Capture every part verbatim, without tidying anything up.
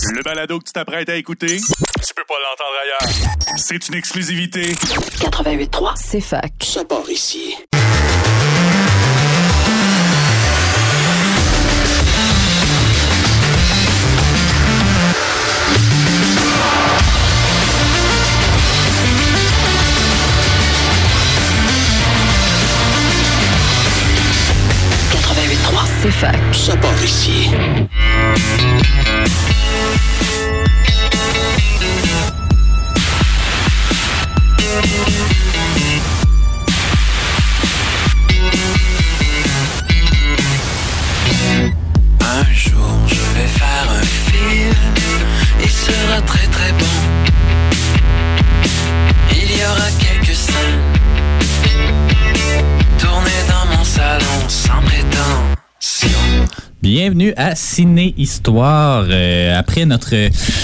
Le balado que tu t'apprêtes à écouter, tu peux pas l'entendre ailleurs. C'est une exclusivité. quatre-vingt-huit trois, c'est fac. Ça part ici. quatre-vingt-huit trois, c'est fac. Ça part ici. Un jour, je vais faire un film. Il sera très très bon. Il y aura quelques scènes tournées dans mon salon sans prétention. Bienvenue à Ciné Histoire. Euh, après notre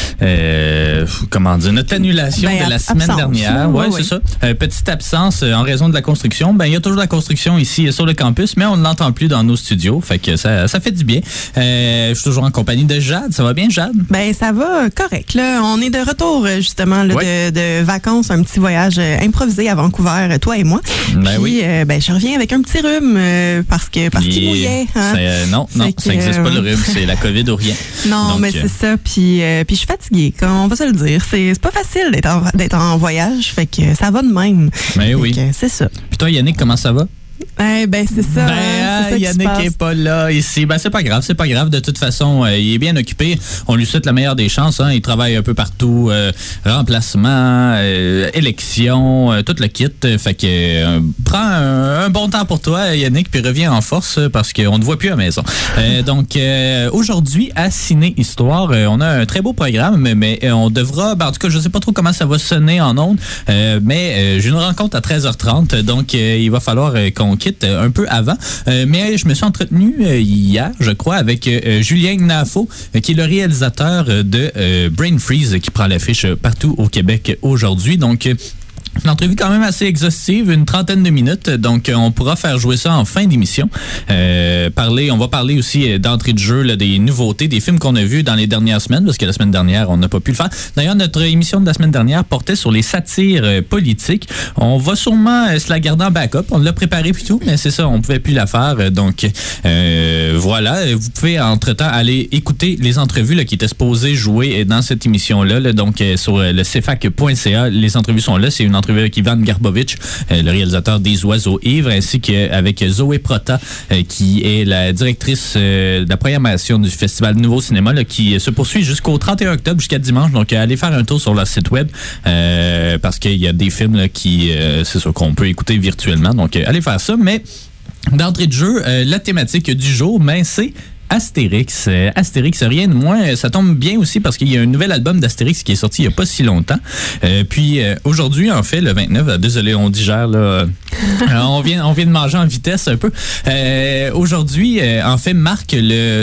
euh, comment dire notre annulation ben, de la semaine absence, dernière, ouais, oui, c'est oui. ça. Euh, petite absence euh, en raison de la construction. Ben il y a toujours de la construction ici euh, sur le campus, mais on ne l'entend plus dans nos studios, fait que ça, ça fait du bien. Euh, je suis toujours en compagnie de Jade. Ça va bien, Jade? Ben ça va correct. Là, on est de retour justement là, ouais. de, de vacances, un petit voyage improvisé à Vancouver, toi et moi. Ben Puis, oui. euh, ben je reviens avec un petit rhume euh, parce que parce qu'il mouillait. Hein? Euh, non, non, Fait que, ça n'existe euh, pas le rhume, c'est la COVID ou rien. Non, Donc, mais c'est ça. Puis, euh, puis je suis fatiguée, comme on va se le dire. C'est, c'est pas facile d'être en, d'être en voyage, fait que ça va de même. Ben Fait oui. que c'est ça. Puis toi, Yannick, comment ça va? Eh ben c'est ça. Ben, hein, c'est ça qui se Yannick passe. est pas là ici. Ben, c'est pas grave, c'est pas grave. De toute façon, euh, il est bien occupé. On lui souhaite la meilleure des chances. Hein. Il travaille un peu partout. Euh, remplacement, euh, élection, euh, tout le kit. Fait que euh, prends un, un bon temps pour toi, Yannick, puis reviens en force parce qu'on ne voit plus à la maison. Euh, donc, euh, aujourd'hui, à Ciné Histoire, euh, on a un très beau programme, mais, mais on devra... Ben, en tout cas, je sais pas trop comment ça va sonner en ondes, euh, mais euh, j'ai une rencontre à treize heures trente, donc euh, il va falloir euh, qu'on quitte un peu avant. Euh, mais je me suis entretenu euh, hier, je crois, avec euh, Julien Gnafo, euh, qui est le réalisateur de euh, Brain Freeze, qui prend l'affiche partout au Québec aujourd'hui. Donc, euh, une entrevue quand même assez exhaustive, une trentaine de minutes, donc on pourra faire jouer ça en fin d'émission. Euh, parler, on va parler aussi d'entrée de jeu là, des nouveautés, des films qu'on a vus dans les dernières semaines, parce que la semaine dernière, on n'a pas pu le faire. D'ailleurs, notre émission de la semaine dernière portait sur les satires euh, politiques. On va sûrement euh, se la garder en backup. On l'a préparé puis tout, mais c'est ça, on pouvait plus la faire. Donc, euh, voilà. Vous pouvez, entre-temps, aller écouter les entrevues là, qui étaient supposées jouer dans cette émission-là. Là, donc, euh, sur le c f a c point c a, les entrevues sont là. C'est une entrevue avec Ivan Garbovitch, euh, le réalisateur des Oiseaux ivres, ainsi qu'avec Zoé Prota, euh, qui est la directrice euh, de la programmation du Festival Nouveau Cinéma, là, qui se poursuit jusqu'au trente et un octobre, jusqu'à dimanche. Donc, euh, allez faire un tour sur leur site web, euh, parce qu'il y a des films là, qui, euh, c'est sûr qu'on peut écouter virtuellement. Donc, euh, allez faire ça. Mais, d'entrée de jeu, euh, la thématique du jour, ben, c'est Astérix. Euh, Astérix, rien de moins. Ça tombe bien aussi parce qu'il y a un nouvel album d'Astérix qui est sorti il n'y a pas si longtemps. Euh, puis euh, aujourd'hui, en fait, le vingt-neuf, euh, désolé, on digère, là. Euh, on, vient, on vient de manger en vitesse un peu. Euh, aujourd'hui, euh, en fait, marque le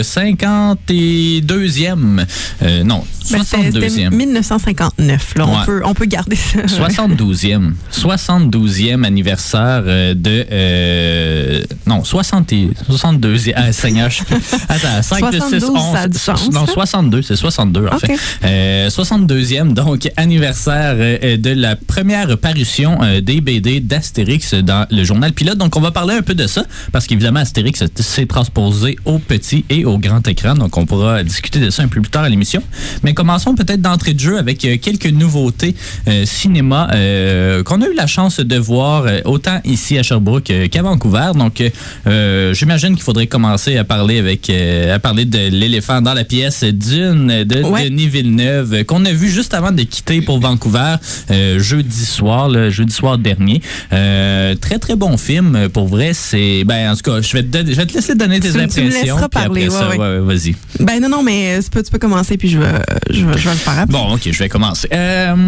cinquante-deuxième. Euh, non, Ben, soixante-deuxième. c'était dix-neuf cent cinquante-neuf. Là. Ouais. On, peut, on peut garder ça. soixante-douzième. soixante-douzième anniversaire euh, de... Euh, non, soixante, soixante-deuxième. Ah, Seigneur, je Attends, cinq, soixante-douze, six, onze, ça a du sens, non, hein? soixante-deux, c'est soixante-deux en okay. fait. Euh, soixante-deuxième, donc, anniversaire euh, de la première parution euh, des B D d'Astérix dans le journal Pilote. Donc, on va parler un peu de ça, parce qu'évidemment, Astérix s'est transposé au petit et au grand écran. Donc, on pourra discuter de ça un peu plus tard à l'émission. Mais commençons peut-être d'entrée de jeu avec euh, quelques nouveautés euh, cinéma euh, qu'on a eu la chance de voir euh, autant ici à Sherbrooke euh, qu'à Vancouver. Donc, euh, j'imagine qu'il faudrait commencer à parler avec euh, à parler de l'éléphant dans la pièce Dune de ouais. Denis Villeneuve euh, qu'on a vu juste avant de quitter pour Vancouver euh, jeudi soir, le jeudi soir dernier. Euh, très très bon film pour vrai. C'est ben en tout cas, je vais te, donner, je vais te laisser donner tes tu, impressions. Tu me laisseras parler. Après ça, ouais, ouais. Ouais, vas-y. Ben non non mais tu peux tu peux commencer puis je vais je vais, je vais le faire après. Bon ok, je vais commencer. Euh,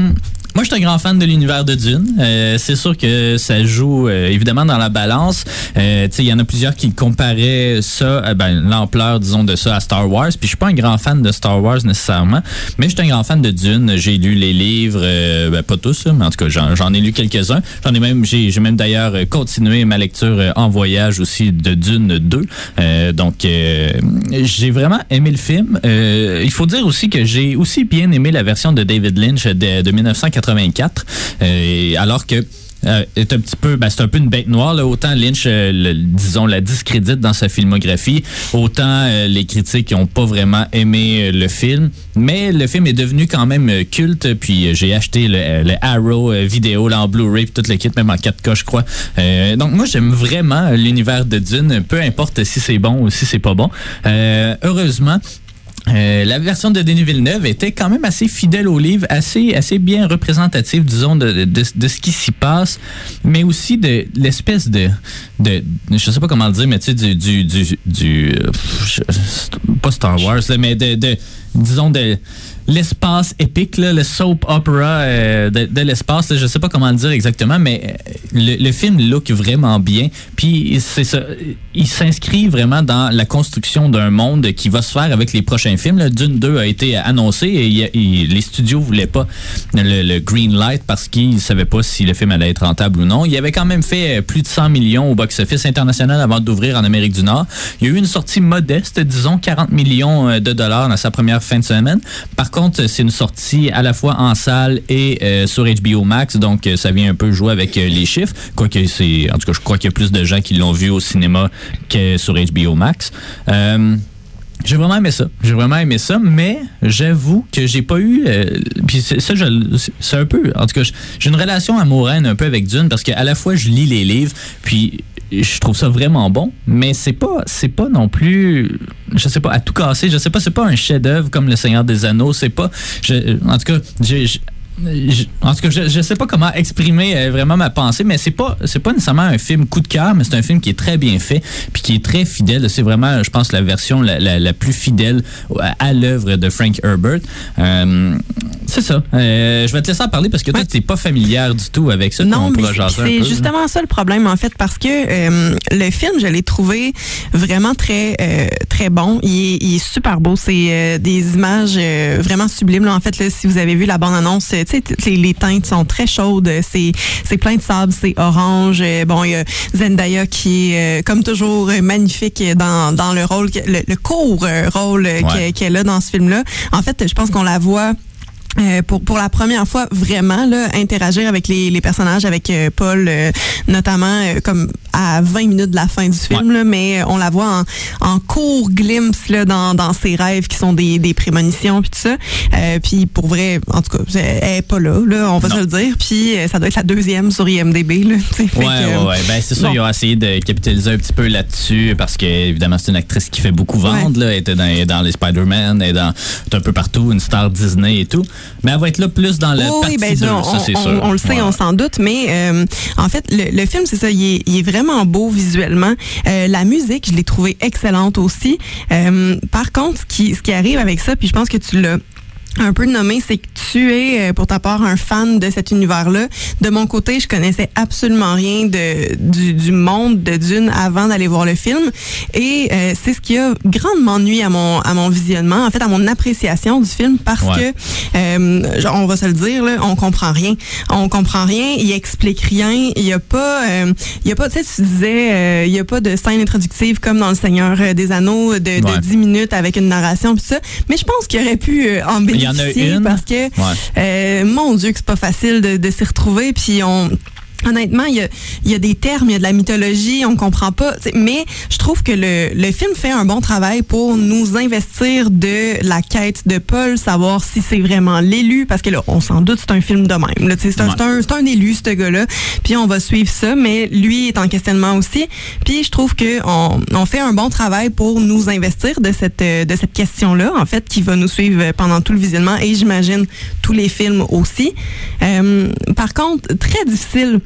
Moi, je suis un grand fan de l'univers de Dune. Euh, c'est sûr que ça joue euh, évidemment dans la balance. Euh, tu sais, il y en a plusieurs qui comparaient ça, euh, ben, l'ampleur, disons, de ça à Star Wars. Puis je suis pas un grand fan de Star Wars nécessairement, mais je suis un grand fan de Dune. J'ai lu les livres, euh, ben, pas tous, mais en tout cas, j'en, j'en ai lu quelques-uns. J'en ai même, j'ai, j'ai même d'ailleurs continué ma lecture en voyage aussi de Dune deux. Euh, donc, euh, j'ai vraiment aimé le film. Euh, il faut dire aussi que j'ai aussi bien aimé la version de David Lynch de, de dix-neuf cent quatre-vingt-quatre, euh, alors que Euh, est un petit peu, ben c'est un peu une bête noire là. Autant Lynch, euh, le, disons, la discrédite dans sa filmographie, autant euh, les critiques n'ont pas vraiment aimé euh, le film. Mais le film est devenu quand même euh, culte. Puis euh, j'ai acheté le, le Arrow euh, vidéo là en Blu-ray, puis tout le kit, même en quatre K, je crois. Euh, donc moi j'aime vraiment l'univers de Dune, peu importe si c'est bon ou si c'est pas bon. Euh, heureusement. Euh, la version de Denis Villeneuve était quand même assez fidèle au livre, assez assez bien représentative, disons, de, de, de ce qui s'y passe, mais aussi de l'espèce de, de je sais pas comment le dire, mais tu sais, du, du, du, du euh, pas Star Wars, là, mais de, de disons, de l'espace épique, là, le soap opera euh, de, de l'espace, là, je sais pas comment le dire exactement, mais le, le film look vraiment bien. Puis c'est ça, il s'inscrit vraiment dans la construction d'un monde qui va se faire avec les prochains films. Là. Dune deux a été annoncé et il, il, les studios voulaient pas le, le green light parce qu'ils savaient pas si le film allait être rentable ou non. Il avait quand même fait plus de cent millions au box-office international avant d'ouvrir en Amérique du Nord. Il y a eu une sortie modeste, disons quarante millions de dollars dans sa première fin de semaine. Par contre, c'est une sortie à la fois en salle et euh, sur H B O Max, donc ça vient un peu jouer avec euh, les chiffres. Quoique c'est, en tout cas, je crois qu'il y a plus de gens qui l'ont vu au cinéma que sur H B O Max. Euh, J'ai vraiment aimé ça. J'ai vraiment aimé ça, mais j'avoue que j'ai pas eu... Euh, puis c'est, ça, je, c'est un peu... En tout cas, j'ai une relation amoureuse un peu avec Dune parce qu'à la fois, je lis les livres, puis je trouve ça vraiment bon, mais c'est pas c'est pas non plus... Je sais pas, à tout casser. Je sais pas, c'est pas un chef-d'œuvre comme Le Seigneur des Anneaux. C'est pas... Je, en tout cas, j'ai... Je, en tout cas, je, je sais pas comment exprimer euh, vraiment ma pensée, mais c'est pas c'est pas nécessairement un film coup de cœur, mais c'est un film qui est très bien fait, puis qui est très fidèle. C'est vraiment, je pense, la version la, la, la plus fidèle à, à l'œuvre de Frank Herbert. Euh, c'est ça. Euh, je vais te laisser en parler parce que toi, ouais. t'es pas familière du tout avec ça. Non, mais c'est, c'est justement ça le problème, en fait, parce que euh, le film, je l'ai trouvé vraiment très euh, très bon. Il est, il est super beau. C'est euh, des images euh, vraiment sublimes. Là, en fait, là, si vous avez vu la bande-annonce, Les, les teintes sont très chaudes, c'est, c'est plein de sable, c'est orange. Bon, il y a Zendaya qui est, comme toujours, magnifique dans, dans le rôle, le, le court rôle ouais. qu'elle a dans ce film-là. En fait, je pense qu'on la voit Euh, pour pour la première fois vraiment là interagir avec les les personnages, avec euh, Paul euh, notamment euh, comme à vingt minutes de la fin du film ouais. là, mais on la voit en en court glimpse là dans dans ses rêves qui sont des des prémonitions puis tout ça. Euh, puis pour vrai, en tout cas, elle est pas là là, on va non. se le dire. Puis ça doit être la deuxième sur I M D B là. Ouais, que, ouais ouais, ben c'est sûr bon. Ils ont essayé de capitaliser un petit peu là-dessus parce que évidemment c'est une actrice qui fait beaucoup vendre ouais. là, elle était dans dans les Spider-Man, elle est dans un peu partout, une star Disney et tout. Mais elle va être là plus dans le oh, partie oui, ben, deux, on, ça c'est on, sûr. On, on le sait, ouais. on s'en doute, mais euh, en fait, le, le film, c'est ça, il est, il est vraiment beau visuellement. Euh, la musique, je l'ai trouvée excellente aussi. Euh, par contre, ce qui, ce qui arrive avec ça, puis je pense que tu l'as un peu nommé, c'est que tu es, pour ta part, un fan de cet univers-là. De mon côté, je connaissais absolument rien de du, du monde de Dune avant d'aller voir le film. Et euh, c'est ce qui a grandement nui à mon à mon visionnement, en fait, à mon appréciation du film, parce ouais. que, euh, genre, on va se le dire, là, on comprend rien. On comprend rien, il explique rien. Il y a pas, euh, il y a pas, tu sais, tu disais, euh, il y a pas de scène introductive comme dans Le Seigneur des Anneaux, de, ouais. de dix minutes avec une narration, pis ça. Mais je pense qu'il aurait pu euh, en bénéficier. Il y en a une. Parce que, ouais. euh, mon Dieu, que c'est pas facile de, de s'y retrouver. Puis on... Honnêtement, il y a, il y a des termes, il y a de la mythologie, on comprend pas. Mais je trouve que le, le film fait un bon travail pour nous investir de la quête de Paul, savoir si c'est vraiment l'élu, parce que là, on s'en doute, c'est un film de même. Là, c'est, un, ouais. c'est, un, c'est un élu, ce gars-là. Puis on va suivre ça, mais lui est en questionnement aussi. Puis je trouve que on, on fait un bon travail pour nous investir de cette de cette question-là, en fait, qui va nous suivre pendant tout le visionnement et j'imagine tous les films aussi. Euh, par contre, très difficile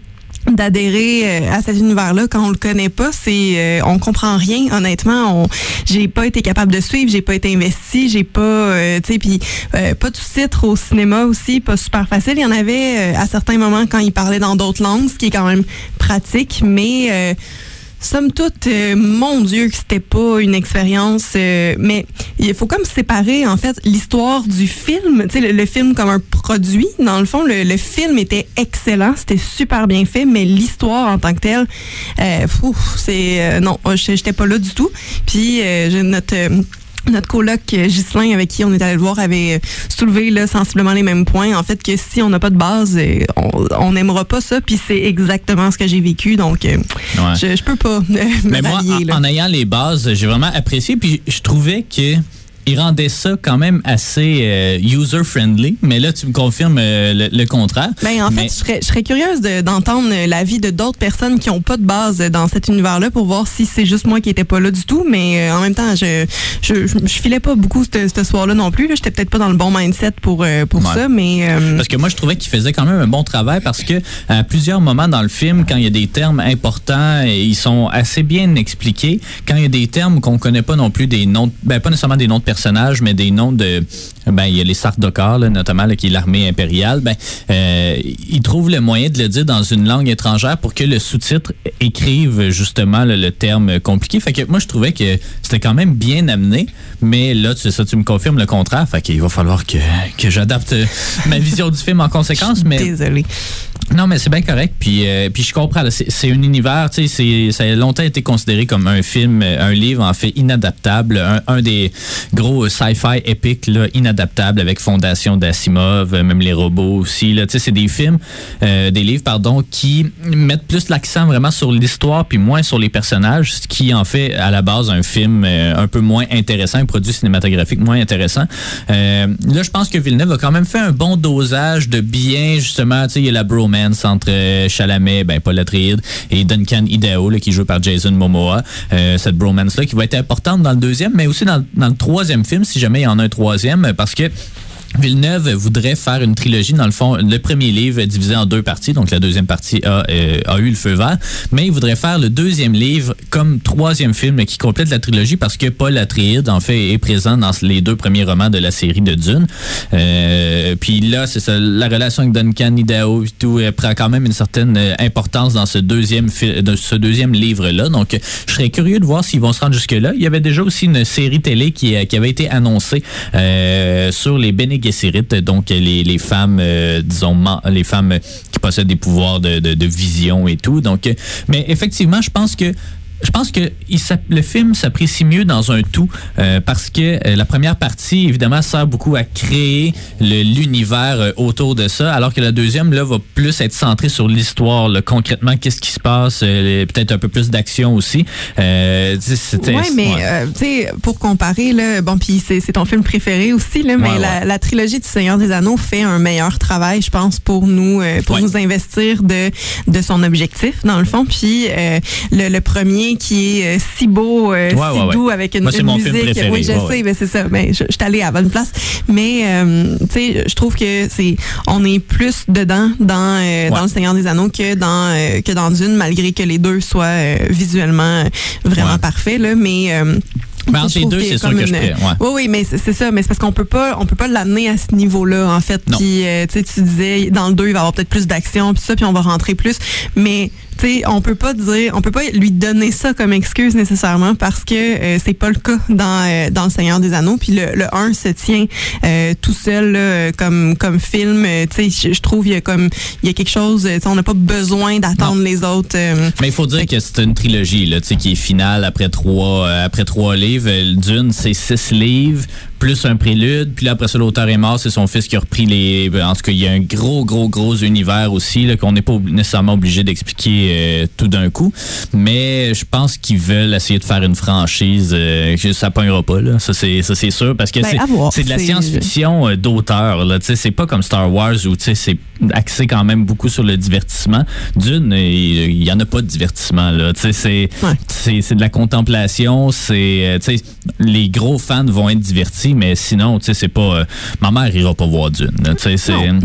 d'adhérer à cet univers-là quand on le connaît pas. C'est euh, on comprend rien, honnêtement. On, j'ai pas été capable de suivre, j'ai pas été investie, j'ai pas, euh, tu sais, puis euh, pas de sous-titres au cinéma aussi, pas super facile. Il y en avait euh, à certains moments quand ils parlaient dans d'autres langues, ce qui est quand même pratique, mais euh, somme toute, euh, mon Dieu, que c'était pas une expérience. Euh, mais il faut comme séparer, en fait, l'histoire du film. Tu sais, le, le film comme un produit. Dans le fond, le, le film était excellent. C'était super bien fait, mais l'histoire en tant que telle, euh, ouf, c'est... Euh, non, j'étais pas là du tout. Puis, euh, j'ai notre... Euh, Notre coloc Ghislain, avec qui on est allé le voir, avait soulevé là, sensiblement les mêmes points. En fait, que si on n'a pas de base, on n'aimera pas ça. Puis c'est exactement ce que j'ai vécu. Donc, ouais. je, je peux pas me Mais moi, rallier, en, en ayant les bases, j'ai vraiment apprécié. Puis je trouvais que il rendait ça quand même assez euh, user-friendly, mais là, tu me confirmes euh, le, le contraire. Ben, en mais... fait, je serais, je serais curieuse de, d'entendre l'avis de d'autres personnes qui n'ont pas de base dans cet univers-là pour voir si c'est juste moi qui n'étais pas là du tout, mais euh, en même temps, je, je, je, je filais pas beaucoup ce, ce soir-là non plus. Là. J'étais peut-être pas dans le bon mindset pour, euh, pour ouais. ça, mais... Euh... Parce que moi, je trouvais qu'il faisait quand même un bon travail parce que à plusieurs moments dans le film, quand il y a des termes importants, ils sont assez bien expliqués. Quand il y a des termes qu'on connaît pas non plus, des noms, ben pas nécessairement des noms de personnages, mais des noms de... Ben, il y a les Sardaukar, là, notamment, là, qui est l'armée impériale. Ben, euh, ils trouvent le moyen de le dire dans une langue étrangère pour que le sous-titre écrive justement là, le terme compliqué. Fait que moi, je trouvais que c'était quand même bien amené, mais là, tu sais ça, tu me confirmes le contraire. Fait qu'il va falloir que, que j'adapte ma vision du film en conséquence. Mais... Désolée. Non, mais c'est bien correct. Puis, euh, puis je comprends. Là, c'est, c'est un univers, tu sais, ça a longtemps été considéré comme un film, un livre en fait inadaptable, un, un des gros sci-fi épiques là, inadaptables avec Fondation d'Asimov, même les robots aussi. Là, tu sais, c'est des films, euh, des livres, pardon, qui mettent plus l'accent vraiment sur l'histoire puis moins sur les personnages, ce qui en fait à la base un film euh, un peu moins intéressant, un produit cinématographique moins intéressant. Euh, là, je pense que Villeneuve a quand même fait un bon dosage de bien, justement, tu sais, il y a la bromance entre euh, Chalamet, ben Paul Atreides et Duncan Idaho, là, qui joue par Jason Momoa. Euh, cette bromance-là qui va être importante dans le deuxième, mais aussi dans, dans le troisième film, si jamais il y en a un troisième, parce que Villeneuve voudrait faire une trilogie, dans le fond, le premier livre divisé en deux parties, donc la deuxième partie a, euh, a eu le feu vert, mais il voudrait faire le deuxième livre comme troisième film qui complète la trilogie parce que Paul Atreides, en fait, est présent dans les deux premiers romans de la série de Dune. Euh, puis là, c'est ça, la relation avec Duncan Idaho et tout euh, prend quand même une certaine euh, importance dans ce deuxième, fi- de ce deuxième livre-là, donc je serais curieux de voir s'ils vont se rendre jusque-là. Il y avait déjà aussi une série télé qui, qui avait été annoncée euh, sur les Bene Gesserit, donc les, les femmes, euh, disons, les femmes qui possèdent des pouvoirs de, de, de vision et tout. Donc, mais effectivement, je pense que Je pense que il, le film s'apprécie mieux dans un tout euh, parce que euh, la première partie, évidemment, sert beaucoup à créer le, l'univers euh, autour de ça, alors que la deuxième, là, va plus être centrée sur l'histoire, là, concrètement, qu'est-ce qui se passe, euh, peut-être un peu plus d'action aussi. Euh, oui, mais ouais. euh, tu sais, pour comparer, là, bon, puis c'est, c'est ton film préféré aussi, là, mais ouais, la, ouais. la trilogie du Seigneur des Anneaux fait un meilleur travail, je pense, pour nous, euh, pour ouais. nous investir de, de son objectif, dans le fond. Puis euh, le, le premier qui est euh, si beau, euh, ouais, si ouais, doux, ouais. avec une, Moi, c'est une mon musique. Film préféré. Oui, je ouais, sais, ouais. mais c'est ça. Mais je, je suis allée à la bonne place. Mais euh, tu sais, je trouve que c'est, on est plus dedans dans euh, ouais. dans le Seigneur des Anneaux que dans euh, que dans Dune, malgré que les deux soient euh, visuellement vraiment ouais. parfaits là. Mais euh, Mais entre les deux, c'est sûr que une... je prends. Ouais. Oui, oui, mais c'est, c'est ça. Mais c'est parce qu'on peut pas, on peut pas l'amener à ce niveau-là, en fait. Puis, euh, tu sais, tu disais, dans le deux, il va y avoir peut-être plus d'action, puis ça, puis on va rentrer plus. Mais, tu sais, on peut pas dire, on peut pas lui donner ça comme excuse nécessairement parce que euh, c'est pas le cas dans euh, dans le Seigneur des Anneaux. Puis le, le un se tient euh, tout seul là, comme comme film. Euh, tu sais, je, je trouve il y a comme il y a quelque chose. On n'a pas besoin d'attendre non. les autres. Euh, mais il faut dire que c'est une trilogie là, tu sais, qui est finale après trois euh, après trois livres. Dune, c'est six livres, plus un prélude. Puis là, après ça, l'auteur est mort. C'est son fils qui a repris les... En tout cas, il y a un gros, gros, gros univers aussi là, qu'on n'est pas nécessairement obligé d'expliquer euh, tout d'un coup. Mais je pense qu'ils veulent essayer de faire une franchise. Euh, ça pognera pas, là. Ça, c'est, ça, c'est sûr. Parce que ben, c'est, c'est de la c'est... science-fiction euh, d'auteur. Là. C'est pas comme Star Wars où c'est axé quand même beaucoup sur le divertissement. Dune, il n'y en a pas de divertissement. Là. C'est, ouais. c'est, c'est de la contemplation. C'est... T'sais, les gros fans vont être divertis, mais sinon, tu sais, c'est pas... Euh, ma mère ira pas voir Dune. Tu sais, c'est...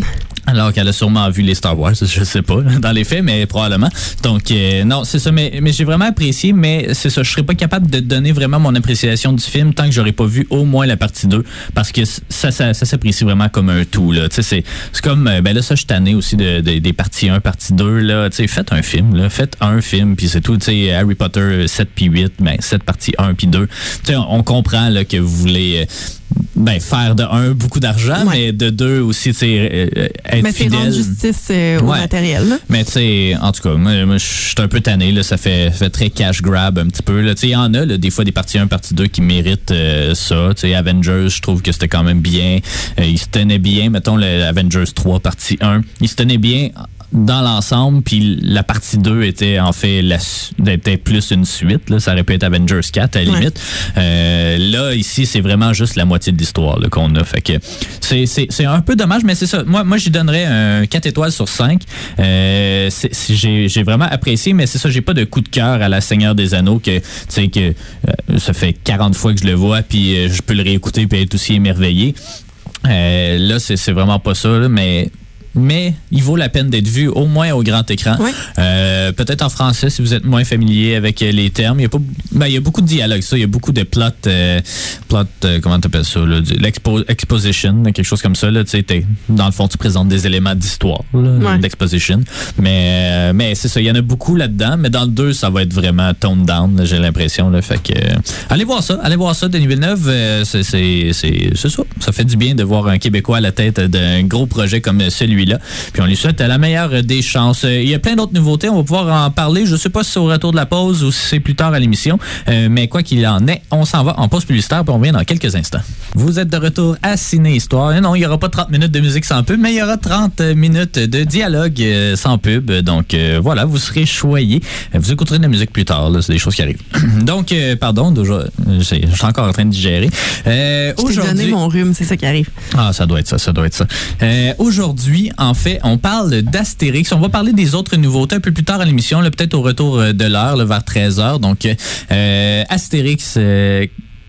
Alors qu'elle a sûrement vu les Star Wars, je sais pas, dans les faits, mais probablement. Donc, euh, non, c'est ça, mais, mais j'ai vraiment apprécié, mais c'est ça, je serais pas capable de donner vraiment mon appréciation du film tant que j'aurais pas vu au moins la partie deux, parce que ça, ça, ça s'apprécie vraiment comme un tout, là. Tu sais, c'est, c'est comme, ben là, ça, je suis tanné aussi de, de, des parties un, partie deux, là. Tu sais, faites un film, là. Faites un film, puis c'est tout. Tu sais, Harry Potter sept puis huit, ben, sept parties un puis deux. Tu sais, on, on comprend, là, que vous voulez, ben, faire de un, beaucoup d'argent, ouais. mais de deux aussi, tu sais, euh, être mais fidèle. Mais c'est rendre justice euh, au ouais. matériel, là. Mais tu sais, en tout cas, moi, moi je suis un peu tanné, là, ça fait, fait très cash grab un petit peu, là. Tu sais, il y en a, là, des fois, des parties un, partie deux qui méritent euh, ça. Tu sais, Avengers, je trouve que c'était quand même bien. Euh, il se tenait bien, mettons, le Avengers trois, partie un. Il se tenait bien dans l'ensemble, puis la partie deux était en fait la, était plus une suite, là, ça aurait pu être Avengers quatre à la limite. Ouais. Euh, là, ici, c'est vraiment juste la moitié de l'histoire là, qu'on a. Fait que c'est, c'est, c'est un peu dommage, mais c'est ça. Moi, moi j'y donnerais un quatre étoiles sur cinq. Euh, c'est, c'est, j'ai, j'ai vraiment apprécié, mais c'est ça, j'ai pas de coup de cœur à la Seigneur des Anneaux, que tu sais que euh, ça fait quarante fois que je le vois, puis euh, je peux le réécouter puis être aussi émerveillé. Euh, là, c'est, c'est vraiment pas ça, là, mais mais il vaut la peine d'être vu au moins au grand écran. Oui. Euh, peut-être en français si vous êtes moins familier avec les termes. Il y a pas, ben, il y a beaucoup de dialogues, ça. Il y a beaucoup de plot, euh, plot euh, comment t'appelles ça, là, l'expo, exposition, quelque chose comme ça. Là, dans le fond, tu présentes des éléments d'histoire, là, ouais. d'exposition. Mais, euh, mais c'est ça, il y en a beaucoup là-dedans. Mais dans le deux, ça va être vraiment toned down, là, j'ai l'impression. Là, fait que, euh, allez voir ça, allez voir ça, Denis Villeneuve. Euh, c'est, c'est, c'est, c'est ça. Ça fait du bien de voir un Québécois à la tête d'un gros projet comme celui-là. Puis on lui souhaite la meilleure des chances. Il y a plein d'autres nouveautés, on va pouvoir en parler. Je ne sais pas si c'est au retour de la pause ou si c'est plus tard à l'émission, euh, mais quoi qu'il en est, on s'en va en pause publicitaire puis on revient dans quelques instants. Vous êtes de retour à Ciné Histoire. Et non, il n'y aura pas trente minutes de musique sans pub, mais il y aura trente minutes de dialogue euh, sans pub. Donc euh, voilà, vous serez choyés. Vous écouterez de la musique plus tard, là, c'est des choses qui arrivent. Donc, euh, pardon, déjà, je suis encore en train de digérer. Euh, je t'ai donné mon rhume, c'est ça qui arrive. Ah, ça doit être ça, ça doit être ça. Euh, aujourd'hui, en fait, on parle d'Astérix. On va parler des autres nouveautés un peu plus tard à l'émission, là, peut-être au retour de l'heure, là, vers treize heures. Donc, euh, Astérix... Euh,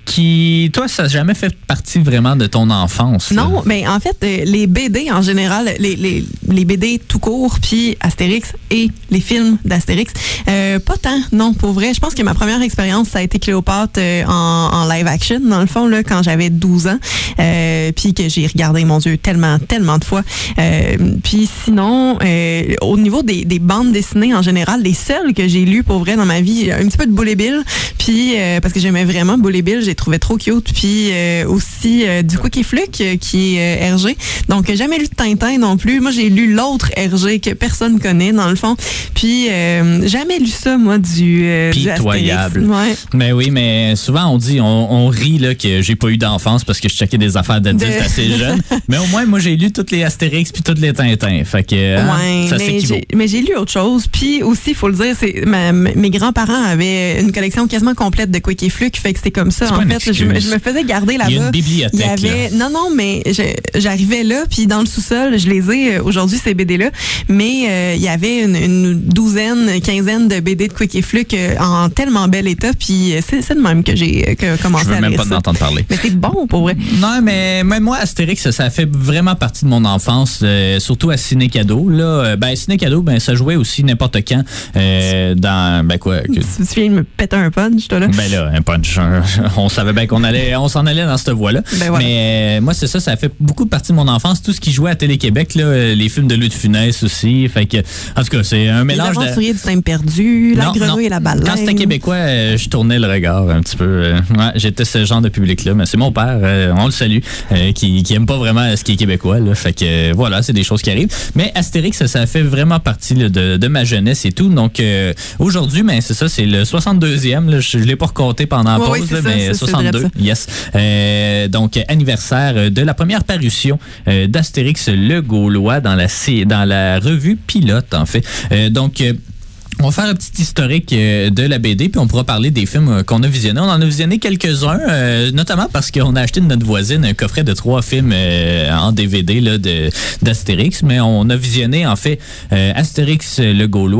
qui, toi, ça n'a jamais fait partie vraiment de ton enfance. Non, mais en fait, euh, les B D en général, les, les, les B D tout court, puis Astérix et les films d'Astérix, euh, pas tant, non, pour vrai. Je pense que ma première expérience, ça a été Cléopâtre euh, en, en live action, dans le fond, là, quand j'avais douze ans, euh, puis que j'ai regardé, mon Dieu, tellement, tellement de fois. Euh, puis sinon, euh, au niveau des, des bandes dessinées en général, les seules que j'ai lues, pour vrai, dans ma vie, un petit peu de Bull et Bill, puis euh, parce que j'aimais vraiment Bull et Bill, j'ai trouvé trop cute, puis euh, aussi euh, du Quick et Fluke euh, qui est euh, R G. Donc jamais lu de Tintin non plus. Moi j'ai lu l'autre R G que personne connaît dans le fond. Puis euh, jamais lu ça moi du euh, pitoyable. Du ouais. Mais oui, mais souvent on dit on, on rit là que j'ai pas eu d'enfance parce que je checkais des affaires d'adultes de... assez jeunes. Mais au moins moi j'ai lu toutes les Astérix puis toutes les Tintins. Fait que ouais, hein, ça mais s'équivaut. J'ai, mais j'ai lu autre chose. Puis aussi faut le dire, c'est ma, mes grands-parents avaient une collection quasiment complète de Quick et Fluke. Fait que c'était comme ça c'est en fait. Je me, je me faisais garder là-bas. Il y a une bibliothèque. Il y avait, non, non, mais je, j'arrivais là, puis dans le sous-sol, je les ai euh, aujourd'hui, ces B D-là, mais euh, il y avait une, une douzaine, quinzaine de B D de Quick et Fluke euh, en tellement bel état, puis c'est, c'est de même que j'ai que, commencé à lire ça. Je veux même pas ça. entendre parler. Mais c'est bon, pour vrai. Non, mais même moi, Astérix, ça a fait vraiment partie de mon enfance, euh, surtout à Ciné Cadeau. Là, ben, Ciné Cadeau, ben, ça jouait aussi n'importe quand euh, dans, ben quoi... Que... Tu viens de me péter un punch, toi, là? Ben là, un punch, un, on savait bien qu'on allait, on s'en allait dans cette voie-là. Ben voilà. Mais euh, moi, c'est ça, ça a fait beaucoup de partie de mon enfance. Tout ce qui jouait à Télé-Québec, là, les films de Louis de Funès aussi. Fait que, en tout cas, c'est un mélange de... Les aventuriers du temps perdu, la grenouille et la baleine. Quand c'était québécois, euh, je tournais le regard un petit peu. Euh, ouais, j'étais ce genre de public-là. Mais c'est mon père, euh, on le salue, euh, qui, qui aime pas vraiment ce qui est québécois. Là. Fait que, euh, voilà, c'est des choses qui arrivent. Mais Astérix, ça, ça fait vraiment partie là, de, de ma jeunesse et tout. Donc, euh, aujourd'hui, ben, c'est ça, c'est le soixante-deuxième. Là, je ne l'ai pas recompté pendant la ouais, pause, oui, là, ça, mais c'est, soixante-deux. C'est yes. Euh, donc, anniversaire de la première parution euh, d'Astérix le Gaulois dans la, dans la revue Pilote, en fait. Euh, donc, euh, on va faire un petit historique euh, de la B D, puis on pourra parler des films euh, qu'on a visionnés. On en a visionné quelques-uns, euh, notamment parce qu'on a acheté de notre voisine un coffret de trois films euh, en D V D là, de, d'Astérix, mais on a visionné en fait euh, Astérix le Gaulois,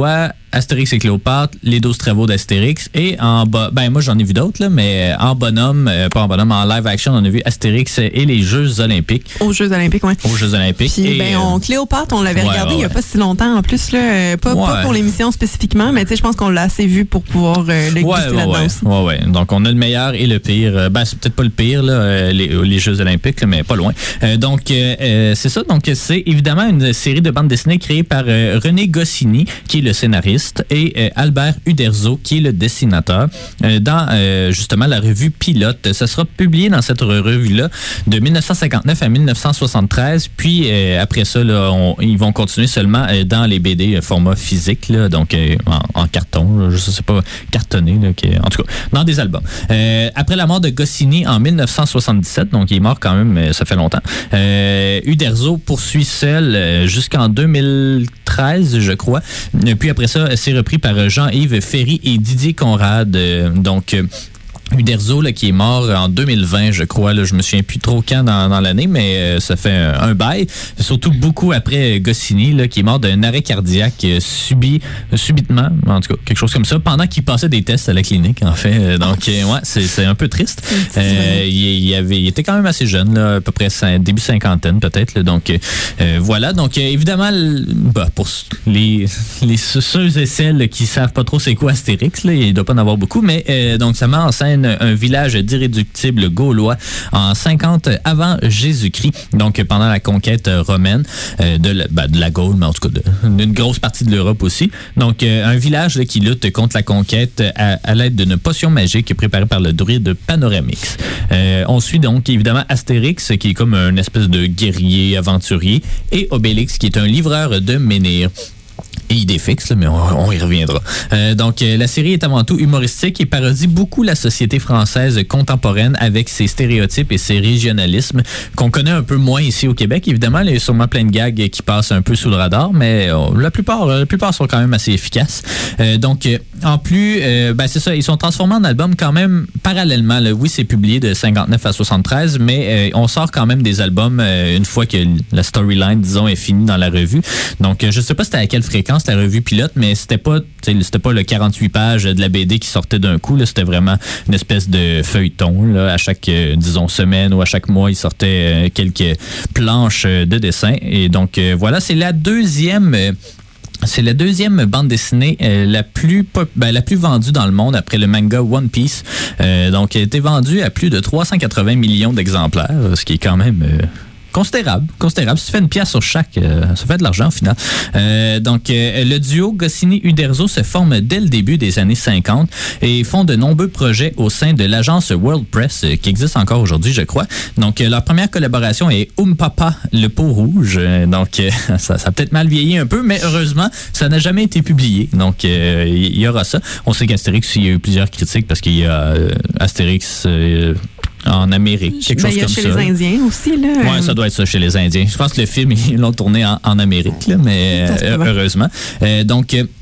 Astérix et Cléopâtre, les douze travaux d'Astérix, et en bas, ben moi j'en ai vu d'autres, là, mais en bonhomme, euh, pas en bonhomme, en live action, on a vu Astérix et les Jeux Olympiques. Aux Jeux Olympiques, oui. Aux Jeux Olympiques. Puis, et, ben, on, Cléopâtre, on l'avait ouais, regardé ouais, il n'y a ouais. pas si longtemps en plus, là, pas, Ouais. pas pour l'émission spécifiquement, mais tu sais, je pense qu'on l'a assez vu pour pouvoir euh, le Ouais, glisser ouais, là-dedans ouais, aussi. ouais, ouais. Donc, on a le meilleur et le pire. Euh, Ben, c'est peut-être pas le pire, là, euh, les, les Jeux Olympiques, là, mais pas loin. Euh, donc, euh, euh, c'est ça. Donc, c'est évidemment une série de bande dessinée créée par euh, René Goscinny, qui est le scénariste, et euh, Albert Uderzo, qui est le dessinateur, euh, dans euh, justement la revue Pilote. Ça sera publié dans cette revue-là de dix-neuf cent cinquante-neuf à dix-neuf cent soixante-treize. Puis, euh, après ça, là, on, ils vont continuer seulement euh, dans les B D euh, format physique, là, donc euh, en, en carton, là, je sais pas, cartonné, là, qui, en tout cas, dans des albums. Euh, après la mort de Goscinny en dix-neuf cent soixante-dix-sept, donc il est mort quand même, mais ça fait longtemps, euh, Uderzo poursuit seul euh, jusqu'en deux mille treize, je crois. Puis après ça, c'est repris par Jean-Yves Ferry et Didier Conrad. Euh, donc, euh, Uderzo, là, qui est mort en deux mille vingt, je crois. Là, je me souviens plus trop quand dans, dans l'année, mais euh, ça fait un, un bail. Surtout beaucoup après Goscinny, là, qui est mort d'un arrêt cardiaque euh, subi, euh, subitement, en tout cas, quelque chose comme ça, pendant qu'il passait des tests à la clinique, en fait. Euh, donc, euh, ouais, c'est, c'est un peu triste. Euh, il, il, avait, il était quand même assez jeune, là, à peu près début cinquantaine, peut-être. Là, donc, euh, voilà. Donc, euh, évidemment, le, bah, pour les, les ceux et celles qui savent pas trop c'est quoi Astérix, là, il doit pas en avoir beaucoup, mais euh, donc, ça met en scène un village d'irréductibles gaulois en cinquante avant Jésus-Christ, donc pendant la conquête romaine euh, de, la, ben, de la Gaule, mais en tout cas de, d'une grosse partie de l'Europe aussi. Donc euh, un village là, qui lutte contre la conquête à, à l'aide d'une potion magique préparée par le druide Panoramix. Euh, on suit donc évidemment Astérix, qui est comme une espèce de guerrier aventurier, et Obélix, qui est un livreur de menhirs. Et idée fixe, là, mais on, on y reviendra. Euh, donc, euh, la série est avant tout humoristique et parodie beaucoup la société française contemporaine avec ses stéréotypes et ses régionalismes qu'on connaît un peu moins ici au Québec. Évidemment, il y a sûrement plein de gags qui passent un peu sous le radar, mais euh, la plupart la plupart sont quand même assez efficaces. Euh, donc, euh, en plus, euh, ben, c'est ça, ils sont transformés en albums quand même parallèlement. Là. Oui, c'est publié de cinquante-neuf à soixante-treize, mais euh, on sort quand même des albums euh, une fois que la storyline, disons, est finie dans la revue. Donc, euh, je sais pas c'était à quelle fréquence la revue Pilote, mais c'était pas c'était pas le quarante-huit pages de la B D qui sortait d'un coup, là, c'était vraiment une espèce de feuilleton, là, à chaque euh, disons semaine ou à chaque mois, il sortait euh, quelques planches euh, de dessin, et donc euh, voilà, c'est la deuxième euh, C'est la deuxième bande dessinée euh, la plus pop- ben, la plus vendue dans le monde après le manga One Piece. Euh, donc, elle a été vendue à plus de trois cent quatre-vingts millions d'exemplaires, ce qui est quand même euh, considérable, considérable. Si tu fais une pièce sur chaque, euh, ça fait de l'argent au final. Euh, donc, euh, le duo Goscinny-Uderzo se forme dès le début des années cinquante et font de nombreux projets au sein de l'agence World Press, euh, qui existe encore aujourd'hui, je crois. Donc, euh, leur première collaboration est Oom Papa, le pot rouge. Euh, donc, euh, ça, ça a peut-être mal vieilli un peu, mais heureusement, ça n'a jamais été publié. Donc, il euh, y, y aura ça. On sait qu'Astérix, il y a eu plusieurs critiques parce qu'il y a euh, Astérix... Euh, en Amérique, quelque ben, chose comme ça. Il y a chez les Indiens aussi, là. Ouais, ça doit être ça chez les Indiens. Je pense que le film, ils l'ont tourné en, en Amérique, là, mais euh, heureusement. Euh, donc... Euh,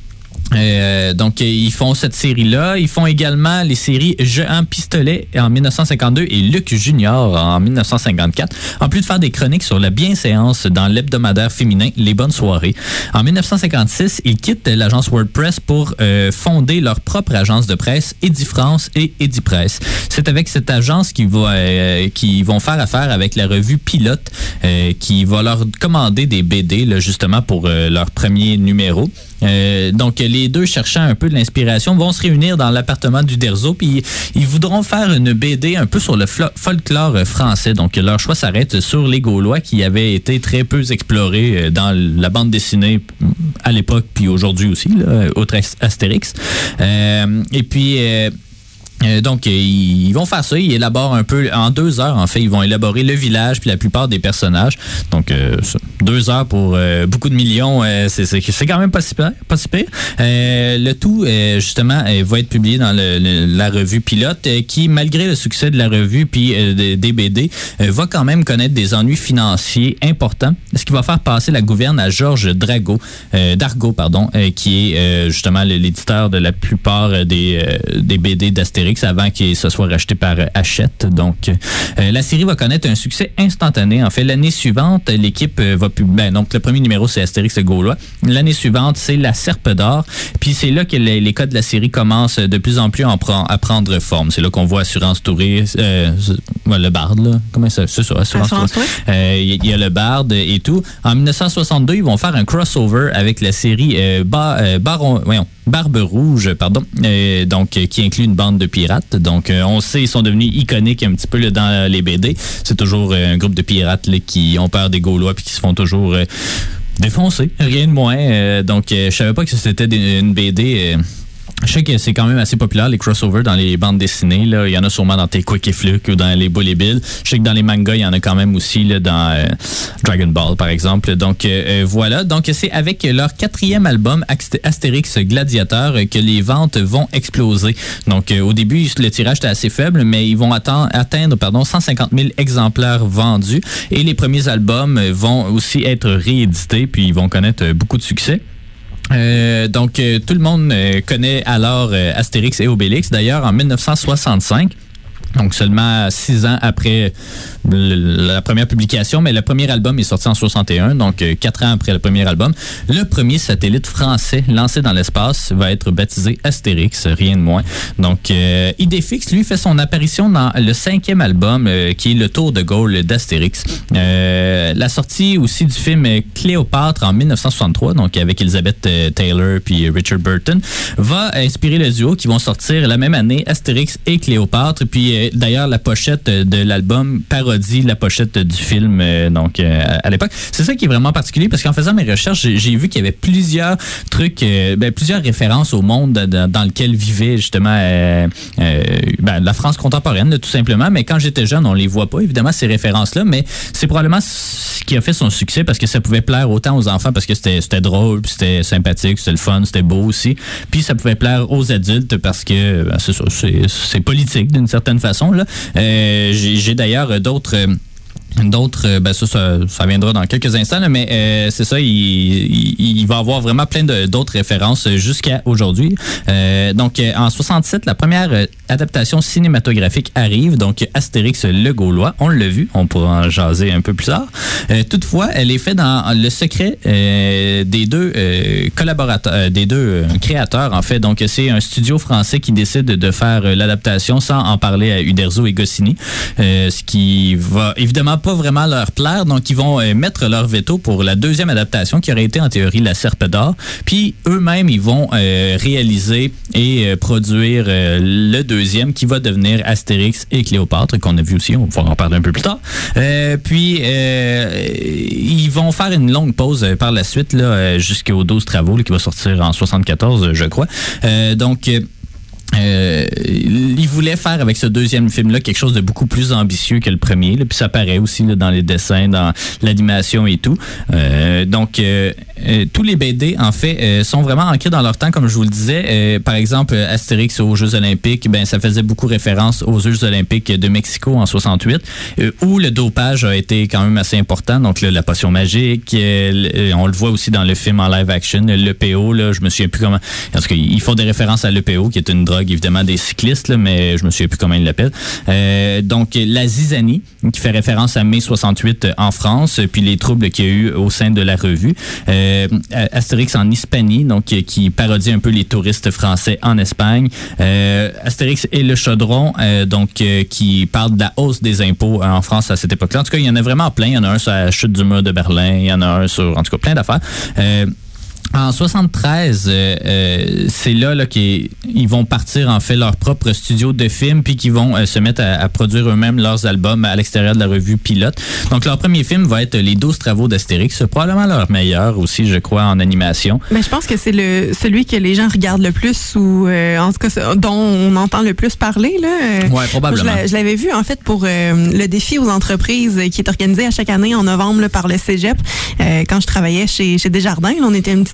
Euh, donc, ils font cette série-là. Ils font également les séries Jehan Pistolet en dix-neuf cent cinquante-deux et Luc Junior en dix-neuf cent cinquante-quatre, en plus de faire des chroniques sur la bienséance dans l'hebdomadaire féminin Les Bonnes Soirées. En dix-neuf cent cinquante-six, ils quittent l'agence WordPress pour euh, fonder leur propre agence de presse, Édifrance et Édipresse. C'est avec cette agence qu'ils va, euh, qui vont faire affaire avec la revue Pilote, euh, qui va leur commander des B D, là, justement, pour euh, leur premier numéro. Euh, donc, les deux, cherchant un peu de l'inspiration, vont se réunir dans l'appartement d'Uderzo, puis ils voudront faire une B D un peu sur le flo- folklore français. Donc, leur choix s'arrête sur les Gaulois, qui avaient été très peu explorés dans la bande dessinée à l'époque, puis aujourd'hui aussi, là, autre Astérix. Euh, et puis... Euh, Euh, donc, euh, ils vont faire ça. Ils élaborent un peu, en deux heures, en fait, ils vont élaborer le village puis la plupart des personnages. Donc, euh, ça, deux heures pour euh, beaucoup de millions, euh, c'est, c'est, c'est quand même pas si pire. Pas si pire. Euh, le tout, euh, justement, euh, va être publié dans le, le, la revue Pilote, euh, qui, malgré le succès de la revue puis euh, des, des B D, euh, va quand même connaître des ennuis financiers importants, ce qui va faire passer la gouverne à Georges Drago, euh, Dargaud, pardon, euh, qui est euh, justement l'éditeur de la plupart des, euh, des B D d'Astérix Astérix avant qu'il se soit racheté par Hachette. Donc, euh, la série va connaître un succès instantané. En fait, l'année suivante, l'équipe va publier... Ben, donc, le premier numéro, c'est Astérix le Gaulois. L'année suivante, c'est La Serpe d'Or. Puis c'est là que les, les codes de la série commencent de plus en plus à, en pre- à prendre forme. C'est là qu'on voit Assurance Touré, euh, le Barde, là. Comment ça? C'est ça, Assurance, Assurance Touré. Il euh, y, y a le Barde et tout. En dix-neuf cent soixante-deux, ils vont faire un crossover avec la série euh, Bar, euh, Baron, voyons, Barbe Rouge, pardon, euh, donc euh, qui inclut une bande de pirates. Donc, euh, on sait, ils sont devenus iconiques un petit peu là, dans les B D. C'est toujours euh, un groupe de pirates là, qui ont peur des Gaulois puis qui se font toujours euh, défoncer, rien de moins. Euh, donc, euh, je savais pas que c'était des, une B D... Euh, Je sais que c'est quand même assez populaire, les crossovers dans les bandes dessinées. Là. Il y en a sûrement dans tes Quick et Fluke ou dans les Bully Bill. Je sais que dans les mangas, il y en a quand même aussi là, dans euh, Dragon Ball, par exemple. Donc, euh, voilà. Donc, c'est avec leur quatrième album, Astérix Gladiateur, que les ventes vont exploser. Donc, euh, au début, le tirage était assez faible, mais ils vont atteindre, atteindre pardon, cent cinquante mille exemplaires vendus. Et les premiers albums vont aussi être réédités, puis ils vont connaître beaucoup de succès. Euh, donc, euh, tout le monde euh, connaît alors euh, Astérix et Obélix. D'ailleurs, en dix-neuf cent soixante-cinq, donc seulement six ans après le, la première publication, mais le premier album est sorti en soixante et un, donc euh, quatre ans après le premier album. Le premier satellite français lancé dans l'espace va être baptisé Astérix, rien de moins. Donc, euh, Idéfix, lui, fait son apparition dans le cinquième album, euh, qui est Le Tour de Gaulle d'Astérix. Euh, la sortie aussi du film Cléopâtre en dix-neuf cent soixante-trois, donc avec Elizabeth euh, Taylor puis Richard Burton, va inspirer le duo qui vont sortir la même année, Astérix et Cléopâtre. Puis euh, d'ailleurs, la pochette de l'album parodie la pochette du film euh, donc euh, à l'époque. C'est ça qui est vraiment particulier parce qu'en faisant mes recherches, j'ai, j'ai vu qu'il y avait plusieurs trucs, euh, ben, plusieurs références au monde dans, dans lequel vivait justement euh, euh, ben, la France contemporaine, tout simplement. Mais quand j'étais jeune, on les voit pas, évidemment, ces références-là, mais c'est probablement ce qui a fait son succès parce que ça pouvait plaire autant aux enfants parce que c'était, c'était drôle, puis c'était sympathique, c'était le fun, c'était beau aussi. Puis ça pouvait plaire aux adultes parce que ben, c'est ça, c'est, c'est politique d'une certaine façon. Là. Euh, j'ai, j'ai d'ailleurs d'autres... Euh, D'autres, ben ça, ça, ça viendra dans quelques instants, là, mais euh, c'est ça, il, il, il va avoir vraiment plein de, d'autres références jusqu'à aujourd'hui. Euh, donc, en soixante-sept, la première adaptation cinématographique arrive, donc Astérix le Gaulois. On l'a vu, on pourra en jaser un peu plus tard. Euh, toutefois, elle est faite dans le secret euh, des deux euh, collaborateurs, euh, des deux euh, créateurs, en fait. Donc, c'est un studio français qui décide de faire l'adaptation sans en parler à Uderzo et Goscinny, euh, ce qui va évidemment pas vraiment leur plaire, donc ils vont euh, mettre leur veto pour la deuxième adaptation qui aurait été en théorie La Serpe d'Or, puis eux-mêmes ils vont euh, réaliser et euh, produire euh, le deuxième qui va devenir Astérix et Cléopâtre, qu'on a vu aussi, on va pouvoir en parler un peu plus tard. Euh, puis euh, ils vont faire une longue pause euh, par la suite là, euh, jusqu'aux douze travaux là, qui va sortir en soixante-quatorze, je crois. Euh, donc euh, Euh, il voulait faire avec ce deuxième film-là quelque chose de beaucoup plus ambitieux que le premier. Là, puis ça paraît aussi là, dans les dessins, dans l'animation et tout. Euh, donc, euh, euh, tous les B D, en fait, euh, sont vraiment ancrés dans leur temps, comme je vous le disais. Euh, par exemple, Astérix aux Jeux Olympiques, ben ça faisait beaucoup référence aux Jeux Olympiques de Mexico en soixante-huit, euh, où le dopage a été quand même assez important. Donc, là, la potion magique, euh, on le voit aussi dans le film en live action, l'E P O, là, je me souviens plus comment... Parce qu'ils font des références à l'E P O, qui est une drogue évidemment des cyclistes, là, mais je me souviens plus comment ils l'appellent. Euh, donc, la zizanie, qui fait référence à mai soixante-huit en France, puis les troubles qu'il y a eu au sein de la revue. Euh, Astérix en Hispanie, donc qui parodie un peu les touristes français en Espagne. Euh, Astérix et le chaudron, euh, donc euh, qui parle de la hausse des impôts en France à cette époque-là. En tout cas, il y en a vraiment plein. Il y en a un sur la chute du mur de Berlin, il y en a un sur, en tout cas, plein d'affaires. Euh, En soixante-treize, euh, euh, c'est là, là qu'ils ils vont partir en fait leur propre studio de films puis qu'ils vont euh, se mettre à, à produire eux-mêmes leurs albums à l'extérieur de la revue Pilote. Donc leur premier film va être Les douze travaux d'Astérix, probablement leur meilleur aussi, je crois, en animation. Mais je pense que c'est le celui que les gens regardent le plus ou euh, en tout cas dont on entend le plus parler là. Ouais, probablement. Moi, je, je l'avais vu en fait pour euh, le défi aux entreprises qui est organisé à chaque année en novembre là, par le Cégep. Euh, quand je travaillais chez chez Desjardins, là, on était une petite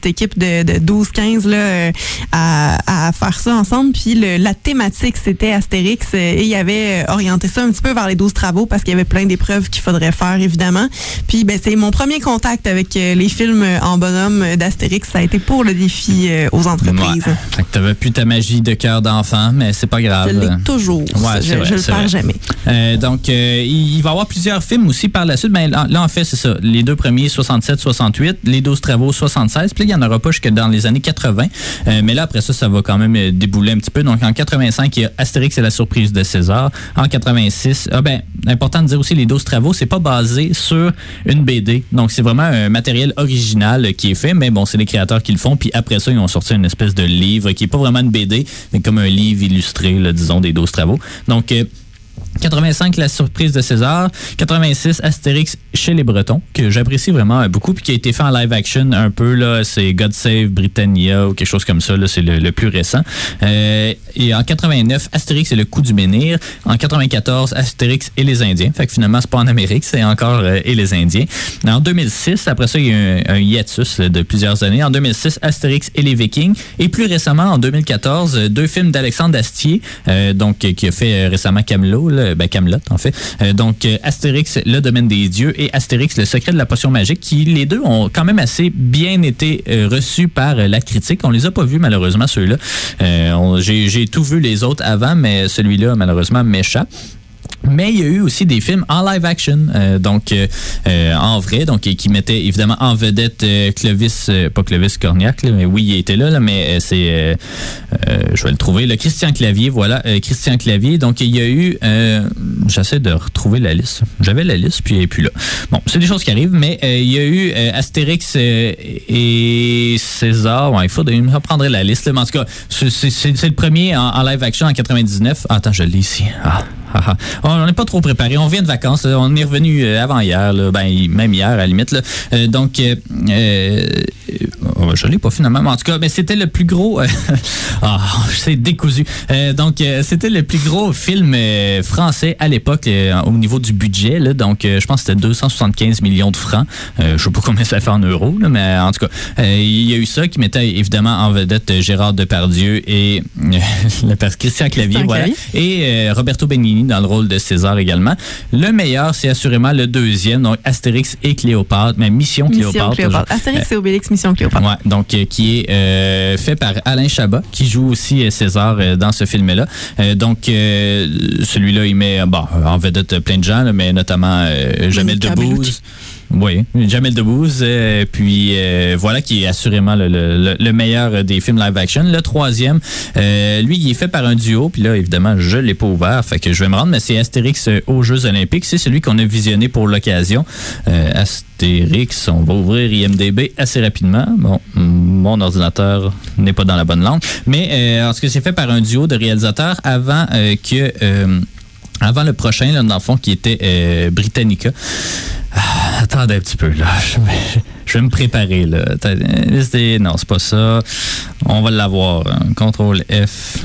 petite équipe de, de douze quinze là, euh, à, à faire ça ensemble. Puis le, la thématique, c'était Astérix euh, et il avait orienté ça un petit peu vers les douze travaux parce qu'il y avait plein d'épreuves qu'il faudrait faire, évidemment. Puis ben, c'est mon premier contact avec euh, les films en bonhomme d'Astérix. Ça a été pour le défi euh, aux entreprises. Ouais. Fait que t'avais plus ta magie de cœur d'enfant, mais c'est pas grave. Je l'ai toujours. Ouais, je vrai, je le perds vrai. jamais. Euh, donc, euh, il va y avoir plusieurs films aussi par la suite. Ben, là, en fait, c'est ça. Les deux premiers, soixante-sept soixante-huit. Les douze travaux, soixante-seize. Puis là, il n'y en aura pas jusque dans les années quatre-vingts. Euh, mais là, après ça, ça va quand même débouler un petit peu. Donc, en quatre-vingt-cinq, il y a Astérix et la surprise de César. En quatre-vingt-six, ah ben, important de dire aussi, les douze travaux, c'est pas basé sur une B D. Donc, c'est vraiment un matériel original qui est fait. Mais bon, c'est les créateurs qui le font. Puis après ça, ils ont sorti une espèce de livre qui est pas vraiment une B D, mais comme un livre illustré, là, disons, des douze travaux. Donc, euh, quatre-vingt-cinq, la surprise de César. quatre-vingt-six, Astérix chez les Bretons, que j'apprécie vraiment beaucoup, puis qui a été fait en live action un peu, là, c'est God Save Britannia ou quelque chose comme ça, là, c'est le, le plus récent. Euh, et en quatre-vingt-neuf, Astérix et le coup du menhir. En quatre-vingt-quatorze, Astérix et les Indiens. Fait que finalement, c'est pas en Amérique, c'est encore euh, et les Indiens. En deux mille six, après ça, il y a eu un, un hiatus là, de plusieurs années. En deux mille six, Astérix et les Vikings. Et plus récemment, en deux mille quatorze, deux films d'Alexandre Astier, euh, donc qui a fait euh, récemment Camelot, là, ben Camelot en fait. Euh, donc euh, Astérix, le domaine des dieux et Astérix, le secret de la potion magique, qui les deux ont quand même assez bien été euh, reçus par euh, la critique. On les a pas vus malheureusement ceux-là. Euh, on, j'ai, j'ai tout vu les autres avant, mais celui-là malheureusement m'échappe. Mais il y a eu aussi des films en live action, euh, donc euh, en vrai, donc qui mettaient évidemment en vedette euh, Clovis, euh, pas Clovis Cornillac, là, mais oui, il était là, là mais euh, c'est, euh, euh, je vais le trouver, le Christian Clavier, voilà, euh, Christian Clavier. Donc il y a eu, euh, j'essaie de retrouver la liste. J'avais la liste, puis elle n'est plus là. Bon, c'est des choses qui arrivent, mais euh, il y a eu euh, Astérix euh, et César. Ouais, il faut, je reprendrai la liste, là, mais en tout cas, c'est, c'est, c'est le premier en, en live action en quatre-vingt-dix-neuf. Attends, je l'ai ici. Ah. On n'est pas trop préparé. On vient de vacances. Là. On est revenu avant hier, là. Ben, même hier à la limite. Là. Euh, donc, euh, euh, je l'ai pas finalement. Mais en tout cas, mais c'était le plus gros. Euh, oh, c'est décousu. Euh, donc, euh, c'était le plus gros film euh, français à l'époque euh, au niveau du budget. Là. Donc, euh, je pense que c'était deux cent soixante-quinze millions de francs. Euh, je sais pas combien ça fait en euros, là, mais en tout cas, euh, il y a eu ça qui mettait évidemment en vedette Gérard Depardieu et euh, le père Christian Clavier, Christian voilà, Clavier. et euh, Roberto Benigni dans le rôle de César également. Le meilleur, c'est assurément le deuxième, donc Astérix et Cléopâtre, mais Mission Cléopâtre. Mission Cléopâtre. Astérix et Obélix, Mission Cléopâtre. Ouais, donc euh, qui est euh, fait par Alain Chabat, qui joue aussi euh, César euh, dans ce film-là. Euh, donc, euh, celui-là, il met bon, en vedette plein de gens, là, mais notamment euh, Jamel Debbouze. Oui, Jamel Debbouze, euh, puis euh, voilà, qui est assurément le, le, le meilleur des films live action. Le troisième, euh, lui, il est fait par un duo, puis là, évidemment, je l'ai pas ouvert, fait que je vais me rendre, mais c'est Astérix aux Jeux Olympiques. C'est celui qu'on a visionné pour l'occasion. Euh, Astérix, on va ouvrir I M D B assez rapidement. Bon, mon ordinateur n'est pas dans la bonne langue, mais euh, en ce que c'est fait par un duo de réalisateurs avant euh, que... Euh, avant le prochain, là, dans le fond, qui était euh, Britannica. Ah, attendez un petit peu, là. Je vais, je vais me préparer, là. Attendez, non, c'est pas ça. On va l'avoir. Hein. contrôle F.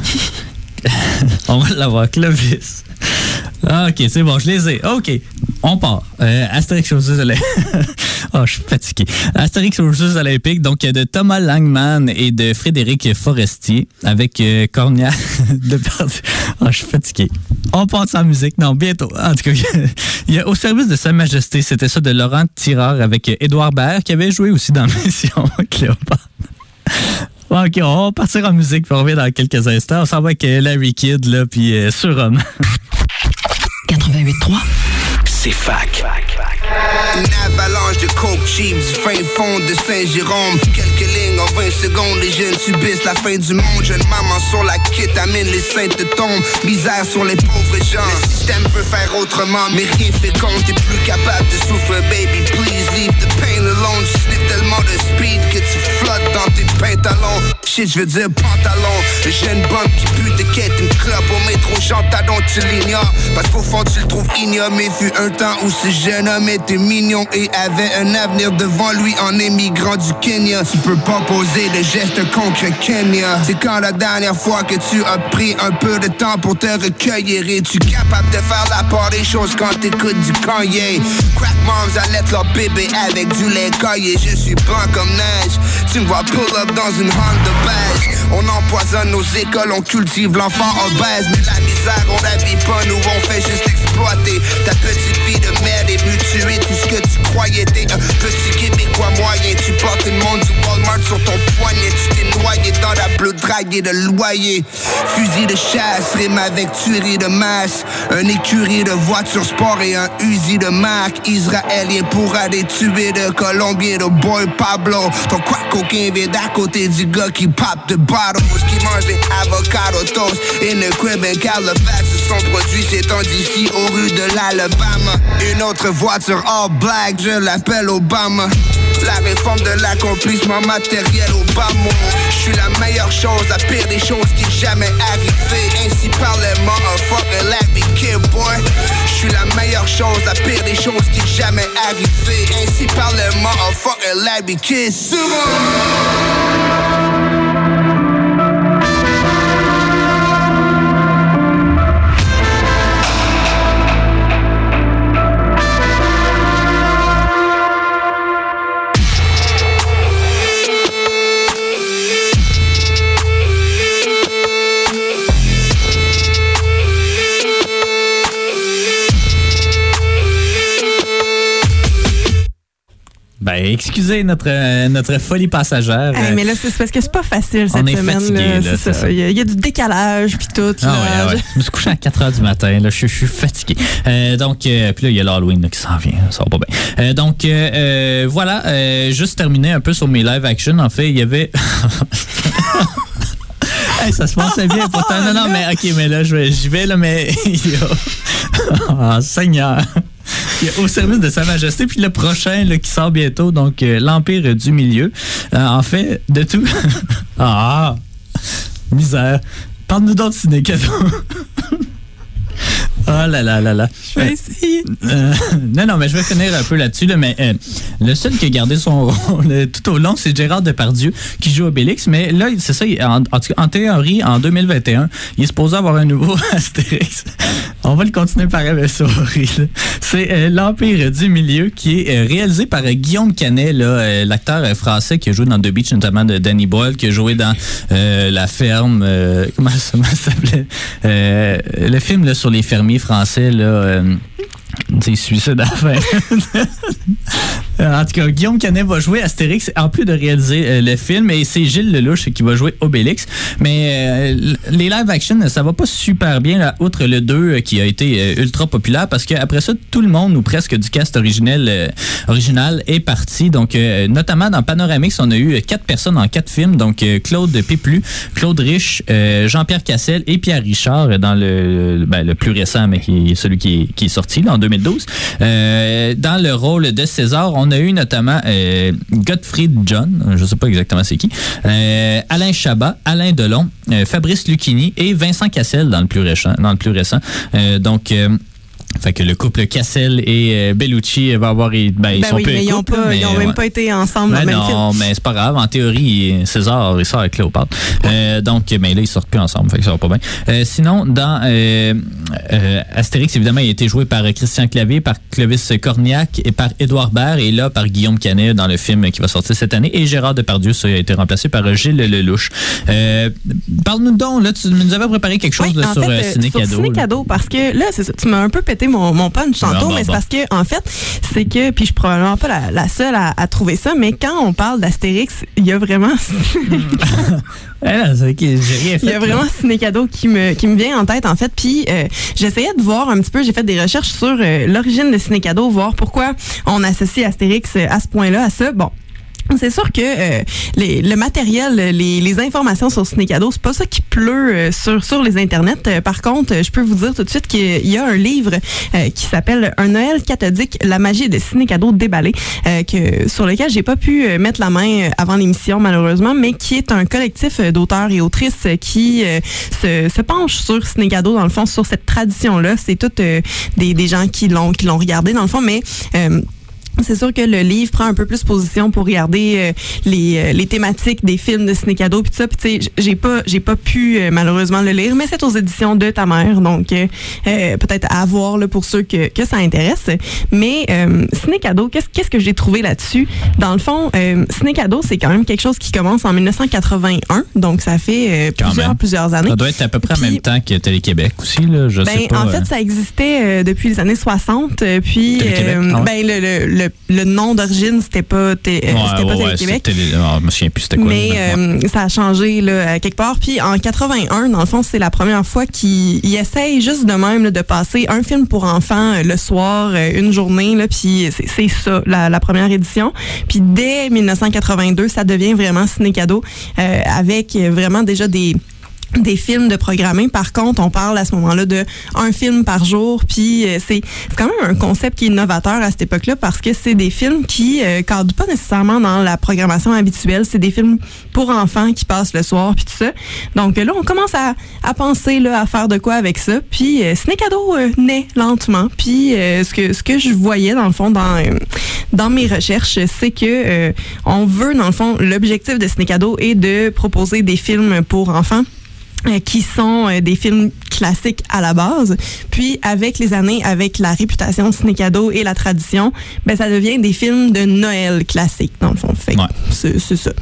On va l'avoir. Clovis. Ah, OK, c'est bon, je les ai. OK, on part. Euh, Astérix aux Jeux Olympiques. Oh, je suis fatigué. Astérix aux Jeux Olympiques, donc de Thomas Langman et de Frédéric Forestier, avec euh, Cornillac de Perdu. Oh, je suis fatigué. On part sans musique. Non, bientôt. En tout cas, il y a Au service de Sa Majesté, c'était ça de Laurent Tirard avec Édouard Baird, qui avait joué aussi dans Mission Cléopâtre. OK, on va partir en musique, puis on revient dans quelques instants. On s'en va avec Larry Kidd, là, puis euh, Surhomme. quatre-vingt-huit trois C'est fac. Une avalanche de coke cheap du fin fond de Saint-Jérôme. Quelques lignes en vingt secondes, les jeunes subissent la fin du monde. Jeune maman sur la kétamine, les saintes tombent. Misère sur les pauvres gens. Le système veut faire autrement, mais rien fait compte. T'es plus capable de souffrir, baby, please leave the pain alone. Tu sniffes tellement de speed que tu flottes dans tes pantalons. shit, je veux dire pantalon. Le jeune bum qui pue de quête une clope au métro, j'entends tu l'ignores. Parce qu'au fond tu le trouves ignoble. Mais fut un temps où ce jeune homme était mignon et avait un avenir devant lui en émigrant du Kenya. Tu peux pas poser de gestes concrets Kenya. C'est quand la dernière fois que tu as pris un peu de temps pour te recueillir. Es-tu capable de faire la part des choses quand t'écoutes du Kanye? Crack moms allaitent leur bébé avec du lait caillé. Je suis blanc comme neige. Tu me vois pull up dans une Honda beige. On empoisonne nos écoles, on cultive l'enfant obèse. Mais la misère, on la vit pas, nous on fait juste exploiter. Ta petite vie de merde est venue tuer tout ce que tu croyais. T'es un petit Québécois moyen. Tu portes une montre du Walmart sur ton poignet. Tu t'es noyé dans la bleue draguée de loyer. Fusil de chasse, rime avec tuerie de masse. Un écurie de voitures sport et un Uzi de marque. Israélien pour aller tuer de Colombien de boy Pablo. Ton crack cocaine vient d'à côté du gars qui pop de bottles. Qui mange des avocado toast in the crib and Calabash. Son produit s'étend d'ici aux rues de l'Alabama. Une autre voiture all black, je l'appelle Obama. La réforme de l'accomplissement matériel au bas mot. Je suis la meilleure chose, la pire des choses qui est jamais arrivée. Ainsi parlement, un fucking let me kid boy. Je suis la meilleure chose, la pire des choses qui est jamais arrivée. Ainsi parlement, un fucking let me kid Ben, excusez notre, euh, notre folie passagère. Hey, mais là, c'est parce que c'est pas facile cette on est semaine. Fatigué, là, là, c'est ça. ça. Il, y a, il y a du décalage puis tout. Ah là. ouais, ouais. Je me suis couché à quatre heures du matin. Là, je, je suis fatigué. Euh, donc, euh, puis là, il y a l'Halloween là, qui s'en vient. Ça va pas bien. Euh, donc, euh, euh, voilà. Euh, juste terminer un peu sur mes live action. En fait, il y avait... Hey, ça se passait bien pourtant. Non, non, mais OK, mais là, je vais, j'y vais, là, mais... Oh, Seigneur! Il y a Au service de Sa Majesté, puis le prochain là, qui sort bientôt, donc euh, l'Empire du Milieu. Euh, en fait, de tout... Ah! Misère! Parle-nous donc de ciné-cadeau. Oh là là là là. Je vais essayer. Euh, non, non, mais je vais finir un peu là-dessus. Là, mais euh, le seul qui a gardé son rôle euh, tout au long, c'est Gérard Depardieu qui joue Obélix. Mais là, c'est ça, en, en, en théorie, en deux mille vingt et un, il est supposé avoir un nouveau Astérix. On va le continuer par avec souris. C'est euh, l'Empire du Milieu qui est euh, réalisé par euh, Guillaume Canet, là, euh, l'acteur euh, français qui a joué dans The Beach, notamment de Danny Boyle, qui a joué dans euh, La Ferme. Euh, comment ça, comment ça s'appelait? Euh, le film là, sur les fermiers français, là. Euh, c'est suicide à la fin. En tout cas, Guillaume Canet va jouer Astérix en plus de réaliser euh, le film, et c'est Gilles Lelouch qui va jouer Obélix. Mais euh, les live action, ça va pas super bien, là, outre le deux euh, qui a été euh, ultra populaire, parce qu'après ça, tout le monde ou presque du cast originel, euh, original est parti. Donc, euh, notamment dans Panoramix, on a eu quatre personnes en quatre films. Donc, euh, Claude Péplu, Claude Rich, euh, Jean-Pierre Cassel et Pierre Richard dans le, ben, le plus récent, mais qui est celui qui est, qui est sorti là, en deux mille douze. Euh, dans le rôle de César, on a eu notamment euh, Gottfried John, je ne sais pas exactement c'est qui, euh, Alain Chabat, Alain Delon, euh, Fabrice Lucchini et Vincent Cassel dans le plus récent. Dans le plus récent. Euh, donc... Euh, Fait que le couple Cassel et euh, Bellucci va avoir... Ben, ils ben sont oui, peu mais ils n'ont mais, même ouais. pas été ensemble Ben dans le même non, film. mais c'est pas grave. En théorie, César, il sort avec Cléopâtre. Euh, donc, mais là, ils sortent plus ensemble. Fait que ça va pas bien. Euh, sinon, dans euh, euh, Astérix, évidemment, il a été joué par Christian Clavier, par Clovis Cornillac et par Édouard Baird, et là, par Guillaume Canet dans le film qui va sortir cette année. Et Gérard Depardieu, ça a été remplacé par Gilles Lelouch. Euh, Parle-nous donc, là, tu nous avais préparé quelque chose Oui, là, en sur fait, euh, Ciné-Cadeau. Sur Ciné-Cadeau, parce que là, c'est ça, tu m'as un peu pété mon, mon punch tantôt, bon, mais bon. c'est parce que, en fait, c'est que, puis je suis probablement pas la, la seule à, à trouver ça, mais quand on parle d'Astérix, il y a vraiment... Ah, c'est okay, j'ai rien fait. Il y a vraiment Ciné-Cadeau qui me, qui me vient en tête, en fait. Puis, euh, j'essayais de voir un petit peu, j'ai fait des recherches sur euh, l'origine de Ciné-Cadeau, voir pourquoi on associe Astérix à ce point-là, à ça. Bon. C'est sûr que euh, les, le matériel, les, les informations sur Ciné Cadeau, c'est pas ça qui pleut euh, sur sur les internets. Euh, par contre, je peux vous dire tout de suite qu'il y a un livre euh, qui s'appelle Un Noël cathodique, la magie de Ciné Cadeau déballé, euh, que sur lequel j'ai pas pu euh, mettre la main avant l'émission malheureusement, mais qui est un collectif d'auteurs et autrices qui euh, se, se penche sur Ciné Cadeau dans le fond, sur cette tradition là. C'est tout euh, des des gens qui l'ont qui l'ont regardé dans le fond, mais euh, c'est sûr que le livre prend un peu plus position pour regarder euh, les, euh, les thématiques des films de Ciné Cadeau puis tout ça. Puis tu sais, j'ai pas j'ai pas pu euh, malheureusement le lire, mais c'est aux éditions de ta mère, donc euh, euh, peut-être à voir là pour ceux que que ça intéresse. Mais euh, Ciné Cadeau, qu'est-ce qu'est-ce que j'ai trouvé là-dessus? Dans le fond, euh, Ciné Cadeau, c'est quand même quelque chose qui commence en dix-neuf cent quatre-vingt-un, donc ça fait euh, plusieurs plusieurs années. Ça doit être à peu près puis, en même temps que Télé-Québec aussi là, je ben, sais pas. En euh... fait, ça existait euh, depuis les années soixante, euh, puis euh, ah ouais. ben le le, le le nom d'origine c'était pas té- ouais, c'était pas ouais, Télé-Québec. Télé... Oh, je me souviens plus c'était quoi. Mais euh, ça a changé là quelque part. Puis en quatre-vingt-un, dans le fond, c'est la première fois qu'ils ils essayent juste de même là, de passer un film pour enfants euh, le soir, euh, une journée là. Puis c'est, c'est ça la, la première édition. Puis dès dix-neuf cent quatre-vingt-deux, ça devient vraiment Ciné Cadeau euh, avec vraiment déjà des des films de programmés. Par contre, on parle à ce moment-là de un film par jour, puis euh, c'est, c'est quand même un concept qui est innovateur à cette époque-là parce que c'est des films qui euh, cadrent pas nécessairement dans la programmation habituelle. C'est des films pour enfants qui passent le soir, puis tout ça. Donc là, on commence à, à penser là, à faire de quoi avec ça. Puis euh, Ciné Cadeau euh, naît lentement. Puis euh, ce que ce que je voyais dans le fond dans euh, dans mes recherches, c'est que euh, on veut dans le fond l'objectif de Ciné Cadeau est de proposer des films pour enfants qui sont euh, des films classiques à la base. Puis, avec les années, avec la réputation Ciné Cadeau et la tradition, ben ça devient des films de Noël classiques, dans le fond. Fait que ouais. c'est, c'est ça.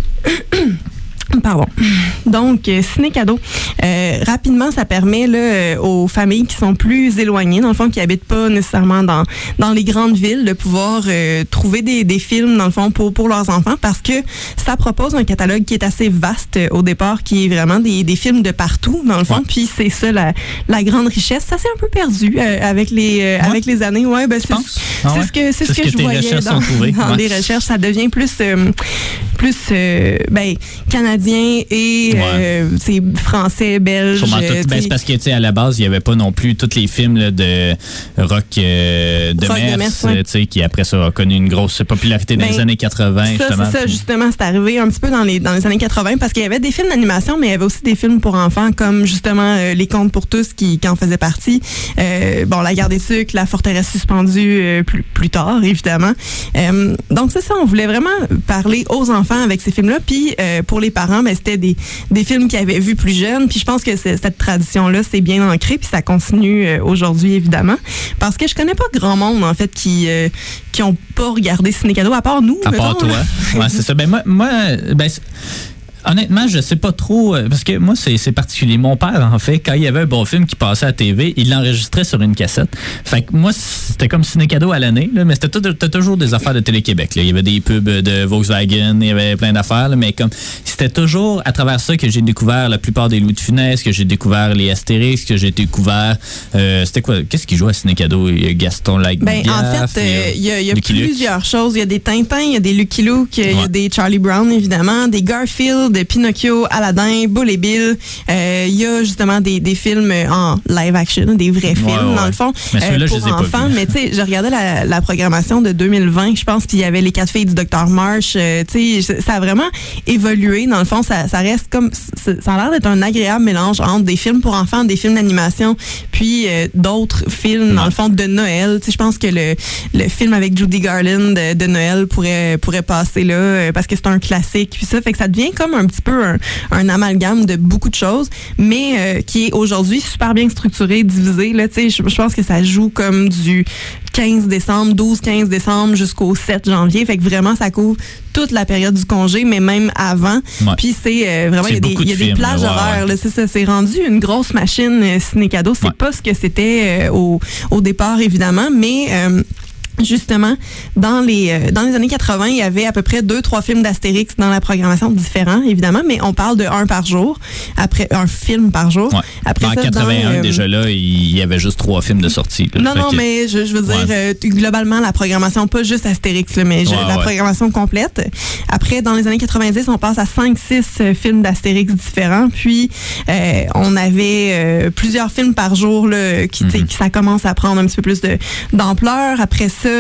Pardon. Donc, euh, Ciné Cadeau. Euh, rapidement, ça permet là, euh, aux familles qui sont plus éloignées, dans le fond, qui habitent pas nécessairement dans dans les grandes villes, de pouvoir euh, trouver des, des films, dans le fond, pour pour leurs enfants, parce que ça propose un catalogue qui est assez vaste euh, au départ, qui est vraiment des, des films de partout, dans le fond. Ouais. Puis c'est ça la, la grande richesse. Ça s'est un peu perdu euh, avec les euh, ouais. avec les années. Ouais, ben c'est, ah c'est ouais? ce que c'est, c'est ce que, que je voyais dans, dans ouais. les recherches. Ça devient plus euh, plus euh, ben canadien et ouais. euh, c'est français, belge. Sûrement tout, ben, c'est parce que tu sais à la base il y avait pas non plus tous les films là, de rock euh, de rock Mers, ouais. tu sais qui après ça a connu une grosse popularité dans ben, les années quatre-vingts ça, justement. C'est ça puis... justement, c'est arrivé un petit peu dans les dans les années quatre-vingts parce qu'il y avait des films d'animation mais il y avait aussi des films pour enfants comme justement euh, Les Contes pour tous qui, qui en faisaient partie. Euh, bon, La Guerre des Sucres, La Forteresse suspendue euh, plus plus tard évidemment. Euh, donc c'est ça, on voulait vraiment parler aux enfants avec ces films-là. Puis euh, pour les parents, ben c'était des des films qu'ils avaient vus plus jeunes. Puis je pense que c'est, cette tradition-là, c'est bien ancré. Puis ça continue euh, aujourd'hui, évidemment. Parce que je connais pas grand monde, en fait, qui euh, qui ont pas regardé Ciné Cadeau, à part nous. À part toi. Ouais, c'est ça. Ben moi, moi ben, honnêtement, je sais pas trop, parce que moi, c'est, c'est particulier. Mon père, en fait, quand il y avait un bon film qui passait à la T V, il l'enregistrait sur une cassette. Fait que moi, c'était comme Ciné Cadeau à l'année, là, mais c'était, tout, c'était toujours des affaires de Télé-Québec. Là. Il y avait des pubs de Volkswagen, il y avait plein d'affaires, là, mais comme c'était toujours à travers ça que j'ai découvert la plupart des Louis de Funès, que j'ai découvert les Astérix, que j'ai découvert... Euh, c'était quoi? Qu'est-ce qui jouait à Ciné Cadeau? Il y a Gaston Lagaffe. Ben, en fait, euh, il y a, il y a plusieurs choses. Il y a des Tintins, il y a des Lucky Luke, il y a des Charlie Brown, évidemment, des Garfield, de Pinocchio, Aladdin, Bull et Bill. Euh, il y a justement des, des films en live action, des vrais films, ouais, ouais. dans le fond, mais euh, pour je enfants. Mais tu sais, je regardais la, la programmation de deux mille vingt, je pense, puis il y avait Les Quatre filles du docteur Marsh. Euh, tu sais, ça a vraiment évolué. Dans le fond, ça, ça reste comme... Ça a l'air d'être un agréable mélange entre des films pour enfants, des films d'animation, puis euh, d'autres films, ouais. dans le fond, de Noël. Tu sais, je pense que le, le film avec Judy Garland de, de Noël pourrait, pourrait passer là, euh, parce que c'est un classique. Puis ça fait que ça devient comme un petit peu un, un amalgame de beaucoup de choses, mais euh, qui est aujourd'hui super bien structuré, divisé. Là, tu sais, je, je pense que ça joue comme du quinze décembre, douze quinze décembre jusqu'au sept janvier. Fait que vraiment, ça couvre toute la période du congé, mais même avant. Ouais. Puis c'est euh, vraiment, il y a des, y a des plages là, horaires. Ouais, ouais. C'est ça, c'est rendu une grosse machine euh, Ciné Cadeau. C'est ouais. pas ce que c'était euh, au, au départ, évidemment, mais... Euh, justement, dans les euh, dans les années quatre-vingts, il y avait à peu près deux, trois films d'Astérix dans la programmation différents, évidemment, mais on parle de un par jour, après un film par jour. Ouais. Après en ça, quatre-vingt-un, dans, euh, déjà là, il y avait juste trois films de sortie. Là. Non, Fait non, que... mais je, je veux dire, Ouais. euh, globalement, la programmation, pas juste Astérix, là, mais je- Ouais, la ouais. programmation complète. Après, dans les années quatre-vingt-dix, on passe à cinq, six euh, films d'Astérix différents. Puis, euh, on avait euh, plusieurs films par jour, là, qui, tu sais, Mhm. qui ça commence à prendre un petit peu plus de, d'ampleur. Après ça,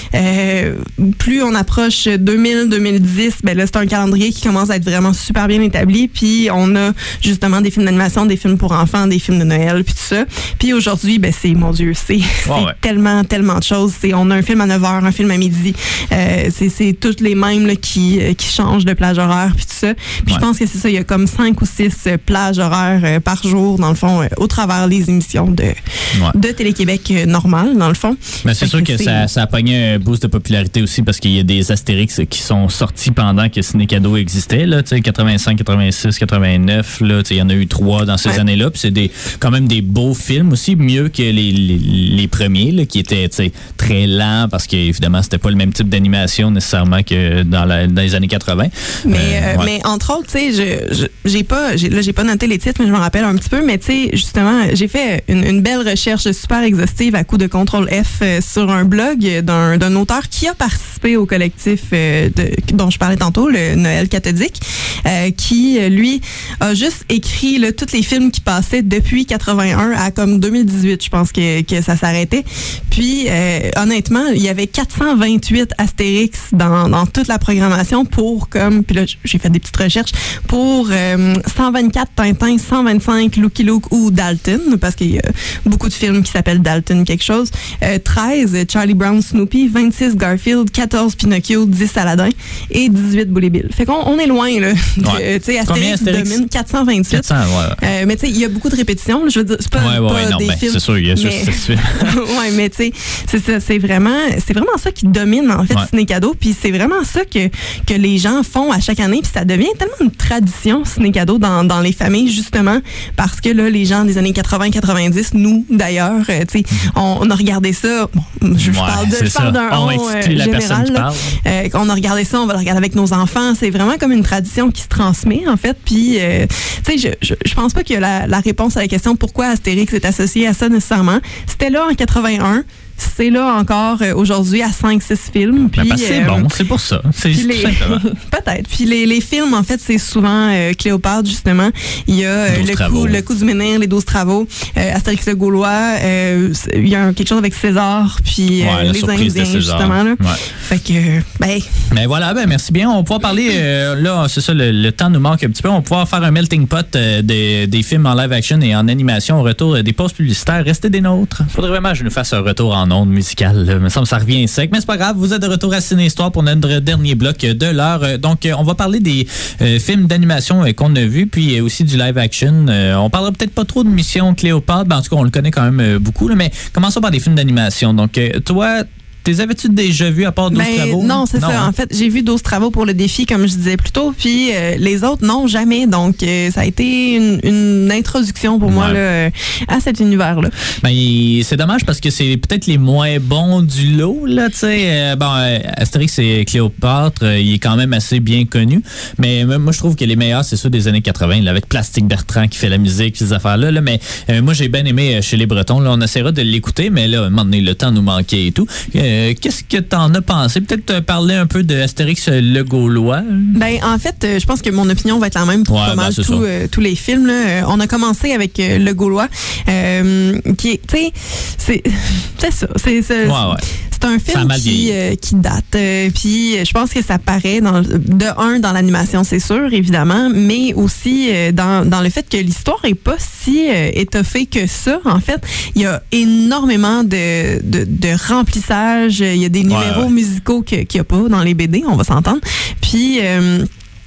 euh, plus on approche deux mille, deux mille dix, ben là, c'est un calendrier qui commence à être vraiment super bien établi. Puis, on a justement des films d'animation, des films pour enfants, des films de Noël, puis tout ça. Puis aujourd'hui, ben c'est, mon Dieu, c'est, c'est ouais. tellement, tellement de choses. C'est, on a un film à neuf heures, un film à midi. Euh, c'est, c'est toutes les mêmes là, qui, euh, qui changent de plage horaire, puis tout ça. Puis Ouais. je pense que c'est ça, il y a comme cinq ou six euh, plages horaires euh, par jour, dans le fond, euh, au travers des émissions de, de Télé-Québec euh, normales, dans le fond. Mais c'est Fait sûr que, c'est- ça, ça a pogné un boost de popularité aussi parce qu'il y a des Astérix qui sont sortis pendant que Ciné Cadeau existait, là, tu sais, quatre-vingt-cinq, quatre-vingt-six, quatre-vingt-neuf, là, tu sais, il y en a eu trois dans ces Ouais. années-là, puis c'est des, quand même des beaux films aussi, mieux que les, les, les premiers, là, qui étaient, tu sais, très lents parce qu'évidemment, c'était pas le même type d'animation nécessairement que dans, la, dans les années quatre-vingts. Mais, Euh, euh, ouais. mais entre autres, tu sais, je, je- j'ai pas, j'ai, là, j'ai pas noté les titres, mais je m'en rappelle un petit peu. Mais tu sais, justement, j'ai fait une, une belle recherche super exhaustive à coup de contrôle F euh, sur un blog d'un, d'un auteur qui a participé au collectif euh, de, dont je parlais tantôt, le Noël cathodique, euh, qui, euh, lui, a juste écrit là, tous les films qui passaient depuis quatre-vingt-un à comme deux mille dix-huit, je pense que, que ça s'arrêtait. Puis, euh, honnêtement, il y avait quatre cent vingt-huit Astérix dans, dans toute la programmation pour, comme, puis là, j'ai fait des petites recherches, pour euh, cent vingt-quatre Tintin, cent vingt-cinq Lucky Luke ou Dalton, parce qu'il y a beaucoup de films qui s'appellent Dalton quelque chose, euh, treize Charlie Brown Snoopy, vingt-six Garfield, quatorze Pinocchio, dix Aladdin et dix-huit Bully Bill. Fait qu'on on est loin, là. Ouais. Tu sais, Combien Astérix Astérix? domine quatre cent vingt-huit. quatre cents, ouais, ouais. Euh, mais tu sais, il y a beaucoup de répétitions. Je veux dire, c'est pas, Ouais, ouais, pas ouais, non, des ben, films. c'est sûr, il y a juste mais- six films. ouais, mais tu sais, c'est ça, c'est vraiment, c'est vraiment ça qui domine en fait Ouais. Ciné Cadeau, puis c'est vraiment ça que que les gens font à chaque année, puis ça devient tellement une tradition Ciné Cadeau dans dans les familles justement parce que là les gens des années quatre-vingts quatre-vingt-dix, nous d'ailleurs, euh, tu sais, on, on a regardé ça. Bon, je, je Ouais, parle de, c'est je parle ça. d'un On on euh, exclut la personne général. qui là. parle. Euh, on a regardé ça, on va le regarder avec nos enfants. C'est vraiment comme une tradition qui se transmet, en fait. Puis, euh, tu sais, je, je, je pense pas qu'il y a la, la réponse à la question pourquoi Astérix est associé à ça nécessairement. C'était là en quatre-vingt-un. C'est là encore euh, aujourd'hui à cinq six films. Puis, Ben, parce que c'est euh, bon, c'est pour ça. C'est puis tout les... simplement. Peut-être. Puis les, les films, en fait, c'est souvent euh, Cléopâtre, justement. Il y a euh, douze le, travaux. coup, le coup du menhir, les douze travaux, euh, Astérix le Gaulois. Euh, c'est- il y a un- quelque chose avec César, puis euh, Ouais, la les surprise de Indiens, César. justement. Là. Ouais. Fait que, ben, Ben voilà, ben merci bien. On va pouvoir parler, euh, là, c'est ça, le, le temps nous manque un petit peu. On va pouvoir faire un melting pot euh, des, des films en live action et en animation au retour euh, des pauses publicitaires. Restez des nôtres. Faudrait vraiment que je nous fasse un retour en ondes musicales. Là. Il me semble que ça revient sec, mais c'est pas grave. Vous êtes de retour à Ciné Histoire pour notre dernier bloc de l'heure. Euh, Donc, euh, on va parler des euh, films d'animation euh, qu'on a vus, puis euh, aussi du live action. Euh, on parlera peut-être pas trop de Mission Cléopâtre. Ben, en tout cas, on le connaît quand même euh, beaucoup, là, mais commençons par des films d'animation. Donc, euh, toi, t'es avais-tu déjà vu à part douze ben, travaux? non, c'est ça. hein? En fait, j'ai vu douze travaux pour le défi, comme je disais plus tôt, puis euh, les autres, non, jamais. Donc, euh, ça a été une, une introduction pour moi Ouais. là, euh, à cet univers-là. Ben, c'est dommage parce que c'est peut-être les moins bons du lot, là, tu sais. Euh, bon, euh, Astérix et Cléopâtre, euh, il est quand même assez bien connu. Mais euh, moi, je trouve que les meilleurs, c'est ceux des années quatre-vingt, là, avec Plastique Bertrand qui fait la musique, ces affaires-là. Là. Mais euh, moi, j'ai bien aimé euh, chez les Bretons. Là, on essaiera de l'écouter, mais là, à un moment donné, le temps nous manquait et tout. Euh, qu'est-ce que t'en as pensé? Peut-être te parler un peu de Astérix le Gaulois. Ben, en fait, euh, je pense que mon opinion va être la même pour Ouais, pas ben, mal c'est tout, ça. euh, tous les films. Là. Euh, on a commencé avec euh, Le Gaulois, euh, qui est, tu sais, c'est c'est ça. C'est c'est- Ouais, ouais. c'est un Ça a film mal qui, vieilli. euh, qui date. Euh, puis, euh, je pense que ça paraît dans, le- de un dans l'animation, c'est sûr, évidemment, mais aussi euh, dans, dans le fait que l'histoire est pas si euh, étoffée que ça. En fait, il y a énormément de, de, de remplissage. Il y a des numéros ouais. musicaux que- qu'il n'y a pas dans les B D, on va s'entendre. Puis, euh,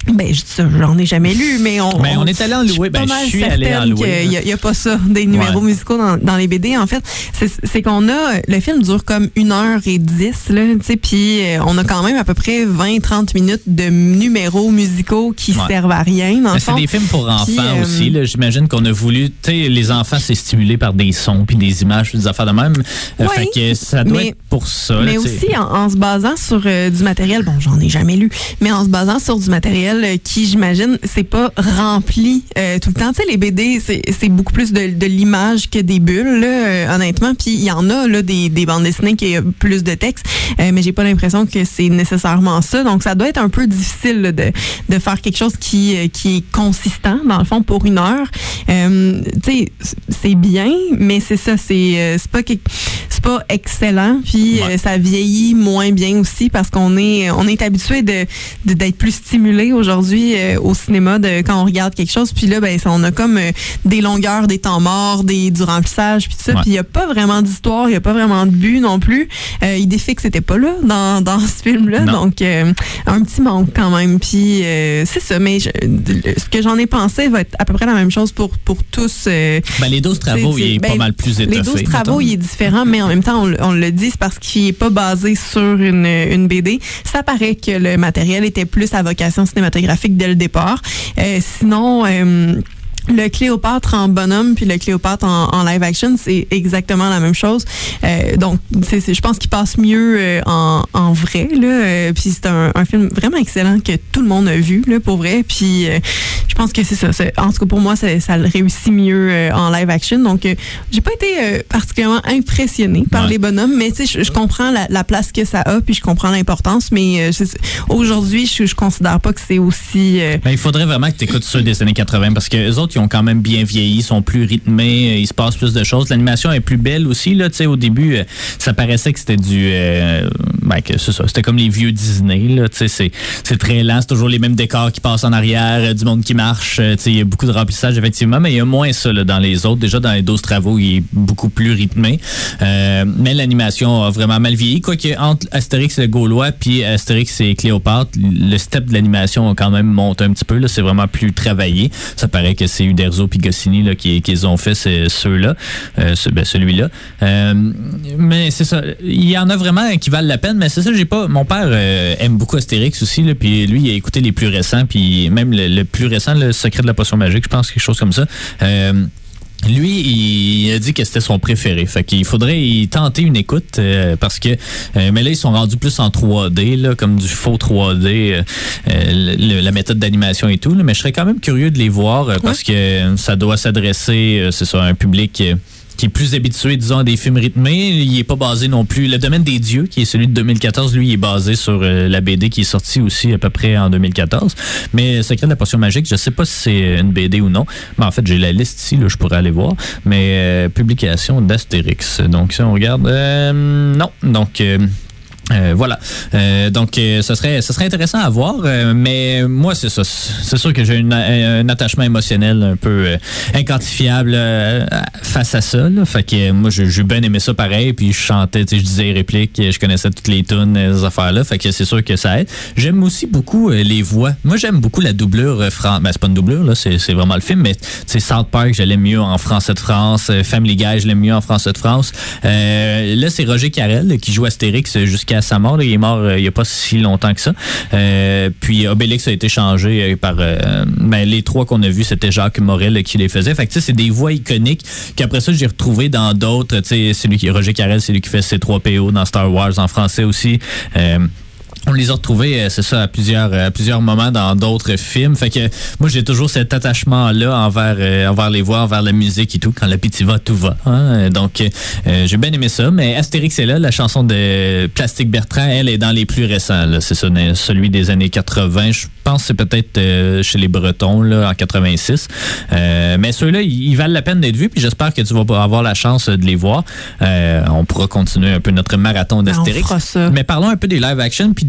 Ben, je dis ça, j'en ai jamais lu, mais on. Mais on est allé en louer. Ben, je suis allé en louer. Il n'y a, a pas ça, des numéros ouais. musicaux dans, dans les B D. En fait, c'est, c'est qu'on a. Le film dure comme une heure et dix, là, tu sais, puis on a quand même à peu près vingt à trente minutes de numéros musicaux qui ouais. servent à rien. Dans ben, le c'est fond. des films pour enfants puis, euh, aussi, là. J'imagine qu'on a voulu. Tu sais, les enfants, c'est stimulé par des sons, puis des images, puis des affaires de même. Ouais, fait que ça doit mais, être pour ça. Mais là, aussi, en, en se basant sur euh, du matériel, bon, j'en ai jamais lu, mais en se basant sur du matériel euh, qui, j'imagine, c'est pas rempli euh, tout le temps. Tu sais, les B D, c'est, c'est beaucoup plus de, de l'image que des bulles, là, euh, honnêtement. Puis il y en a là, des, des bandes dessinées qui ont plus de texte, euh, mais j'ai pas l'impression que c'est nécessairement ça. Donc ça doit être un peu difficile là, de, de faire quelque chose qui, euh, qui est consistant, dans le fond, pour une heure. Euh, tu sais, c'est bien, mais c'est ça, c'est, euh, c'est pas quelque, c'est pas excellent. Puis ouais. euh, ça vieillit moins bien aussi parce qu'on est, on est habitué de, de d'être plus stimulé aujourd'hui euh, au cinéma de, quand on regarde quelque chose. Puis là, ben, ça, on a comme euh, des longueurs, des temps morts, des, du remplissage, puis tout ça. Ouais. Puis il n'y a pas vraiment d'histoire, il n'y a pas vraiment de but non plus. Euh, Idéfix n'était pas là dans, dans ce film-là. Non. Donc, euh, un petit manque quand même. Puis euh, c'est ça. Mais je, ce que j'en ai pensé va être à peu près la même chose pour, pour tous. Euh, ben, les douze travaux, il est ben, pas mal plus étoffé. Les douze travaux, il est différent, mais en même temps, on, on le dit, c'est parce qu'il n'est pas basé sur une, une B D. Ça paraît que le matériel était plus à vocation cinématographique dès le départ. Euh, sinon, euh, le Cléopâtre en bonhomme puis le Cléopâtre en, en live action, c'est exactement la même chose. Euh, donc, c'est, c'est, je pense qu'il passe mieux euh, en, en vrai. Là, euh, puis c'est un, un film vraiment excellent que tout le monde a vu, là, pour vrai. Puis euh, je pense que c'est ça. C'est, en tout cas, pour moi, ça, ça le réussit mieux euh, en live action. Donc, euh, j'ai pas été euh, particulièrement impressionnée par ouais. les bonhommes, mais tu sais, je, je comprends la, la place que ça a, puis je comprends l'importance. Mais euh, je, aujourd'hui, je, je considère pas que c'est aussi. Euh, ben, il faudrait vraiment que tu écoutes ceux des années quatre-vingts parce que les autres, ils ont quand même bien vieilli, ils sont plus rythmés, il se passe plus de choses. L'animation est plus belle aussi, là, tu sais, au début, ça paraissait que c'était du... Euh, ben, que c'est ça, c'était comme les vieux Disney, là, tu sais, c'est, c'est très lent, c'est toujours les mêmes décors qui passent en arrière, du monde qui marche, tu sais, il y a beaucoup de remplissage, effectivement, mais il y a moins ça, là, dans les autres. Déjà, dans les douze travaux, il est beaucoup plus rythmé, euh, mais l'animation a vraiment mal vieilli, quoique entre Astérix et le Gaulois, puis Astérix et Cléopâtre, le step de l'animation a quand même monté un petit peu, là, c'est vraiment plus travaillé. Ça paraît que c'est Uderzo puis Goscinny là, qui, qui ont fait c'est, ceux-là, euh, ce, ben, celui-là. Euh, mais c'est ça, il y en a vraiment qui valent la peine, mais c'est ça, j'ai pas. Mon père euh, aime beaucoup Astérix aussi, là, puis lui, il a écouté les plus récents, puis même le, le plus récent, le Secret de la potion magique, je pense, quelque chose comme ça. Euh, Lui, il a dit que c'était son préféré. Fait qu'il faudrait y tenter une écoute euh, parce que... Euh, mais là, ils sont rendus plus en trois D, là, comme du faux trois D, euh, le, la méthode d'animation et tout. Là, mais je serais quand même curieux de les voir euh, parce ouais. que ça doit s'adresser, euh, c'est ça, à un public... Euh, qui est plus habitué, disons, à des films rythmés. Il est pas basé non plus... Le Domaine des dieux, qui est celui de deux mille quatorze, lui, il est basé sur euh, la B D qui est sortie aussi à peu près en deux mille quatorze. Mais Secret de la potion magique, je sais pas si c'est une B D ou non. Mais en fait, j'ai la liste ici, là, je pourrais aller voir. Mais euh, publication d'Astérix. Donc, si on regarde... Euh, non. Donc... Euh, Euh, voilà. Euh, donc, euh, ce serait, ce serait intéressant à voir, euh, mais moi, c'est ça. C'est sûr que j'ai une, un attachement émotionnel un peu euh, inquantifiable euh, face à ça. Là. Fait que euh, moi, j'ai, j'ai bien aimé ça pareil, puis je chantais, je disais les répliques, je connaissais toutes les tunes, ces affaires-là. Fait que c'est sûr que ça aide. J'aime aussi beaucoup euh, les voix. Moi, j'aime beaucoup la doublure euh, française. Ben, c'est pas une doublure, là, c'est, c'est vraiment le film, mais c'est South Park, je l'aime mieux en français de France. Family Guy, je l'aime mieux en français de France. Euh, là, c'est Roger Carrel qui joue Astérix jusqu'à à sa mort. Là, il est mort euh, il n'y a pas si longtemps que ça. Euh, puis Obélix a été changé euh, par... Euh, ben, les trois qu'on a vus, c'était Jacques Morel qui les faisait. Fait que tu sais, c'est des voix iconiques qu'après ça, j'ai retrouvé dans d'autres. Tu sais, c'est lui qui... Roger Carrel, c'est lui qui fait C trois P O dans Star Wars en français aussi. Euh, On les a retrouvés, c'est ça, à plusieurs, à plusieurs moments dans d'autres films. Fait que moi, j'ai toujours cet attachement-là envers, euh, envers les voix, envers la musique et tout. Quand l'appétit va, tout va. Hein? Donc, euh, j'ai bien aimé ça. Mais Astérix est là, la chanson de Plastique Bertrand, elle est dans les plus récents. Là. C'est ça, celui des années quatre-vingts. Je pense que c'est peut-être euh, chez les Bretons, là, en quatre-vingt-six. Euh, mais ceux-là, ils, ils valent la peine d'être vus. Puis j'espère que tu vas avoir la chance de les voir. Euh, on pourra continuer un peu notre marathon d'Astérix. Ben, on fera ça. Mais parlons un peu des live-action puis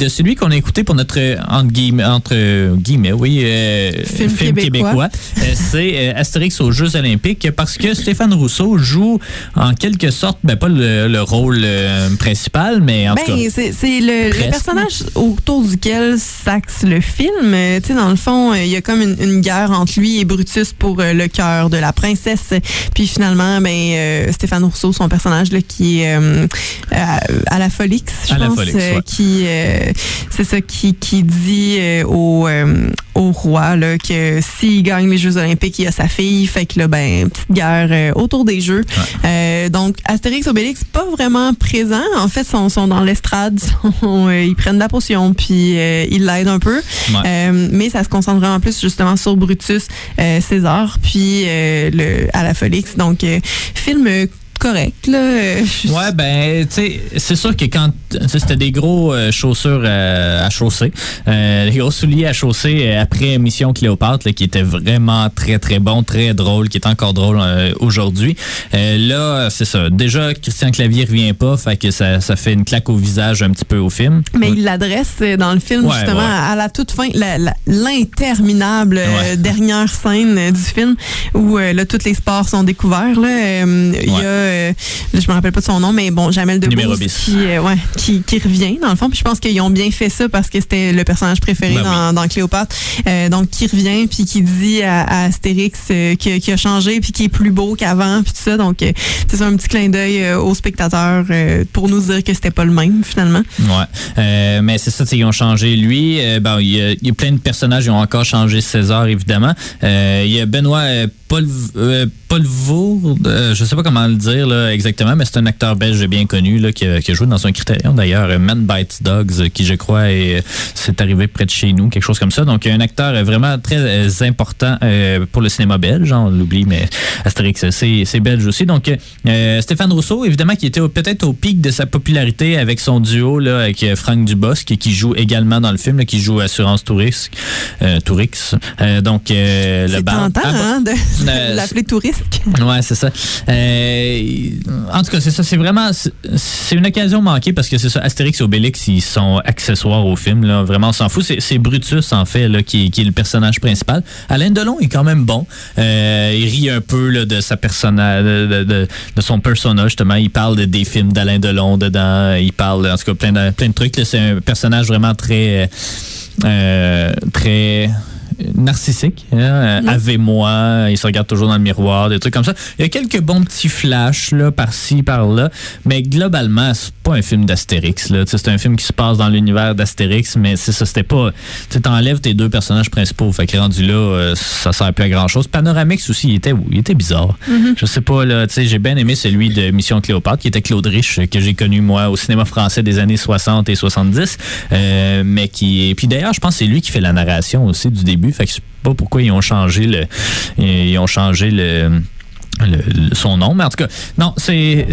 de celui qu'on a écouté pour notre, entre guillemets, entre guillemets oui, euh, film, film québécois, québécois euh, c'est euh, Astérix aux Jeux Olympiques, parce que Stéphane Rousseau joue en quelque sorte, ben pas le, le rôle euh, principal, mais en ben, tout cas... c'est, c'est le, le personnage autour duquel s'axe le film. Euh, tu sais, dans le fond, il euh, y a comme une, une guerre entre lui et Brutus pour euh, le cœur de la princesse. Puis finalement, ben, euh, Stéphane Rousseau, son personnage là, qui est euh, à, à la Folix, je à pense, la Folix, euh, ouais. qui euh, c'est ça qui, qui dit euh, au, euh, au roi là, que s'il gagne les Jeux Olympiques, il a sa fille. Fait que là, ben, petite guerre euh, autour des Jeux. Ouais. Euh, donc, Astérix, Obélix, pas vraiment présents. En fait, sont, sont dans l'estrade, sont, euh, ils prennent de la potion, puis euh, ils l'aident un peu. Ouais. Euh, mais ça se concentre vraiment plus justement sur Brutus, euh, César, puis euh, le, à la Folix. Donc, euh, film correct, là. Ouais, ben, tu sais, c'est sûr que quand c'était des gros euh, chaussures euh, à chausser, euh, des gros souliers à chausser euh, après Mission Cléopâtre, là, qui était vraiment très, très bon, très drôle, qui est encore drôle euh, aujourd'hui. Euh, là, c'est ça. Déjà, Christian Clavier revient pas, fait que ça, ça fait une claque au visage un petit peu au film. Mais il l'adresse dans le film, ouais, justement, ouais. à la toute fin, la, la, l'interminable ouais. euh, dernière scène euh, du film où euh, là, tous les sports sont découverts. Il euh, ouais. y a Euh, là, je me rappelle pas de son nom, mais bon, Jamel Debbouze qui, euh, ouais, qui, qui revient dans le fond. Puis je pense qu'ils ont bien fait ça parce que c'était le personnage préféré ben dans, oui. dans Cléopâtre. Euh, donc qui revient puis qui dit à, à Astérix euh, qu'il qui a changé puis qui est plus beau qu'avant puis tout ça. Donc euh, c'est ça, un petit clin d'œil euh, aux spectateurs euh, pour nous dire que c'était pas le même finalement. Ouais, euh, mais c'est ça, ils ont changé lui. Euh, ben il y, a, il y a plein de personnages qui ont encore changé. César évidemment. Euh, il y a Benoît euh, Paul euh, Paul Vaux, euh, je sais pas comment le dire là, exactement, mais c'est un acteur belge bien connu là, qui, a, qui a joué dans un Critérium d'ailleurs, Man Bites Dogs, qui je crois est, c'est arrivé près de chez nous, quelque chose comme ça. Donc un acteur vraiment très euh, important euh, pour le cinéma belge, on l'oublie, mais Astérix c'est, c'est belge aussi. Donc euh, Stéphane Rousseau, évidemment, qui était au, peut-être au pic de sa popularité avec son duo là, avec Franck Dubosc, qui joue également dans le film, là, qui joue Assurance Tourix. Euh, Tourix. Euh, donc euh, c'est le bar. tentant, ah, hein, de, euh, de l'appeler Touriste. Ouais, c'est ça. Euh, en tout cas, c'est ça. C'est vraiment... C'est, c'est une occasion manquée parce que c'est ça. Astérix et Obélix, ils sont accessoires au film. Là. Vraiment, on s'en fout. C'est, c'est Brutus, en fait, là, qui, qui est le personnage principal. Alain Delon est quand même bon. Euh, il rit un peu là, de sa personnage, de, de, de, de son personnage, justement. Il parle de, des films d'Alain Delon dedans. Il parle, en tout cas, plein de, plein de trucs. Là. C'est un personnage vraiment très... Euh, très... narcissique, hein? mmh. Avez-moi, il se regarde toujours dans le miroir, des trucs comme ça. Il y a quelques bons petits flashs là, par-ci, par-là, mais globalement, c'est pas un film d'Astérix. Là. C'est un film qui se passe dans l'univers d'Astérix, mais c'est ça, c'était pas... Tu t'enlèves tes deux personnages principaux, fait que rendu là, euh, ça sert plus à grand-chose. Panoramix aussi, il était, il était bizarre. Mmh. Je sais pas, là, tu sais, j'ai bien aimé celui de Mission Cléopâtre, qui était Claude Rich, que j'ai connu, moi, au cinéma français des années soixante et soixante-dix, euh, mais qui... Puis d'ailleurs, je pense que c'est lui qui fait la narration aussi du début. Fait que je sais pas pourquoi ils ont changé le ils ont changé le, le, le son nom, mais en tout cas non, c'est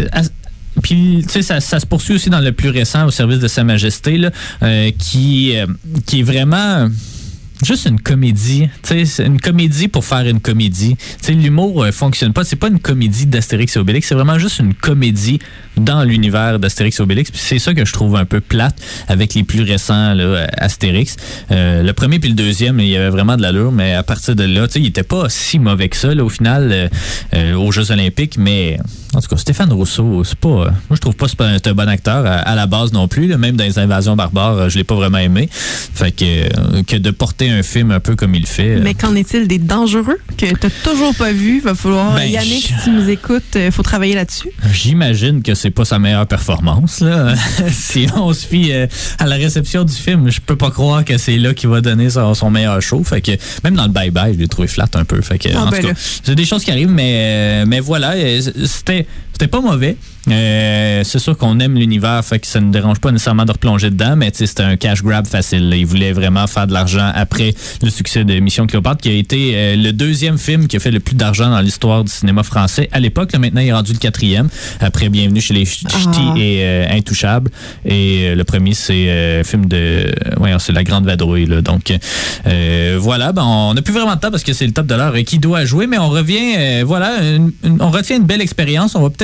puis tu sais ça, ça se poursuit aussi dans le plus récent, Au service de Sa Majesté là, euh, qui euh, qui est vraiment juste une comédie, tu sais, c'est une comédie pour faire une comédie. Tu sais, l'humour euh, fonctionne pas. C'est pas une comédie d'Astérix et Obélix, c'est vraiment juste une comédie dans l'univers d'Astérix et Obélix. Puis c'est ça que je trouve un peu plate avec les plus récents là, Astérix. Euh, le premier puis le deuxième, il y avait vraiment de l'allure, mais à partir de là, tu sais, il était pas si mauvais que ça là, au final euh, euh, aux Jeux Olympiques. Mais en tout cas, Stéphane Rousseau, c'est pas, euh, moi je trouve pas que c'est, pas, c'est un bon acteur à, à la base non plus. Là, même dans les Invasions barbares, je l'ai pas vraiment aimé. Fait que euh, que de porter un film un peu comme il fait. Mais qu'en est-il des Dangereux que tu n'as toujours pas vu? Va falloir, ben, Yannick, si tu nous écoutes, il faut travailler là-dessus. J'imagine que c'est pas sa meilleure performance. Là. Si on se fie euh, à la réception du film, je peux pas croire que c'est là qu'il va donner son, son meilleur show. Fait que même dans le bye-bye, je l'ai trouvé flat un peu. Fait que, ah, en ben tout cas, c'est des choses qui arrivent, mais, mais voilà, c'était, c'était pas mauvais. Euh, c'est sûr qu'on aime l'univers, fait que ça ne dérange pas nécessairement de replonger dedans, mais c'était un cash grab facile. Là. Il voulait vraiment faire de l'argent après le succès de Mission Cléopâtre, qui a été euh, le deuxième film qui a fait le plus d'argent dans l'histoire du cinéma français à l'époque. Là, maintenant, il est rendu le quatrième, après Bienvenue chez les Ch'tis ah. et euh, Intouchables. Et euh, le premier, c'est euh, film de... Ouais, c'est La Grande Vadrouille. Là. Donc, euh, voilà, ben, on n'a plus vraiment de temps parce que c'est le top de l'heure qui doit jouer, mais on revient, euh, voilà, une, une, on retient une belle expérience. On va peut-être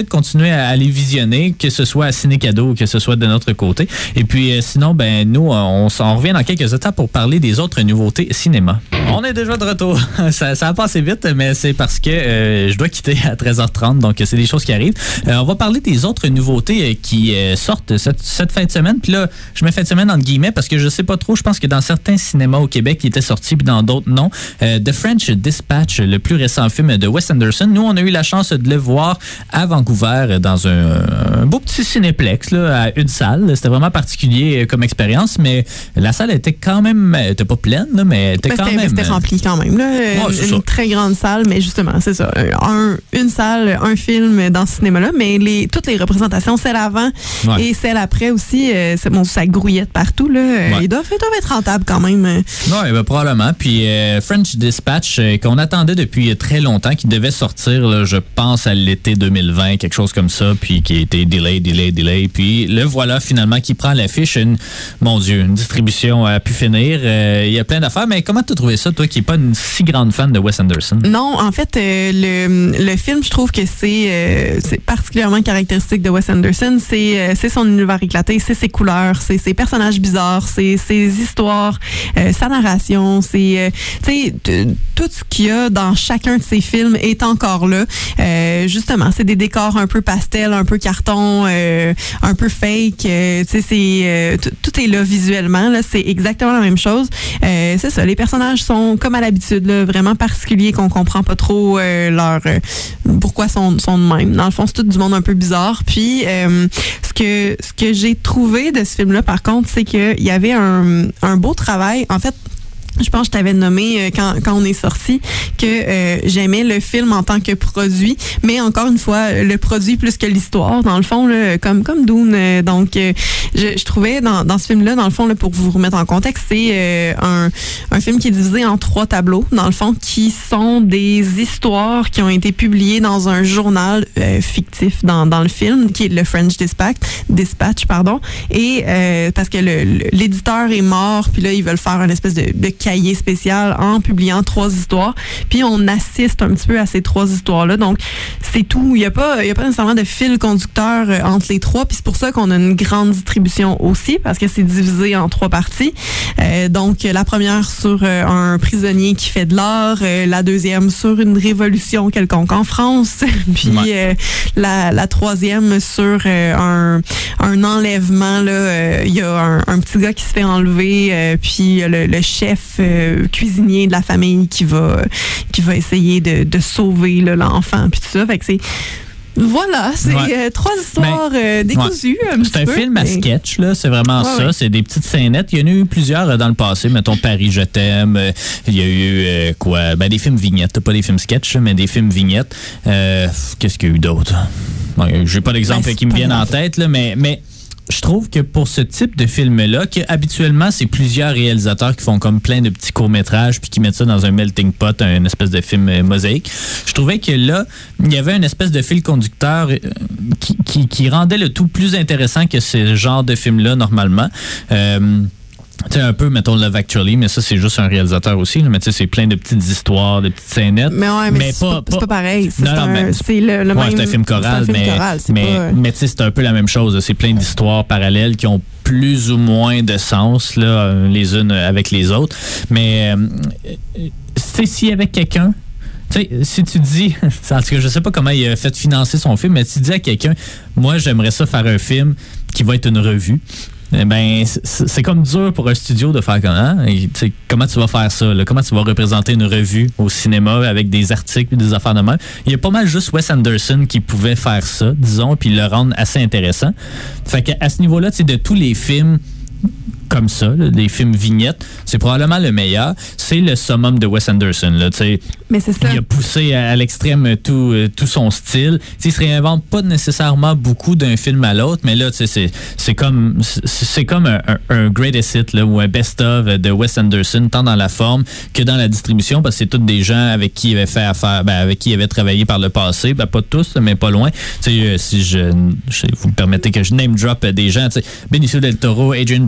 de continuer à, à les visionner, que ce soit à Ciné-Cadeau ou que ce soit de notre côté. Et puis euh, sinon, ben nous, on s'en revient dans quelques étapes pour parler des autres nouveautés cinéma. On est déjà de retour. Ça, ça a passé vite, mais c'est parce que euh, je dois quitter à treize heures trente, donc c'est des choses qui arrivent. Euh, on va parler des autres nouveautés euh, qui euh, sortent cette, cette fin de semaine. Puis là, je mets fin de semaine entre guillemets parce que je sais pas trop. Je pense que dans certains cinémas au Québec, il était sorti, puis dans d'autres, non. Euh, The French Dispatch, le plus récent film de Wes Anderson. Nous, on a eu la chance de le voir à Vancouver dans un, un beau petit cinéplex, là, à une salle. C'était vraiment particulier comme expérience, mais la salle était quand même, elle était pas pleine, là, mais elle était ben, quand c'était, même... C'était rempli quand même. Là. Ouais, une une très grande salle, mais justement, c'est ça. Un, une salle, un film dans ce cinéma-là, mais les, toutes les représentations, celle avant ouais. et celle après aussi, euh, c'est, bon, ça grouillait de partout. Là. Ouais. Ils, doivent, ils doivent être rentables quand même. Oui, ben, probablement. Puis euh, French Dispatch, euh, qu'on attendait depuis très longtemps, qui devait sortir, là, je pense, à l'été deux mille vingt, quelque chose comme ça, puis qui a été delay, delay, delay. Puis le voilà finalement qui prend l'affiche. Une, mon Dieu, une distribution a pu finir. Euh, il y a plein d'affaires, mais comment tu as trouvé ça, toi, qui n'es pas une si grande fan de Wes Anderson? Non, en fait, euh, le, le film, je trouve que c'est, euh, c'est particulièrement caractéristique de Wes Anderson. C'est, euh, c'est son univers éclaté, c'est ses couleurs, c'est ses personnages bizarres, c'est ses histoires, euh, sa narration, c'est, euh, tu sais, t- tout ce qu'il y a dans chacun de ses films est encore là. Euh, justement, c'est des décors un peu pastel, un peu carton, euh, un peu fake. Euh, tu sais, c'est euh, t- tout est là visuellement. Là, c'est exactement la même chose. Euh, c'est ça. Les personnages sont comme à l'habitude, là, vraiment particuliers, qu'on comprend pas trop euh, leur euh, pourquoi sont sont de même. Dans le fond, c'est tout du monde un peu bizarre. Puis euh, ce que ce que j'ai trouvé de ce film-là, par contre, c'est qu'il y avait un un beau travail. En fait, je pense que je t'avais nommé euh, quand, quand on est sorti que euh, j'aimais le film en tant que produit, mais encore une fois, le produit plus que l'histoire, dans le fond, là, comme comme Dune. Euh, donc, euh, je, je trouvais dans, dans ce film-là, dans le fond, là, pour vous remettre en contexte, c'est euh, un, un film qui est divisé en trois tableaux, dans le fond, qui sont des histoires qui ont été publiées dans un journal euh, fictif dans, dans le film, qui est le French Dispatch, Dispatch pardon, et euh, parce que le, le, l'éditeur est mort, puis là, ils veulent faire une espèce de, de cahier spécial en publiant trois histoires. Puis on assiste un petit peu à ces trois histoires-là. Donc, c'est tout. Il n'y a pas, il y a pas nécessairement de fil conducteur euh, entre les trois. Puis c'est pour ça qu'on a une grande distribution aussi, parce que c'est divisé en trois parties. Euh, donc, la première sur euh, un prisonnier qui fait de l'art, euh, la deuxième sur une révolution quelconque en France, puis ouais. euh, la, la troisième sur euh, un, un enlèvement. Là, euh, il y a un, un petit gars qui se fait enlever, euh, puis le, le chef euh, cuisinier de la famille qui va qui va essayer de, de sauver là, l'enfant, puis tout ça. Fait que c'est Voilà, c'est ouais. euh, trois histoires ben, euh, décousues. Ouais. Un c'est un peu, film mais... à sketch, là. C'est vraiment ouais, ça. Ouais. C'est des petites scénettes. Il y en a eu plusieurs euh, dans le passé. Mettons Paris, je t'aime. Euh, il y a eu euh, quoi? Ben, des films vignettes. Pas des films sketch, mais des films vignettes. Euh, qu'est-ce qu'il y a eu d'autre? Ouais, j'ai pas d'exemple ben, qui me viennent en tête, là, mais, mais je trouve que pour ce type de film-là, que habituellement c'est plusieurs réalisateurs qui font comme plein de petits courts-métrages puis qui mettent ça dans un melting pot, une espèce de film euh, mosaïque, je trouvais que là, il y avait une espèce de fil conducteur euh, qui, qui, qui rendait le tout plus intéressant que ce genre de film-là normalement. Euh, Tu sais, un peu, mettons, Love Actually, mais ça, c'est juste un réalisateur aussi. Là, mais tu sais, c'est plein de petites histoires, de petites scénettes. Mais ouais, mais, mais c'est, pas, pas, c'est pas pareil. C'est, non, non, un, mais, c'est le, le ouais, même... c'est un film choral, c'est un film mais, choral, c'est mais, pas... mais tu sais, c'est un peu la même chose. C'est plein d'histoires parallèles qui ont plus ou moins de sens, là, les unes avec les autres. Mais, euh, tu sais, s'il y avait quelqu'un... Tu sais, si tu dis, en tout cas, je sais pas comment il a fait financer son film, mais si tu dis à quelqu'un, moi, j'aimerais ça faire un film qui va être une revue, eh ben, c'est, c'est comme dur pour un studio de faire comme, hein? Comment tu vas faire ça, là? Comment tu vas représenter une revue au cinéma avec des articles et des affaires de même? Il y a pas mal juste Wes Anderson qui pouvait faire ça, disons, puis le rendre assez intéressant. Fait qu'à ce niveau-là, tu sais, de tous les films comme ça, là, les films vignettes, c'est probablement le meilleur. C'est le summum de Wes Anderson. Là, mais c'est ça. Il a poussé à, à l'extrême tout, euh, tout son style. T'sais, il se réinvente pas nécessairement beaucoup d'un film à l'autre, mais là, c'est, c'est comme, c'est, c'est comme un, un, un greatest hit là, ou un best-of de Wes Anderson, tant dans la forme que dans la distribution, parce que c'est tous des gens avec qui il avait fait affaire, ben, avec qui il avait travaillé par le passé. Ben, pas tous, mais pas loin. Euh, si je, je, vous me permettez que je name drop des gens, Benicio del Toro, Adrian Brody,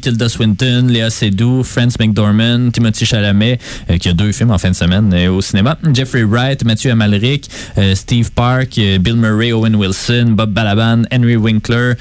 Tilda Swinton, Léa Seydoux, Frances McDormand, Timothée Chalamet, euh, qui a deux films en fin de semaine euh, au cinéma, Jeffrey Wright, Mathieu Amalric, euh, Steve Park, euh, Bill Murray, Owen Wilson, Bob Balaban, Henry Winkler,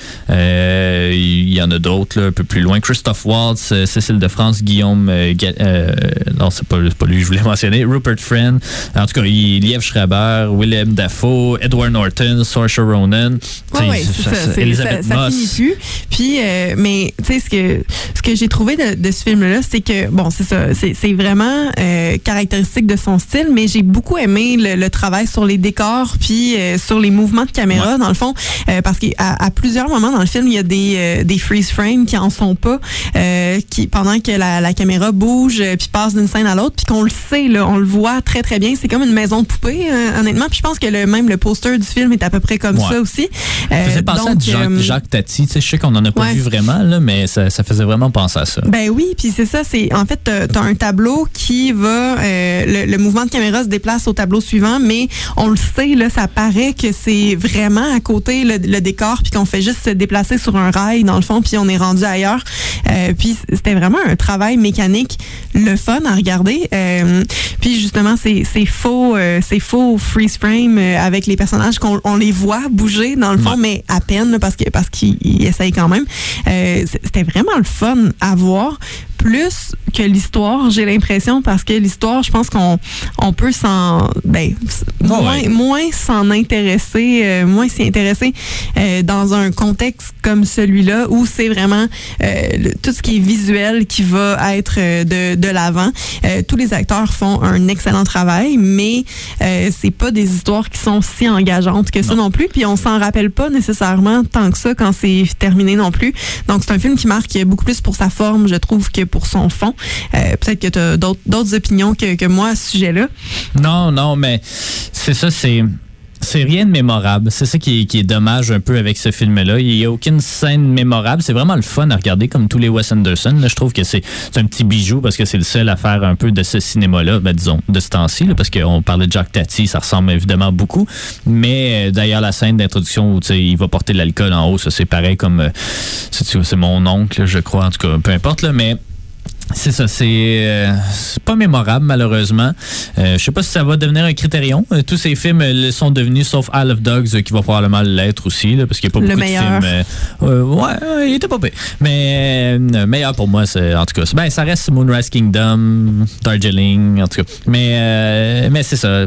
euh, il y en a d'autres là, un peu plus loin, Christophe Waltz, euh, Cécile de France, Guillaume euh, euh, non c'est pas, c'est pas lui que je voulais mentionner, Rupert Friend, en tout cas il, Liev Schreiber, Willem Dafoe, Edward Norton, Saoirse Ronan, ouais, ouais, c'est ça, c'est, Elisabeth ça, Moss. Ça finit plus. Puis, euh, mais tu sais ce que ce que j'ai trouvé de, de ce film-là, c'est que bon, c'est ça, c'est, c'est vraiment euh, caractéristique de son style, mais j'ai beaucoup aimé le, le travail sur les décors puis euh, sur les mouvements de caméra ouais. dans le fond, euh, parce qu'à à plusieurs moments dans le film, il y a des euh, des freeze frames qui en sont pas, euh, qui pendant que la, la caméra bouge euh, puis passe d'une scène à l'autre, puis qu'on le sait là, on le voit très très bien. C'est comme une maison de poupée, euh, honnêtement. Puis je pense que le même le poster du film est à peu près comme ouais. ça aussi. Ça faisait penser donc, à Jacques, euh, Jacques Tati. Tu sais, je sais qu'on en a pas ouais. vu vraiment là, mais ça, ça faisait vraiment penser à ça. Ben oui, puis c'est ça. C'est en fait t'as, t'as un tableau qui va euh, le, le mouvement de caméra se déplace au tableau suivant, mais on le sait là, ça paraît que c'est vraiment à côté le, le décor, puis qu'on fait juste se déplacer sur un rail dans le fond, puis on est rendu ailleurs. Euh, puis c'était vraiment un travail mécanique, le fun à regarder. Euh, puis justement, c'est, c'est faux, euh, c'est faux freeze frame euh, avec les personnages qu'on on les voit bouger dans le fond, ouais. mais à peine là, parce que parce qu'ils essayent quand même. Euh, c'était vraiment le fun à voir. Plus que l'histoire, j'ai l'impression, parce que l'histoire, je pense qu'on on peut s'en ben moins, oh ouais. moins s'en intéresser, euh, moins s'y intéresser euh, dans un contexte comme celui-là où c'est vraiment euh, le, tout ce qui est visuel qui va être euh, de, de l'avant. Euh, tous les acteurs font un excellent travail, mais euh, c'est pas des histoires qui sont si engageantes que ça non, non plus, puis on s'en rappelle pas nécessairement tant que ça quand c'est terminé non plus. Donc c'est un film qui marque beaucoup plus pour sa forme, je trouve, que pour son fond. Euh, peut-être que tu as d'autres, d'autres opinions que, que moi à ce sujet-là. Non, non, mais c'est ça, c'est... C'est rien de mémorable. C'est ça qui est, qui est dommage un peu avec ce film-là. Il n'y a aucune scène mémorable. C'est vraiment le fun à regarder, comme tous les Wes Anderson. Là, je trouve que c'est, c'est un petit bijou parce que c'est le seul à faire un peu de ce cinéma-là, ben, disons, de ce temps-ci, là, parce qu'on parlait de Jacques Tati, ça ressemble évidemment beaucoup. Mais euh, d'ailleurs, la scène d'introduction où il va porter de l'alcool en haut, ça c'est pareil comme... Euh, c'est, c'est mon oncle, je crois, en tout cas, peu importe, là, mais... C'est ça, c'est, euh, c'est pas mémorable malheureusement. Euh, je sais pas si ça va devenir un critérion. Euh, tous ces films euh, sont devenus, sauf Isle of Dogs, euh, qui va probablement l'être aussi, là, parce qu'il n'y a pas le beaucoup meilleur. de films. Euh, euh, ouais, euh, il était pas pire. Mais euh, meilleur pour moi, c'est, en tout cas, ben, ça reste Moonrise Kingdom, Darjeeling, en tout cas. Mais, euh, mais c'est ça.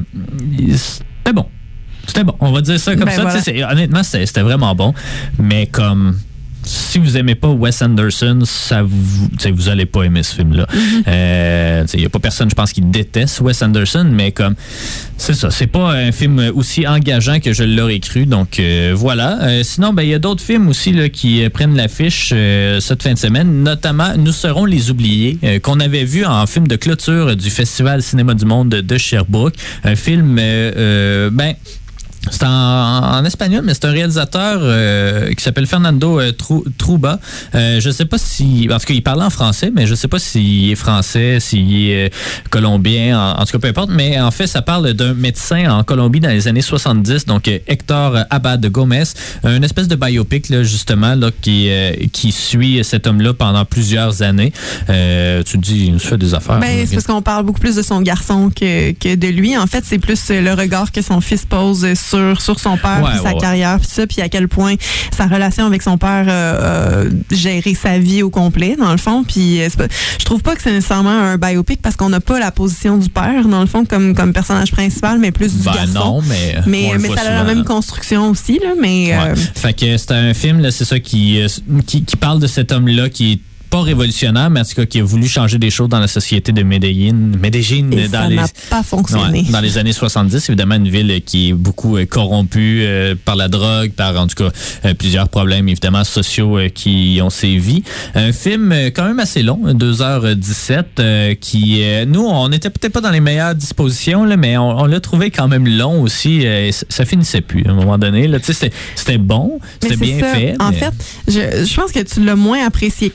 C'était bon. C'était bon. On va dire ça comme ben ça. Voilà. C'est, honnêtement, c'était, c'était vraiment bon. Mais comme... Si vous aimez pas Wes Anderson, ça vous, vous allez pas aimer ce film-là. Il mm-hmm. euh, y a pas personne, je pense, qui déteste Wes Anderson, mais comme c'est ça, c'est pas un film aussi engageant que je l'aurais cru. Donc euh, voilà. Euh, sinon, ben il y a d'autres films aussi là qui euh, prennent l'affiche euh, cette fin de semaine. Notamment, Nous serons les oubliés, euh, qu'on avait vu en film de clôture du Festival Cinéma du Monde de Sherbrooke. Un film, euh, euh, ben. C'est en, en espagnol, mais c'est un réalisateur euh, qui s'appelle Fernando euh, Trueba. Euh, je sais pas si... En tout cas, il parle en français, mais je sais pas s'il est français, s'il est euh, colombien, en, en tout cas, peu importe. Mais en fait, ça parle d'un médecin en Colombie dans les années soixante-dix, donc euh, Hector Abad Gomez, une espèce de biopic, là, justement, là, qui, euh, qui suit cet homme-là pendant plusieurs années. Euh, tu te dis, il nous fait des affaires. Ben, c'est parce qu'on parle beaucoup plus de son garçon que, que de lui. En fait, c'est plus le regard que son fils pose sur Sur, sur son père, ouais, puis sa ouais, carrière, puis ça, puis à quel point sa relation avec son père euh, euh, gérer sa vie au complet, dans le fond. Puis euh, c'est pas, je trouve pas que c'est nécessairement un biopic parce qu'on n'a pas la position du père, dans le fond, comme, comme personnage principal, mais plus du ben garçon. Non, mais mais, mais ça a la même construction aussi, là, mais... Ouais. Euh, fait que c'est un film, là, c'est ça, qui, qui, qui parle de cet homme-là qui est pas révolutionnaire, mais en tout cas qui a voulu changer des choses dans la société de Medellín. Medellín Et dans ça les, n'a pas fonctionné. Ouais, dans les années soixante-dix, évidemment, une ville qui est beaucoup euh, corrompue euh, par la drogue, par en tout cas euh, plusieurs problèmes évidemment sociaux euh, qui ont sévi. Un film euh, quand même assez long, deux heures dix-sept, euh, qui, euh, nous, on n'était peut-être pas dans les meilleures dispositions, là, mais on, on l'a trouvé quand même long aussi. Euh, et ça finissait plus à un moment donné. Là, c'était, c'était bon, c'était bien ça. fait. En mais... fait, je, je pense que tu l'as moins apprécié que moi. Je,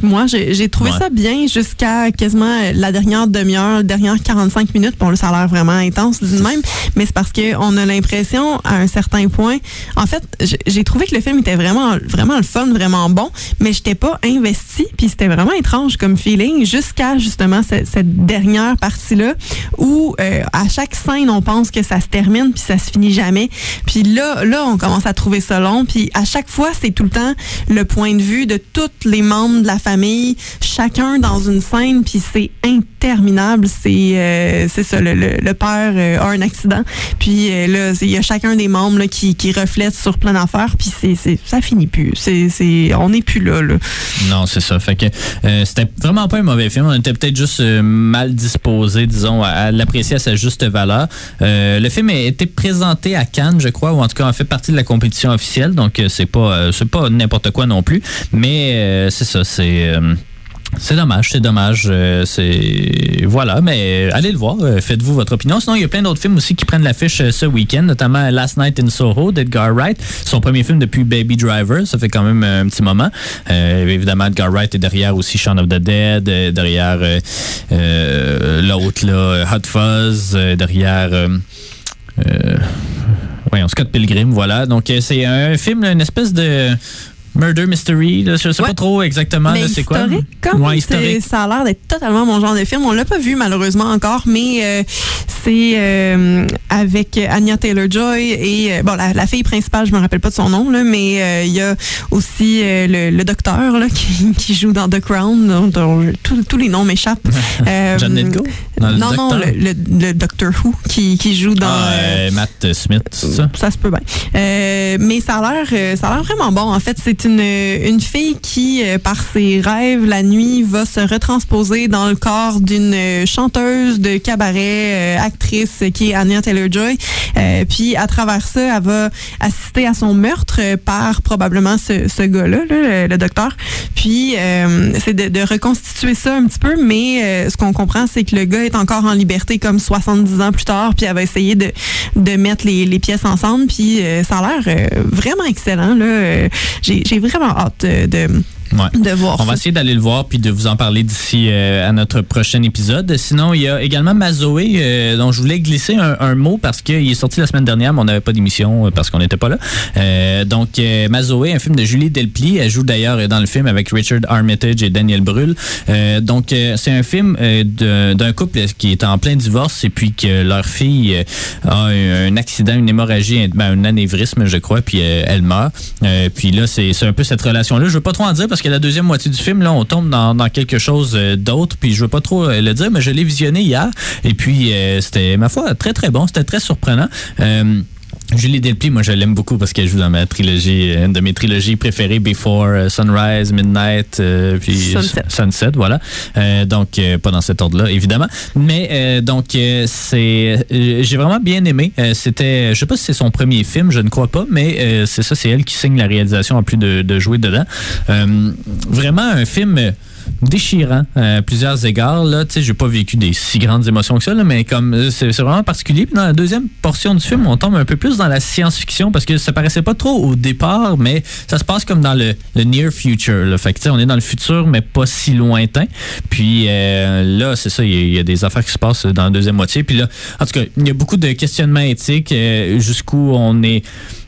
j'ai, j'ai trouvé Ouais. ça bien jusqu'à quasiment la dernière demi-heure, la dernière quarante-cinq minutes. Bon, là, ça a l'air vraiment intense du même, mais c'est parce qu'on a l'impression, à un certain point, en fait, j'ai, j'ai trouvé que le film était vraiment, vraiment le fun, vraiment bon, mais j'étais pas investie, puis c'était vraiment étrange comme feeling jusqu'à justement cette, cette dernière partie-là où euh, à chaque scène, on pense que ça se termine, puis ça se finit jamais. Puis là, là, on commence à trouver ça long, puis à chaque fois, c'est tout le temps le point de vue de tous les membres de la famille, chacun dans une scène, puis c'est interminable. C'est euh, c'est ça, le, le, le père euh, a un accident, puis euh, là, il y a chacun des membres là, qui, qui reflètent sur plein d'affaires, puis c'est, c'est, ça finit plus. C'est, c'est, on n'est plus là, là. Non, c'est ça. Fait que euh, c'était vraiment pas un mauvais film. On était peut-être juste euh, mal disposé, disons, à, à l'apprécier à sa juste valeur. Euh, le film a été présenté à Cannes, je crois, ou en tout cas, en fait partie de la compétition officielle, donc euh, c'est pas, euh, c'est pas n'importe quoi non plus. Mais euh, c'est ça, c'est... Euh, C'est dommage, c'est dommage. Euh, c'est voilà, mais allez le voir. Euh, faites-vous votre opinion. Sinon, il y a plein d'autres films aussi qui prennent l'affiche euh, ce week-end, notamment Last Night in Soho d'Edgar Wright. Son premier film depuis Baby Driver. Ça fait quand même un petit moment. Euh, évidemment, Edgar Wright est derrière aussi Shaun of the Dead, euh, derrière euh, euh, l'autre là, Hot Fuzz, euh, derrière. Euh, euh, voyons, Scott Pilgrim, voilà. Donc, euh, c'est un film, une espèce de Murder Mystery, là, je sais Ouais. pas trop exactement Mais là, c'est quoi. historique, comme Ouais, c'est- historique. ça a l'air d'être totalement mon genre de film. On l'a pas vu malheureusement encore, mais euh, c'est euh, avec Anya Taylor-Joy et euh, bon la, la fille principale, je me rappelle pas de son nom là, mais euh, il y a aussi euh, le, le docteur là qui, qui joue dans The Crown. dont- dont tous tous les noms m'échappent. Euh, John Lithgow? Dans le non non Docteur? le, le, le Doctor Who qui, qui joue dans. Ah, euh, euh, Matt Smith, c'est ça? Ça se peut bien. Euh, mais ça a l'air, euh, ça a l'air vraiment bon. En fait, c'est une une fille qui, euh, par ses rêves, la nuit, va se retransposer dans le corps d'une euh, chanteuse de cabaret, euh, actrice, qui est Anya Taylor-Joy. Euh, puis à travers ça, elle va assister à son meurtre euh, par probablement ce, ce gars-là, là, le, le docteur. Puis euh, c'est de, de reconstituer ça un petit peu, mais euh, ce qu'on comprend, c'est que le gars est encore en liberté comme soixante-dix ans plus tard, puis elle va essayer de, de mettre les, les pièces ensemble, puis euh, ça a l'air euh, vraiment excellent. Là. Euh, j'ai, j'ai vraiment hâte euh, de... Ouais. de voir On va ça. essayer d'aller le voir puis de vous en parler d'ici euh, à notre prochain épisode. Sinon, il y a également Mazoé, euh, dont je voulais glisser un, un mot parce qu'il est sorti la semaine dernière, mais on n'avait pas d'émission euh, parce qu'on n'était pas là. Euh, donc, euh, Mazoé, un film de Julie Delpy. Elle joue d'ailleurs dans le film avec Richard Armitage et Daniel Brühl. Euh, donc, euh, c'est un film euh, de, d'un couple qui est en plein divorce et puis que leur fille euh, a un, un accident, une hémorragie, ben, un anévrisme, je crois, puis euh, elle meurt. Euh, puis là, c'est, c'est un peu cette relation-là. Je veux pas trop en dire parce que la deuxième moitié du film, là, on tombe dans, dans quelque chose euh, d'autre, puis je veux pas trop euh, le dire, mais je l'ai visionné hier, et puis euh, c'était, ma foi, très très bon, c'était très surprenant. Euh, Julie Delpy, moi je l'aime beaucoup parce qu'elle joue dans ma trilogie, une de mes trilogies préférées, Before, euh, Sunrise, Midnight, euh, puis Sunset. Sunset, voilà. Euh, donc euh, pas dans cet ordre-là, évidemment. Mais euh, donc euh, c'est, euh, j'ai vraiment bien aimé. Euh, c'était, je sais pas si c'est son premier film, je ne crois pas, mais euh, c'est ça, c'est elle qui signe la réalisation en plus de, de jouer dedans. Euh, vraiment un film déchirant à plusieurs égards. Là, tu sais, j'ai pas vécu des si grandes émotions que ça, là, mais comme c'est, c'est vraiment particulier. Puis dans la deuxième portion du film, on tombe un peu plus dans la science-fiction parce que ça paraissait pas trop au départ, mais ça se passe comme dans le, le near future. Là. Fait que tu sais, on est dans le futur, mais pas si lointain. Puis euh, là, c'est ça, il y, y a des affaires qui se passent dans la deuxième moitié. Puis là, en tout cas, il y a beaucoup de questionnements éthiques euh, jusqu'où on est.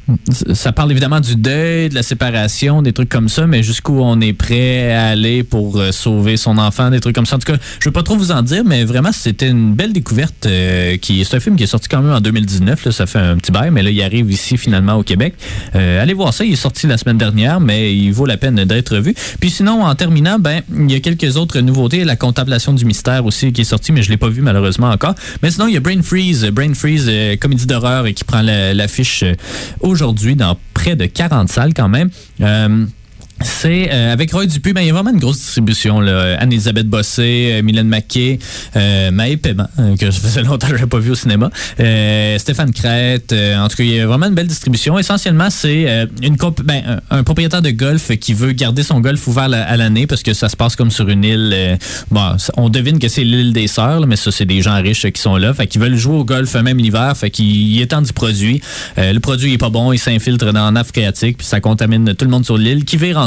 Ça parle évidemment du deuil, de la séparation, des trucs comme ça, mais jusqu'où on est prêt à aller pour euh, sauver son enfant, des trucs comme ça. En tout cas, je veux pas trop vous en dire, mais vraiment, c'était une belle découverte. Euh, qui, c'est un film qui est sorti quand même en deux mille dix-neuf, là, ça fait un petit bail, mais là, il arrive ici finalement au Québec. Euh, allez voir ça, il est sorti la semaine dernière, mais il vaut la peine d'être vu. Puis sinon, en terminant, ben il y a quelques autres nouveautés. La Contemplation du mystère aussi qui est sorti, mais je l'ai pas vu malheureusement encore. Mais sinon, il y a Brain Freeze, Brain Freeze, euh, comédie d'horreur et qui prend la, l'affiche euh, aujourd'hui dans près de quarante salles quand même. Euh, C'est euh, avec Roy Dupuis, ben, il y a vraiment une grosse distribution. Là. Anne-Elisabeth Bossé, euh, Mylène Maquet, euh, Maë Paiement, euh, que ça faisait longtemps que je n'avais pas vu au cinéma, euh, Stéphane Crête. Euh, en tout cas, il y a vraiment une belle distribution. Essentiellement, c'est euh, une comp- ben, un, un propriétaire de golf qui veut garder son golf ouvert la, à l'année parce que ça se passe comme sur une île. Euh, bon, on devine que c'est l'île des Sœurs, là, mais ça, c'est des gens riches euh, qui sont là. Fait qu'ils veulent jouer au golf même l'hiver. Fait qu'il étend du produit. Euh, le produit est pas bon, il s'infiltre dans la nappe phréatique puis ça contamine tout le monde sur l'île qui vire en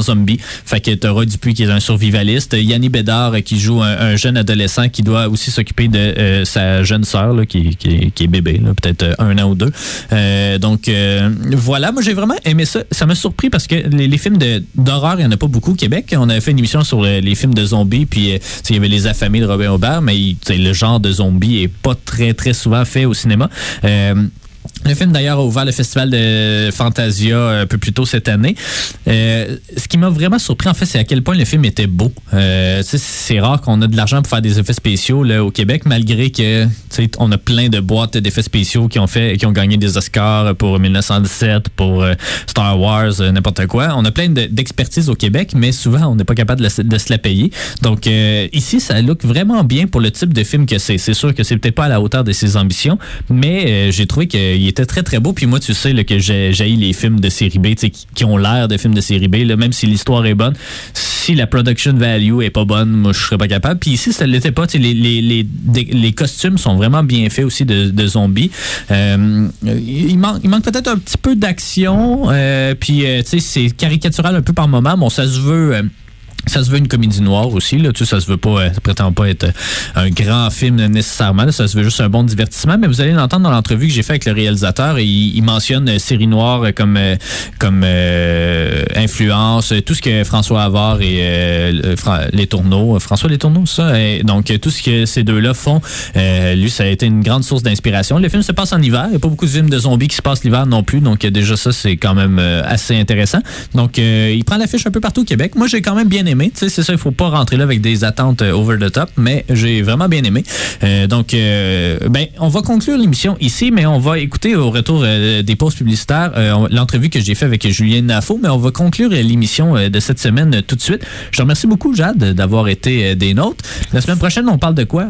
sans zombies. Fait que t'as Roy Dupuis qui est un survivaliste, Yanni Bédard qui joue un, un jeune adolescent qui doit aussi s'occuper de euh, sa jeune sœur là, qui, qui, qui est bébé, là, peut-être un an ou deux. Euh, donc euh, voilà, moi j'ai vraiment aimé ça. Ça m'a surpris parce que les, les films de, d'horreur, il n'y en a pas beaucoup au Québec. On avait fait une émission sur les, les films de zombies, puis il y avait Les Affamés de Robin Aubert, mais le genre de zombie est pas très très souvent fait au cinéma. Euh, Le film, d'ailleurs, a ouvert le festival de Fantasia un peu plus tôt cette année. Euh, ce qui m'a vraiment surpris, en fait, c'est à quel point le film était beau. Euh, c'est rare qu'on a de l'argent pour faire des effets spéciaux là, au Québec, malgré que on a plein de boîtes d'effets spéciaux qui ont fait, qui ont gagné des Oscars pour dix-neuf cent dix-sept, pour euh, Star Wars, euh, n'importe quoi. On a plein d'expertise au Québec, mais souvent, on n'est pas capable de, la, de se la payer. Donc, euh, ici, ça look vraiment bien pour le type de film que c'est. C'est sûr que c'est peut-être pas à la hauteur de ses ambitions, mais euh, j'ai trouvé qu'il était très, très beau. Puis moi, tu sais là, que j'ai j'haïs les films de série B qui, qui ont l'air de films de série B, là, même si l'histoire est bonne. Si la production value est pas bonne, moi, je serais pas capable. Puis ici, ça l'était pas. Les, les, les, les costumes sont vraiment bien faits aussi de, de zombies. Euh, il, manque, il manque peut-être un petit peu d'action. Euh, puis, euh, tu sais, c'est caricatural un peu par moment. Bon, ça se veut... Euh, Ça se veut une comédie noire aussi, là. Tu sais, ça se veut pas, ça prétend pas être un grand film nécessairement, là. Ça se veut juste un bon divertissement, mais vous allez l'entendre dans l'entrevue que j'ai fait avec le réalisateur et il, il mentionne euh, série noire comme, euh, comme euh, influence, tout ce que François Havard et euh, Les Tourneaux, François Les Tourneaux, ça, et donc tout ce que ces deux-là font, euh, lui, ça a été une grande source d'inspiration. Le film se passe en hiver, il n'y a pas beaucoup de films de zombies qui se passent l'hiver non plus, donc déjà ça, c'est quand même euh, assez intéressant. Donc, euh, il prend l'affiche un peu partout au Québec. Moi, j'ai quand même bien aimé. Tu sais, c'est ça, il faut pas rentrer là avec des attentes euh, over the top, mais j'ai vraiment bien aimé. Euh, donc, euh, ben, on va conclure l'émission ici, mais on va écouter au retour euh, des pauses publicitaires euh, l'entrevue que j'ai fait avec Julien Nafo, mais on va conclure l'émission euh, de cette semaine euh, tout de suite. Je te remercie beaucoup, Jade, d'avoir été euh, des nôtres. La semaine prochaine, on parle de quoi?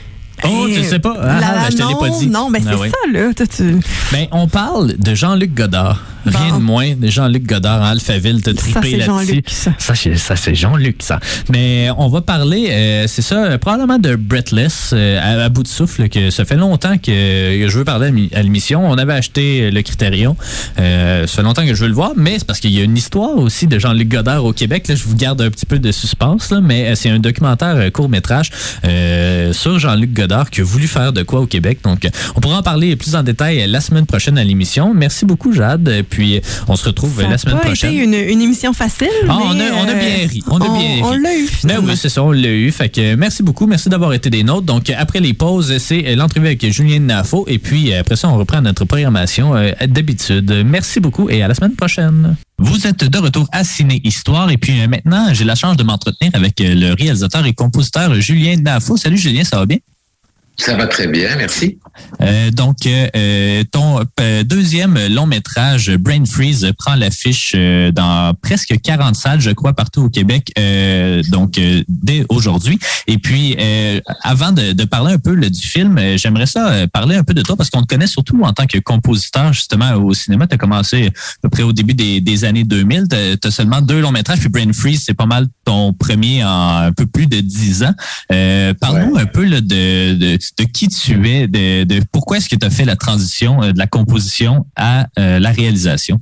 Oh, tu sais pas? Ah, la, ben, je te l'ai pas dit. Non, mais ben, c'est ah, oui. ça, là. Toi, tu... Ben, on parle de Jean-Luc Godard. Bon. Rien de moins de Jean-Luc Godard en Alphaville. T'as trippé là-dessus. Ça, ça, ça c'est Jean-Luc, ça. Mais on va parler, euh, c'est ça, probablement de Breathless, euh, à, à bout de souffle, que ça fait longtemps que, que je veux parler à l'émission. On avait acheté le Criterion. Euh, ça fait longtemps que je veux le voir, mais c'est parce qu'il y a une histoire aussi de Jean-Luc Godard au Québec. Là, je vous garde un petit peu de suspense, là, mais c'est un documentaire court-métrage euh, sur Jean-Luc Godard qui a voulu faire de quoi au Québec. Donc, on pourra en parler plus en détail la semaine prochaine à l'émission. Merci beaucoup, Jade. Puis, on se retrouve ça la semaine prochaine. Ça a été une, une émission facile. Ah, mais on, a, on a bien ri. On a on, bien ri. On l'a eu, ben oui, c'est ça, on l'a eu. Fait que merci beaucoup. Merci d'avoir été des nôtres. Donc, après les pauses, c'est l'entrevue avec Julien Nafo. Et puis, après ça, on reprend notre programmation euh, d'habitude. Merci beaucoup et à la semaine prochaine. Vous êtes de retour à Ciné Histoire. Et puis, euh, maintenant, j'ai la chance de m'entretenir avec euh, le réalisateur et compositeur Julien Nafo. Salut, Julien, ça va bien? Ça va très bien, merci. Euh, donc, euh, ton euh, deuxième long métrage, Brain Freeze, prend l'affiche euh, dans presque quarante salles, je crois, partout au Québec, euh, donc euh, dès aujourd'hui. Et puis, euh, avant de, de parler un peu là, du film, euh, j'aimerais ça euh, parler un peu de toi, parce qu'on te connaît surtout en tant que compositeur, justement, au cinéma. Tu as commencé à peu près au début des, des années deux mille. Tu as seulement deux longs métrages, puis Brain Freeze, c'est pas mal ton premier en un peu plus de dix ans. Euh, Parle-nous ouais. un peu là, de... de de qui tu es, de, de pourquoi est-ce que tu as fait la transition de la composition à euh, la réalisation?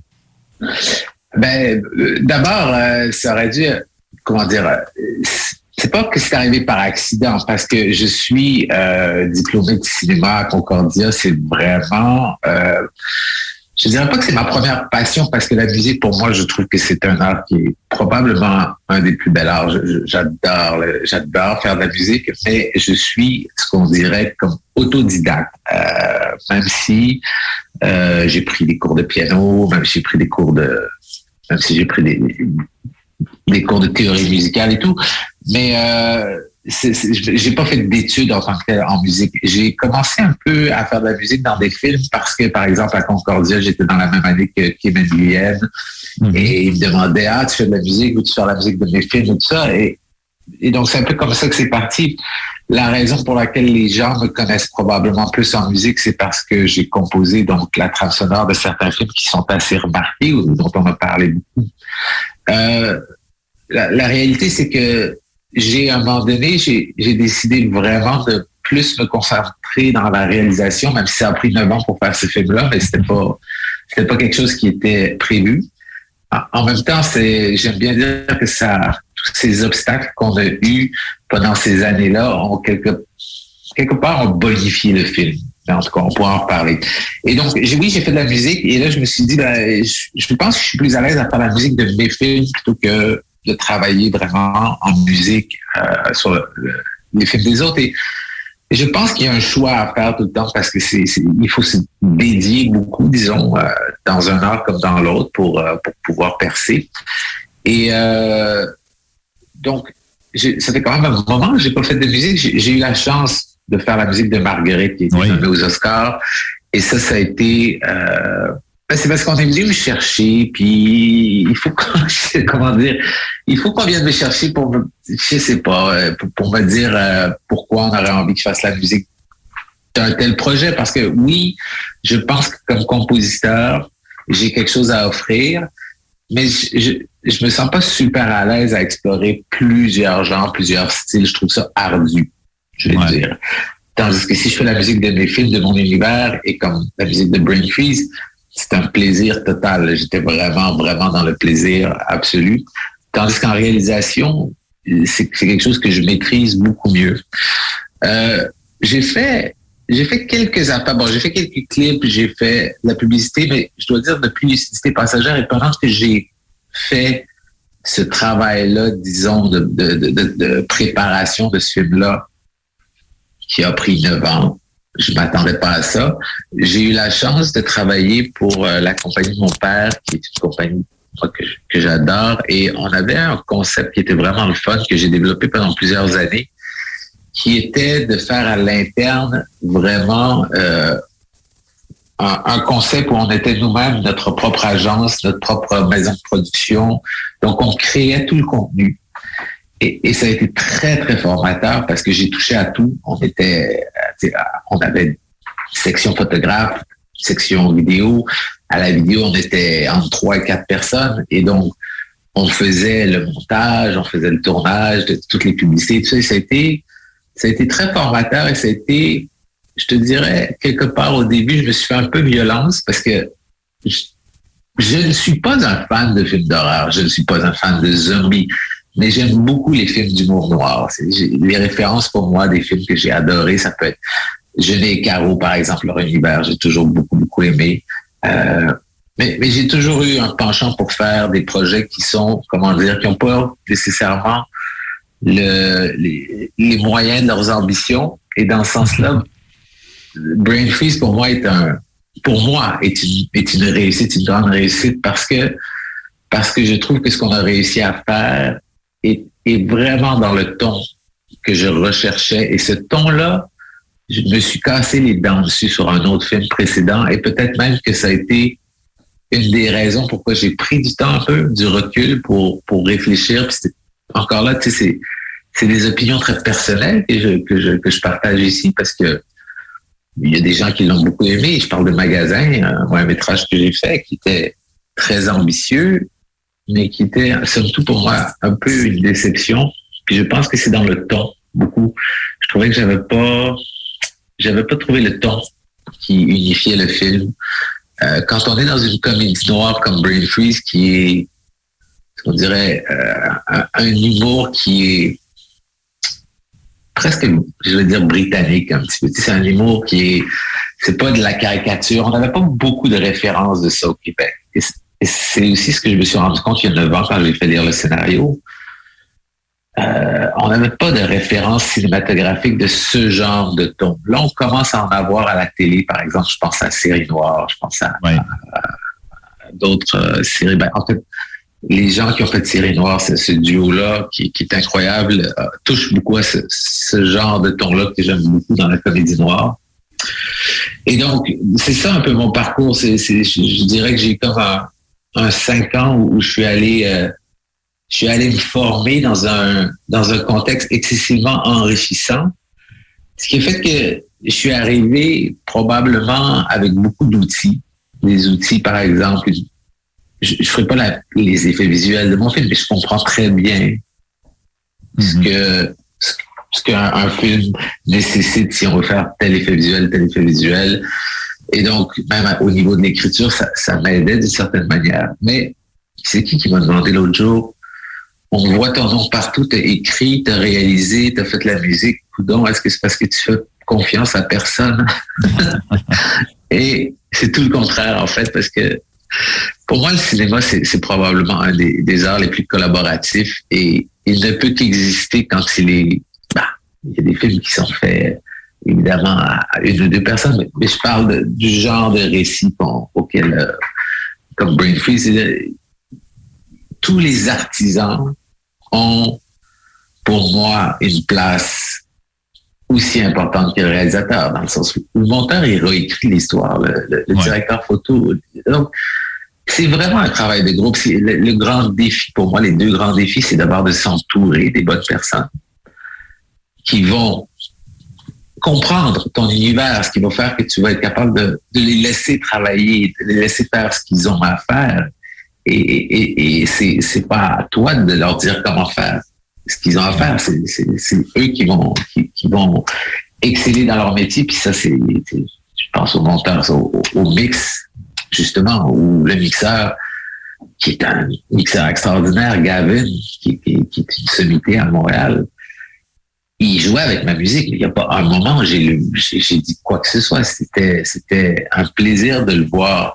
Ben, euh, d'abord, euh, ça aurait dû, comment dire, euh, c'est pas que c'est arrivé par accident, parce que je suis euh, diplômé de cinéma à Concordia, c'est vraiment... Euh, je dirais pas que c'est ma première passion, parce que la musique, pour moi, je trouve que c'est un art qui est probablement un des plus bels arts. J'adore, j'adore faire de la musique, mais je suis ce qu'on dirait comme autodidacte. Euh, même si euh, j'ai pris des cours de piano, même si j'ai pris des cours de, même si j'ai pris des, des cours de théorie musicale et tout, mais euh, c'est, c'est, j'ai pas fait d'études en tant que tel en musique. J'ai commencé un peu à faire de la musique dans des films parce que, par exemple, à Concordia, j'étais dans la même année que Kim Nguyen mm-hmm. et il me demandait « Ah, tu fais de la musique ou tu fais de la musique de mes films » et tout ça. Et, et donc, c'est un peu comme ça que c'est parti. La raison pour laquelle les gens me connaissent probablement plus en musique, c'est parce que j'ai composé donc la trame sonore de certains films qui sont assez remarqués ou dont on a parlé beaucoup. Euh, la, la réalité, c'est que j'ai, à un moment donné, j'ai, j'ai décidé vraiment de plus me concentrer dans la réalisation, même si ça a pris neuf ans pour faire ce film-là, mais c'était pas, c'était pas quelque chose qui était prévu. en même temps, c'est, j'aime bien dire que ça, tous ces obstacles qu'on a eus pendant ces années-là ont quelque, quelque part ont bonifié le film. En tout cas, on pourra en reparler. Et donc, j'ai, oui, j'ai fait de la musique et là, je me suis dit, ben, je, je pense que je suis plus à l'aise à faire la musique de mes films plutôt que de travailler vraiment en musique euh, sur le, le, les films des autres. Et, et je pense qu'il y a un choix à faire tout le temps parce que c'est, c'est il faut se dédier beaucoup, disons, euh, dans un art comme dans l'autre pour, euh, pour pouvoir percer. Et euh, donc, j'ai, ça fait quand même un moment que j'ai pas fait de musique. J'ai, j'ai eu la chance de faire la musique de Marguerite qui était oui. nommée aux Oscars. Et ça, ça a été... Euh, ben c'est parce qu'on est venu me chercher, puis il faut qu'on, comment dire, il faut qu'on vienne me chercher pour me, je sais pas, pour, pour me dire euh, pourquoi on aurait envie que je fasse la musique d'un tel projet. Parce que oui, je pense que comme compositeur, j'ai quelque chose à offrir, mais je, je, je me sens pas super à l'aise à explorer plusieurs genres, plusieurs styles. Je trouve ça ardu. Je vais ouais. dire. Tandis que si je fais la musique de mes films, de mon univers, et comme la musique de Brain Freeze, c'est un plaisir total. J'étais vraiment, vraiment dans le plaisir absolu. Tandis qu'en réalisation, c'est, c'est quelque chose que je maîtrise beaucoup mieux. Euh, j'ai fait, j'ai fait quelques affaires. Bon, j'ai fait quelques clips, j'ai fait de la publicité, mais je dois dire, depuis Lucidité Passagère, et pendant que j'ai fait ce travail-là, disons, de, de, de, de, de préparation de ce film-là, qui a pris neuf ans. Je m'attendais pas à ça. J'ai eu la chance de travailler pour euh, la compagnie de mon père, qui est une compagnie moi, que, que j'adore. Et on avait un concept qui était vraiment le fun, que j'ai développé pendant plusieurs années, qui était de faire à l'interne vraiment euh, un, un concept où on était nous-mêmes notre propre agence, notre propre maison de production. Donc, on créait tout le contenu. Et, et ça a été très, très formateur parce que j'ai touché à tout. On était, on avait une section photographe, section vidéo. À la vidéo, on était entre trois et quatre personnes. Et donc, on faisait le montage, on faisait le tournage de toutes les publicités. Tout ça, ça a été, ça a été très formateur et ça a été, je te dirais, quelque part au début, je me suis fait un peu violence parce que je, je ne suis pas un fan de films d'horreur. Je ne suis pas un fan de zombies. Mais j'aime beaucoup les films d'humour noir. C'est, les références pour moi des films que j'ai adorés, ça peut être Jeunet et Caro, par exemple, leur univers, j'ai toujours beaucoup, beaucoup aimé. Euh, mais, mais j'ai toujours eu un penchant pour faire des projets qui sont, comment dire, qui n'ont pas nécessairement le, les, les moyens de leurs ambitions. Et dans ce sens-là, Brain Freeze, pour moi, est un, pour moi, est une, est une réussite, une grande réussite parce que, parce que je trouve que ce qu'on a réussi à faire est, est vraiment dans le ton que je recherchais. Et ce ton-là, je me suis cassé les dents dessus sur un autre film précédent et peut-être même que ça a été une des raisons pourquoi j'ai pris du temps un peu, du recul pour, pour réfléchir. Puis c'est, encore là, tu sais, c'est, c'est des opinions très personnelles que je, que je, que je partage ici parce que il y a des gens qui l'ont beaucoup aimé. Je parle de Magasin, un moyen métrage que j'ai fait qui était très ambitieux, mais qui était, somme toute pour moi, un peu une déception. Puis je pense que c'est dans le ton, beaucoup. Je trouvais que j'avais pas, j'avais pas trouvé le ton qui unifiait le film. Euh, quand on est dans une comédie noire comme Brain Freeze, qui est, on dirait, euh, un, un humour qui est presque, je vais dire, britannique un petit peu. C'est un humour qui est, c'est pas de la caricature. On n'avait pas beaucoup de références de ça au Québec. Et c'est aussi ce que je me suis rendu compte il y a neuf ans quand j'ai fait lire le scénario. Euh, on n'avait pas de référence cinématographique de ce genre de ton. Là, on commence à en avoir à la télé, par exemple. Je pense à Série Noire, je pense à, ouais. à, à d'autres euh, séries. Ben, en fait, les gens qui ont fait Série Noire, c'est ce duo-là qui, qui est incroyable, euh, touche beaucoup à ce, ce genre de ton-là que j'aime beaucoup dans la comédie noire. Et donc, c'est ça un peu mon parcours. C'est, c'est, je, je dirais que j'ai comme un, un cinq ans où, où je suis allé, euh, je suis allé me former dans un dans un contexte excessivement enrichissant, ce qui a fait que je suis arrivé probablement avec beaucoup d'outils, des outils par exemple. Je ne ferai pas la, les effets visuels de mon film, mais je comprends très bien mm-hmm. ce que ce, ce qu'un un film nécessite si on veut faire tel effet visuel, tel effet visuel. Et donc, même au niveau de l'écriture, ça, ça m'aidait d'une certaine manière. Mais c'est qui qui m'a demandé l'autre jour, on voit ton nom partout, t'as écrit, t'as réalisé, t'as fait de la musique. Coudon, est-ce que c'est parce que tu fais confiance à personne? Et c'est tout le contraire, en fait, parce que pour moi, le cinéma, c'est, c'est probablement un des, des arts les plus collaboratifs et il ne peut qu'exister quand il est... Bah, il y a des films qui sont faits, évidemment, à une ou deux personnes, mais, mais je parle de, du genre de récit qu'on, auquel, euh, comme Brain Freeze, c'est, tous les artisans ont, pour moi, une place aussi importante que le réalisateur, dans le sens où le monteur, il réécrit l'histoire, le, le, le ouais. directeur photo. Donc, c'est vraiment un travail de groupe. C'est le, le grand défi, pour moi, les deux grands défis, c'est d'abord de s'entourer des bonnes personnes qui vont comprendre ton univers, ce qui va faire que tu vas être capable de, de les laisser travailler, de les laisser faire ce qu'ils ont à faire. Et, et, et c'est, c'est pas à toi de leur dire comment faire. Ce qu'ils ont à faire, c'est, c'est, c'est eux qui vont, qui, qui vont exceller dans leur métier. Puis ça, c'est, c'est je pense au monteur, au, au mix, justement, ou le mixeur, qui est un mixeur extraordinaire, Gavin, qui, qui, qui est une sommité à Montréal. Il jouait avec ma musique. Il n'y a pas un moment où j'ai, j'ai, j'ai dit quoi que ce soit. C'était, c'était un plaisir de le voir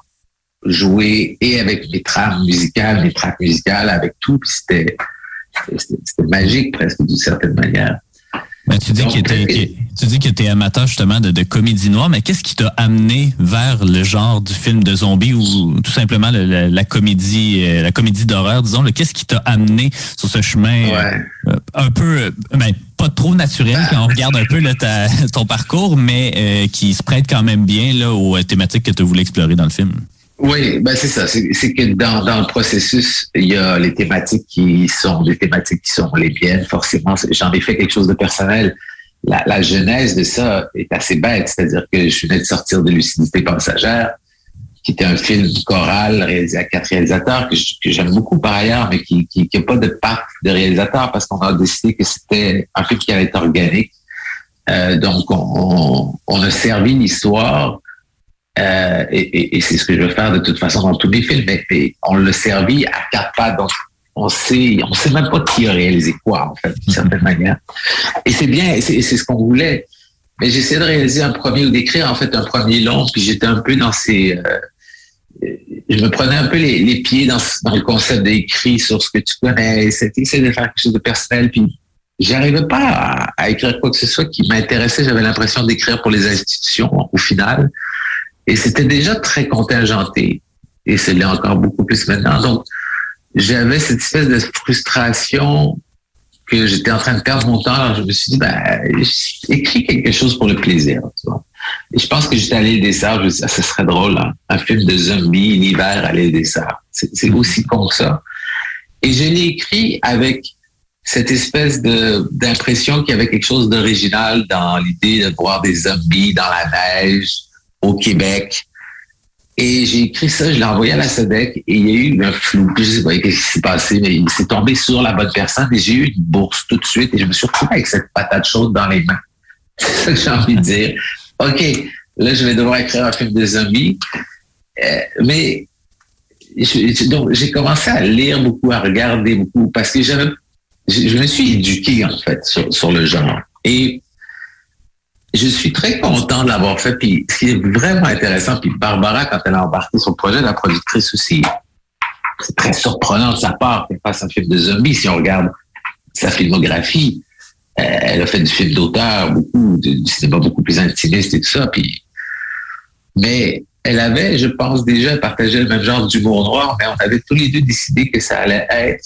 jouer et avec mes trames musicales, mes tracks musicales, avec tout. Puis c'était, c'était, c'était magique presque d'une certaine manière. Ben, tu dis Donc, que t'es, et, tu dis que t'es amateur justement de, de comédie noire, mais qu'est-ce qui t'a amené vers le genre du film de zombie ou tout simplement le, la, la comédie, euh, la comédie d'horreur, disons. Le, qu'est-ce qui t'a amené sur ce chemin ouais. euh, un peu, euh, ben, pas trop naturel ah. quand on regarde un peu là, ta, ton parcours, mais euh, qui se prête quand même bien là aux thématiques que tu voulais explorer dans le film? Oui, ben c'est ça. C'est, c'est que dans, dans le processus, il y a les thématiques qui sont des thématiques qui sont les miennes. Forcément, j'en ai fait quelque chose de personnel. La, la genèse de ça est assez bête, c'est-à-dire que je venais de sortir de Lucidité passagère, qui était un film choral réalisé à quatre réalisateurs que, je, que j'aime beaucoup par ailleurs, mais qui qui n'a pas de patte de réalisateur parce qu'on a décidé que c'était un film qui allait être organique. Euh, donc, on, on, on a servi l'histoire. Euh, et, et, et c'est ce que je veux faire de toute façon dans tous les films, mais, mais on l'a servi à quatre pattes, donc on sait, on sait même pas qui a réalisé quoi, en fait, d'une certaine manière. Et c'est bien, et c'est, et c'est ce qu'on voulait. Mais j'essayais de réaliser un premier, ou d'écrire, en fait, un premier long, puis j'étais un peu dans ces... Euh, je me prenais un peu les, les pieds dans, dans le concept d'écrit sur ce que tu connais, c'était essayer de faire quelque chose de personnel, puis j'arrivais pas à, à écrire quoi que ce soit qui m'intéressait, j'avais l'impression d'écrire pour les institutions, au final. Et c'était déjà très contingenté. Et c'est l'est encore beaucoup plus maintenant. Donc, j'avais cette espèce de frustration que j'étais en train de perdre mon temps. Alors, je me suis dit, ben, écris quelque chose pour le plaisir. Tu vois. Et je pense que j'étais à l'île des Sœurs. Je me suis dit, ah, ce serait drôle, hein? Un film de zombies, l'hiver à l'île des Sœurs. C'est, c'est aussi con que ça. Et je l'ai écrit avec cette espèce de, d'impression qu'il y avait quelque chose d'original dans l'idée de voir des zombies dans la neige, au Québec. Et j'ai écrit ça, je l'ai envoyé à la SEDEC et il y a eu un flou. Je sais pas ce qui s'est passé, mais il s'est tombé sur la bonne personne et j'ai eu une bourse tout de suite et je me suis retrouvé avec cette patate chaude dans les mains. C'est ça que j'ai envie de dire. OK, là, je vais devoir écrire un film de zombies. Euh, mais je, donc, j'ai commencé à lire beaucoup, à regarder beaucoup parce que j'avais, je, je me suis éduqué, en fait, sur, sur le genre. Et je suis très content de l'avoir fait. Puis, ce qui est vraiment intéressant, puis Barbara, quand elle a embarqué sur le projet, la productrice aussi, c'est très surprenant de sa part qu'elle fasse un film de zombies. Si on regarde sa filmographie, euh, elle a fait du film d'auteur, beaucoup, du cinéma beaucoup plus intimiste et tout ça. Puis, mais elle avait, je pense, déjà partagé le même genre d'humour noir, mais on avait tous les deux décidé que ça allait être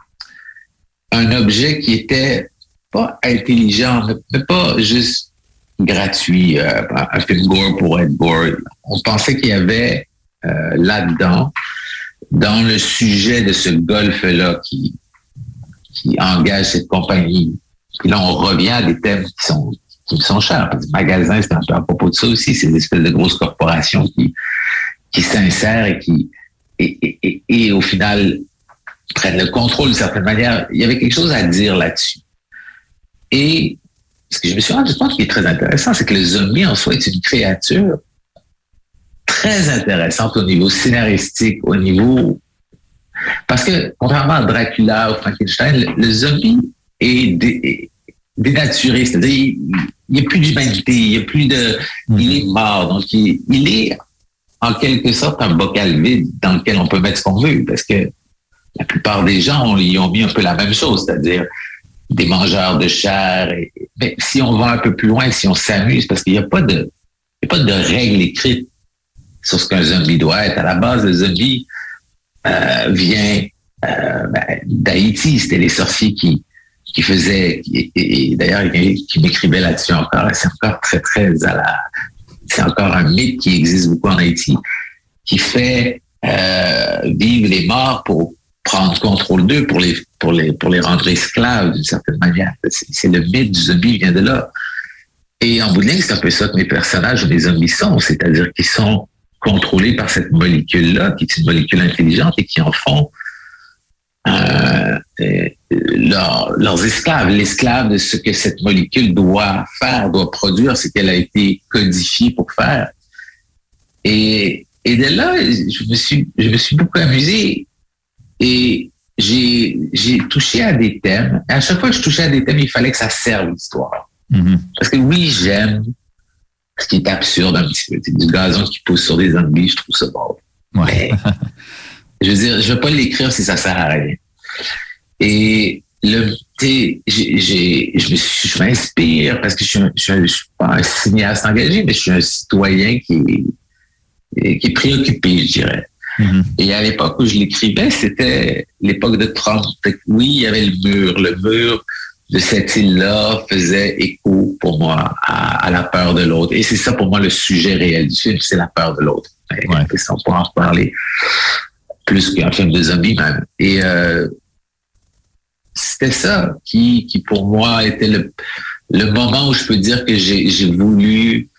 un objet qui était pas intelligent, mais pas juste gratuit, euh, un film gore pour être gore. On pensait qu'il y avait euh, là-dedans, dans le sujet de ce golf-là qui, qui engage cette compagnie. Puis là, on revient à des thèmes qui sont qui me sont chers. Le magasin, c'est un peu à propos de ça aussi. C'est des espèces de grosses corporations qui, qui s'insèrent et qui, et, et, et, et au final, prennent le contrôle d'une certaine manière. Il y avait quelque chose à dire là-dessus. Et ce que je me suis rendu compte qui est très intéressant, c'est que le zombie en soi est une créature très intéressante au niveau scénaristique, au niveau Parce que, contrairement à Dracula ou Frankenstein, le, le zombie est, dé, est dénaturé. C'est-à-dire, il n'y a plus d'humanité, il n'y a plus de... Mm-hmm. Il est mort. Donc, il, il est en quelque sorte un bocal vide dans lequel on peut mettre ce qu'on veut. Parce que la plupart des gens, on, y ont mis un peu la même chose, c'est-à-dire des mangeurs de chair. Et, mais si on va un peu plus loin, si on s'amuse, parce qu'il n'y a pas de, il n'y a pas de règles écrites sur ce qu'un zombie doit être. À la base, le zombie euh, vient euh, ben, d'Haïti. C'était les sorciers qui, qui faisaient, et, et, et d'ailleurs, qui m'écrivaient là-dessus encore. C'est encore très, très à la... C'est encore un mythe qui existe beaucoup en Haïti, qui fait euh, vivre les morts pour prendre contrôle d'eux, pour les, pour les, pour les rendre esclaves d'une certaine manière. C'est, c'est le mythe du zombie qui vient de là. Et en bout de ligne, c'est un peu ça que mes personnages, mes zombies sont, c'est-à-dire qu'ils sont contrôlés par cette molécule-là, qui est une molécule intelligente et qui en font euh, euh, leur, leurs esclaves. L'esclave de ce que cette molécule doit faire, doit produire, ce qu'elle a été codifiée pour faire. Et, et de là, je me suis, je me suis beaucoup amusé. Et j'ai, j'ai touché à des thèmes. Et à chaque fois que je touchais à des thèmes, il fallait que ça serve l'histoire. Mm-hmm. Parce que oui, j'aime ce qui est absurde un petit peu. C'est du gazon qui pousse sur des zombies, je trouve ça drôle. Ouais. Mais, je veux dire, je ne vais pas l'écrire si ça sert à rien. Et le, j'ai, j'ai, je, me suis, je m'inspire parce que je ne suis, je suis pas un cinéaste engagé, mais je suis un citoyen qui est, qui est préoccupé, je dirais. Mm-hmm. Et à l'époque où je l'écrivais, c'était l'époque de Trump. Oui, il y avait le mur. Le mur de cette île-là faisait écho pour moi à, à la peur de l'autre. Et c'est ça pour moi le sujet réel du film, c'est la peur de l'autre. Ouais. On pourra en parler plus qu'un film de zombies même. Et euh, c'était ça qui, qui pour moi était le, le moment où je peux dire que j'ai, j'ai voulu,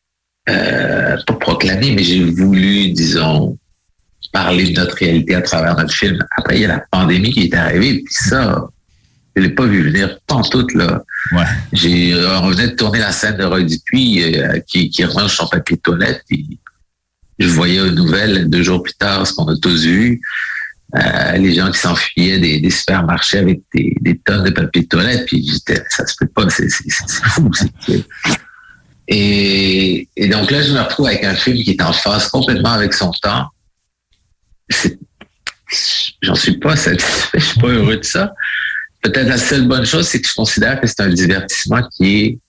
euh, pas proclamer, mais j'ai voulu, disons, parler de notre réalité à travers notre film. Après, il y a la pandémie qui est arrivée, puis ça, je l'ai pas vu venir pantoute, là. Ouais. J'ai, on venait de tourner la scène de Roy Dupuis euh, qui, qui range son papier de toilette, puis je voyais aux nouvelles deux jours plus tard ce qu'on a tous vu, euh, les gens qui s'enfuyaient des, des supermarchés avec des, des tonnes de papier de toilette, puis j'étais, ça se peut pas, c'est, c'est, c'est fou. C'est, et, et donc là, je me retrouve avec un film qui est en phase complètement avec son temps. C'est, j'en suis pas satisfait, je suis pas heureux de ça. Peut-être la seule bonne chose, c'est que je considère que c'est un divertissement qui est...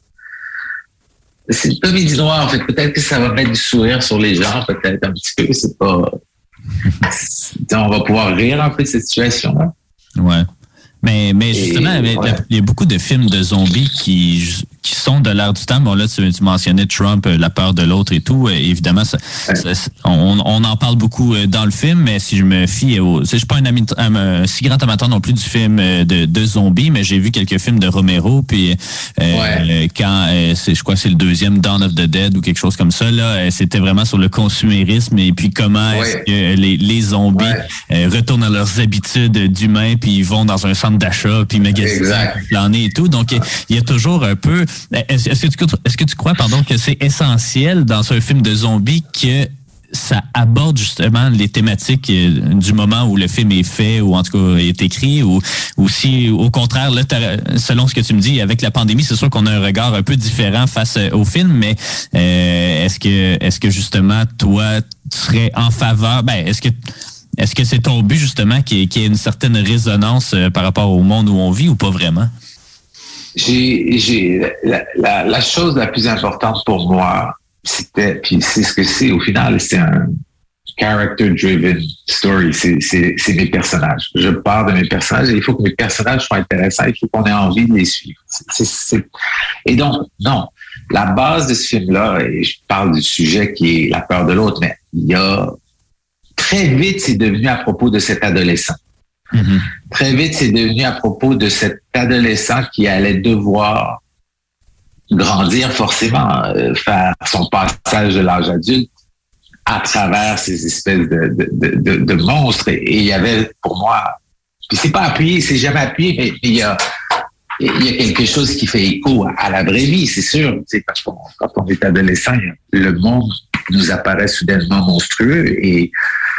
C'est une comédie noire, en fait. Peut-être que ça va mettre du sourire sur les gens, peut-être un petit peu. C'est pas... C'est... On va pouvoir rire un peu de cette situation-là. Ouais. Mais, mais justement, Et, ouais. il y a beaucoup de films de zombies qui, qui sont de l'ère du temps. Bon, là, tu, tu mentionnais Trump, la peur de l'autre et tout. Évidemment, ça, ouais. ça, on, on en parle beaucoup dans le film, mais si je me fie au... Je suis pas un, ami, un, un si grand amateur non plus du film de, de zombies, mais j'ai vu quelques films de Romero, puis euh, ouais. quand, euh, c'est, je crois que c'est le deuxième, Dawn of the Dead ou quelque chose comme ça, là, c'était vraiment sur le consumérisme et puis comment ouais. est-ce que les, les zombies ouais. euh, retournent à leurs habitudes d'humains, puis ils vont dans un centre d'achat, puis magasiner, planer et tout. Donc, il y, y a toujours un peu... Est-ce, est-ce, que tu, est-ce que tu crois, pardon, que c'est essentiel dans un film de zombies que ça aborde justement les thématiques du moment où le film est fait ou en tout cas est écrit, ou, ou si, au contraire, là, selon ce que tu me dis, avec la pandémie, c'est sûr qu'on a un regard un peu différent face au film, mais euh, est-ce que, est-ce que justement, toi, tu serais en faveur... Ben, est-ce que... Est-ce que c'est ton but, justement, qu'il y ait une certaine résonance par rapport au monde où on vit ou pas vraiment? J'ai, j'ai la, la, la chose la plus importante pour moi, c'était, puis c'est ce que c'est au final, c'est un character-driven story. C'est, c'est, c'est mes personnages. Je pars de mes personnages et il faut que mes personnages soient intéressants. Il faut qu'on ait envie de les suivre. C'est, c'est, c'est... Et donc, non. La base de ce film-là, et je parle du sujet qui est la peur de l'autre, mais il y a... Très vite, c'est devenu à propos de cet adolescent. Mm-hmm. Très vite, c'est devenu à propos de cet adolescent qui allait devoir grandir forcément, euh, faire son passage de l'âge adulte à travers ces espèces de, de, de, de monstres. Et il y avait, pour moi, puis c'est pas appuyé, c'est jamais appuyé, mais il y a, il y a quelque chose qui fait écho à la vraie vie, c'est sûr. C'est parce que quand on est adolescent, le monde nous apparaît soudainement monstrueux et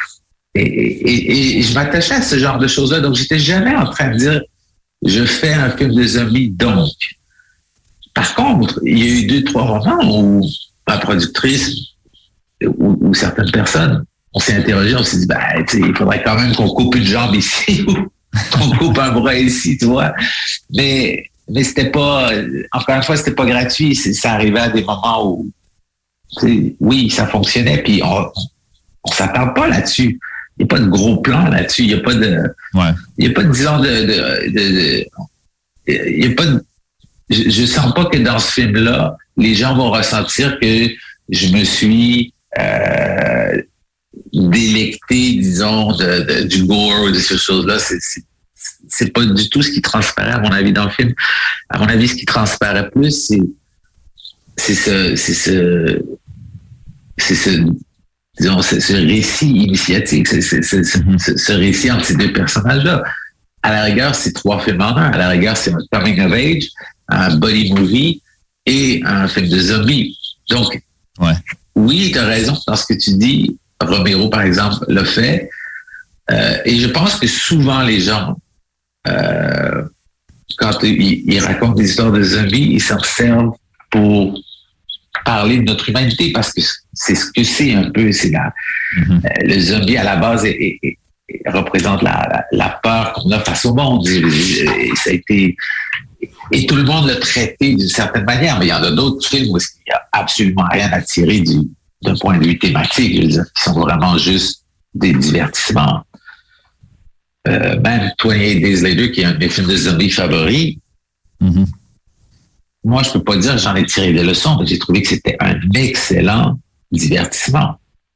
et, et, et je m'attachais à ce genre de choses-là. Donc, j'étais jamais en train de dire, je fais un film de zombies, donc. Par contre, il y a eu deux, trois moments où ma productrice ou, ou certaines personnes, on s'est interrogé, on s'est dit, ben, il faudrait quand même qu'on coupe une jambe ici ou qu'on coupe un bras ici, tu vois. Mais, mais c'était pas, encore une fois, c'était pas gratuit. C'est, ça arrivait à des moments où, oui, ça fonctionnait, puis on, on s'attarde pas là-dessus. Il n'y a pas de gros plan là-dessus. Il n'y a pas de, ouais. il y a pas de, disons, de, de, de, de il y a pas de, je, je sens pas que dans ce film-là, les gens vont ressentir que je me suis, euh, délecté, disons, de, de, du gore ou de ces choses-là. C'est, c'est, c'est pas du tout ce qui transparaît, à mon avis, dans le film. À mon avis, ce qui transparaît plus, c'est, c'est ce, c'est ce, c'est ce, disons, c'est ce récit initiatique, c'est, c'est, c'est, c'est ce, ce récit entre ces deux personnages-là. À la rigueur, c'est trois films en un. À la rigueur, c'est un coming of age, un body movie et un film de zombies. Donc, ouais. Oui, tu as raison dans ce que tu dis. Romero, par exemple, l'a fait. Euh, et je pense que souvent, les gens, euh, quand ils, ils racontent des histoires de zombies, ils s'en servent pour parler de notre humanité, parce que c'est ce que c'est un peu. C'est la, mm-hmm. euh, le zombie, à la base, est, est, est, est, représente la, la, la peur qu'on a face au monde. Et, et ça a été... Et tout le monde l'a traité d'une certaine manière, mais il y en a d'autres films où il n'y a absolument rien à tirer du, d'un point de vue thématique, je veux dire, qui sont vraiment juste des divertissements. Euh, même vingt-huit Days Later, qui est un de mes films de zombies favoris, mm-hmm. moi, je peux pas dire que j'en ai tiré des leçons, mais j'ai trouvé que c'était un excellent divertissement.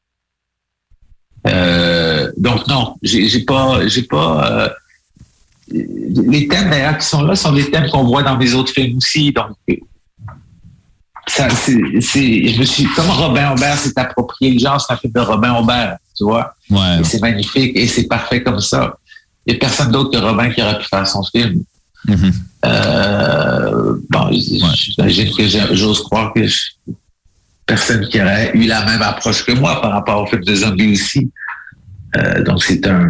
Euh, donc non, j'ai, j'ai pas, j'ai pas. Euh, les thèmes d'ailleurs qui sont là sont des thèmes qu'on voit dans mes autres films aussi. Donc, ça, c'est, c'est, je me suis, comme Robin Aubert s'est approprié le genre, c'est un film de Robin Aubert, tu vois. Ouais. Et c'est magnifique et c'est parfait comme ça. Il n'y a personne d'autre que Robin qui aurait pu faire son film. Mm-hmm. Euh, bon, ouais. J'imagine que j'ose croire que je, personne qui aurait eu la même approche que moi par rapport au film de zombies aussi. Euh, donc c'est un,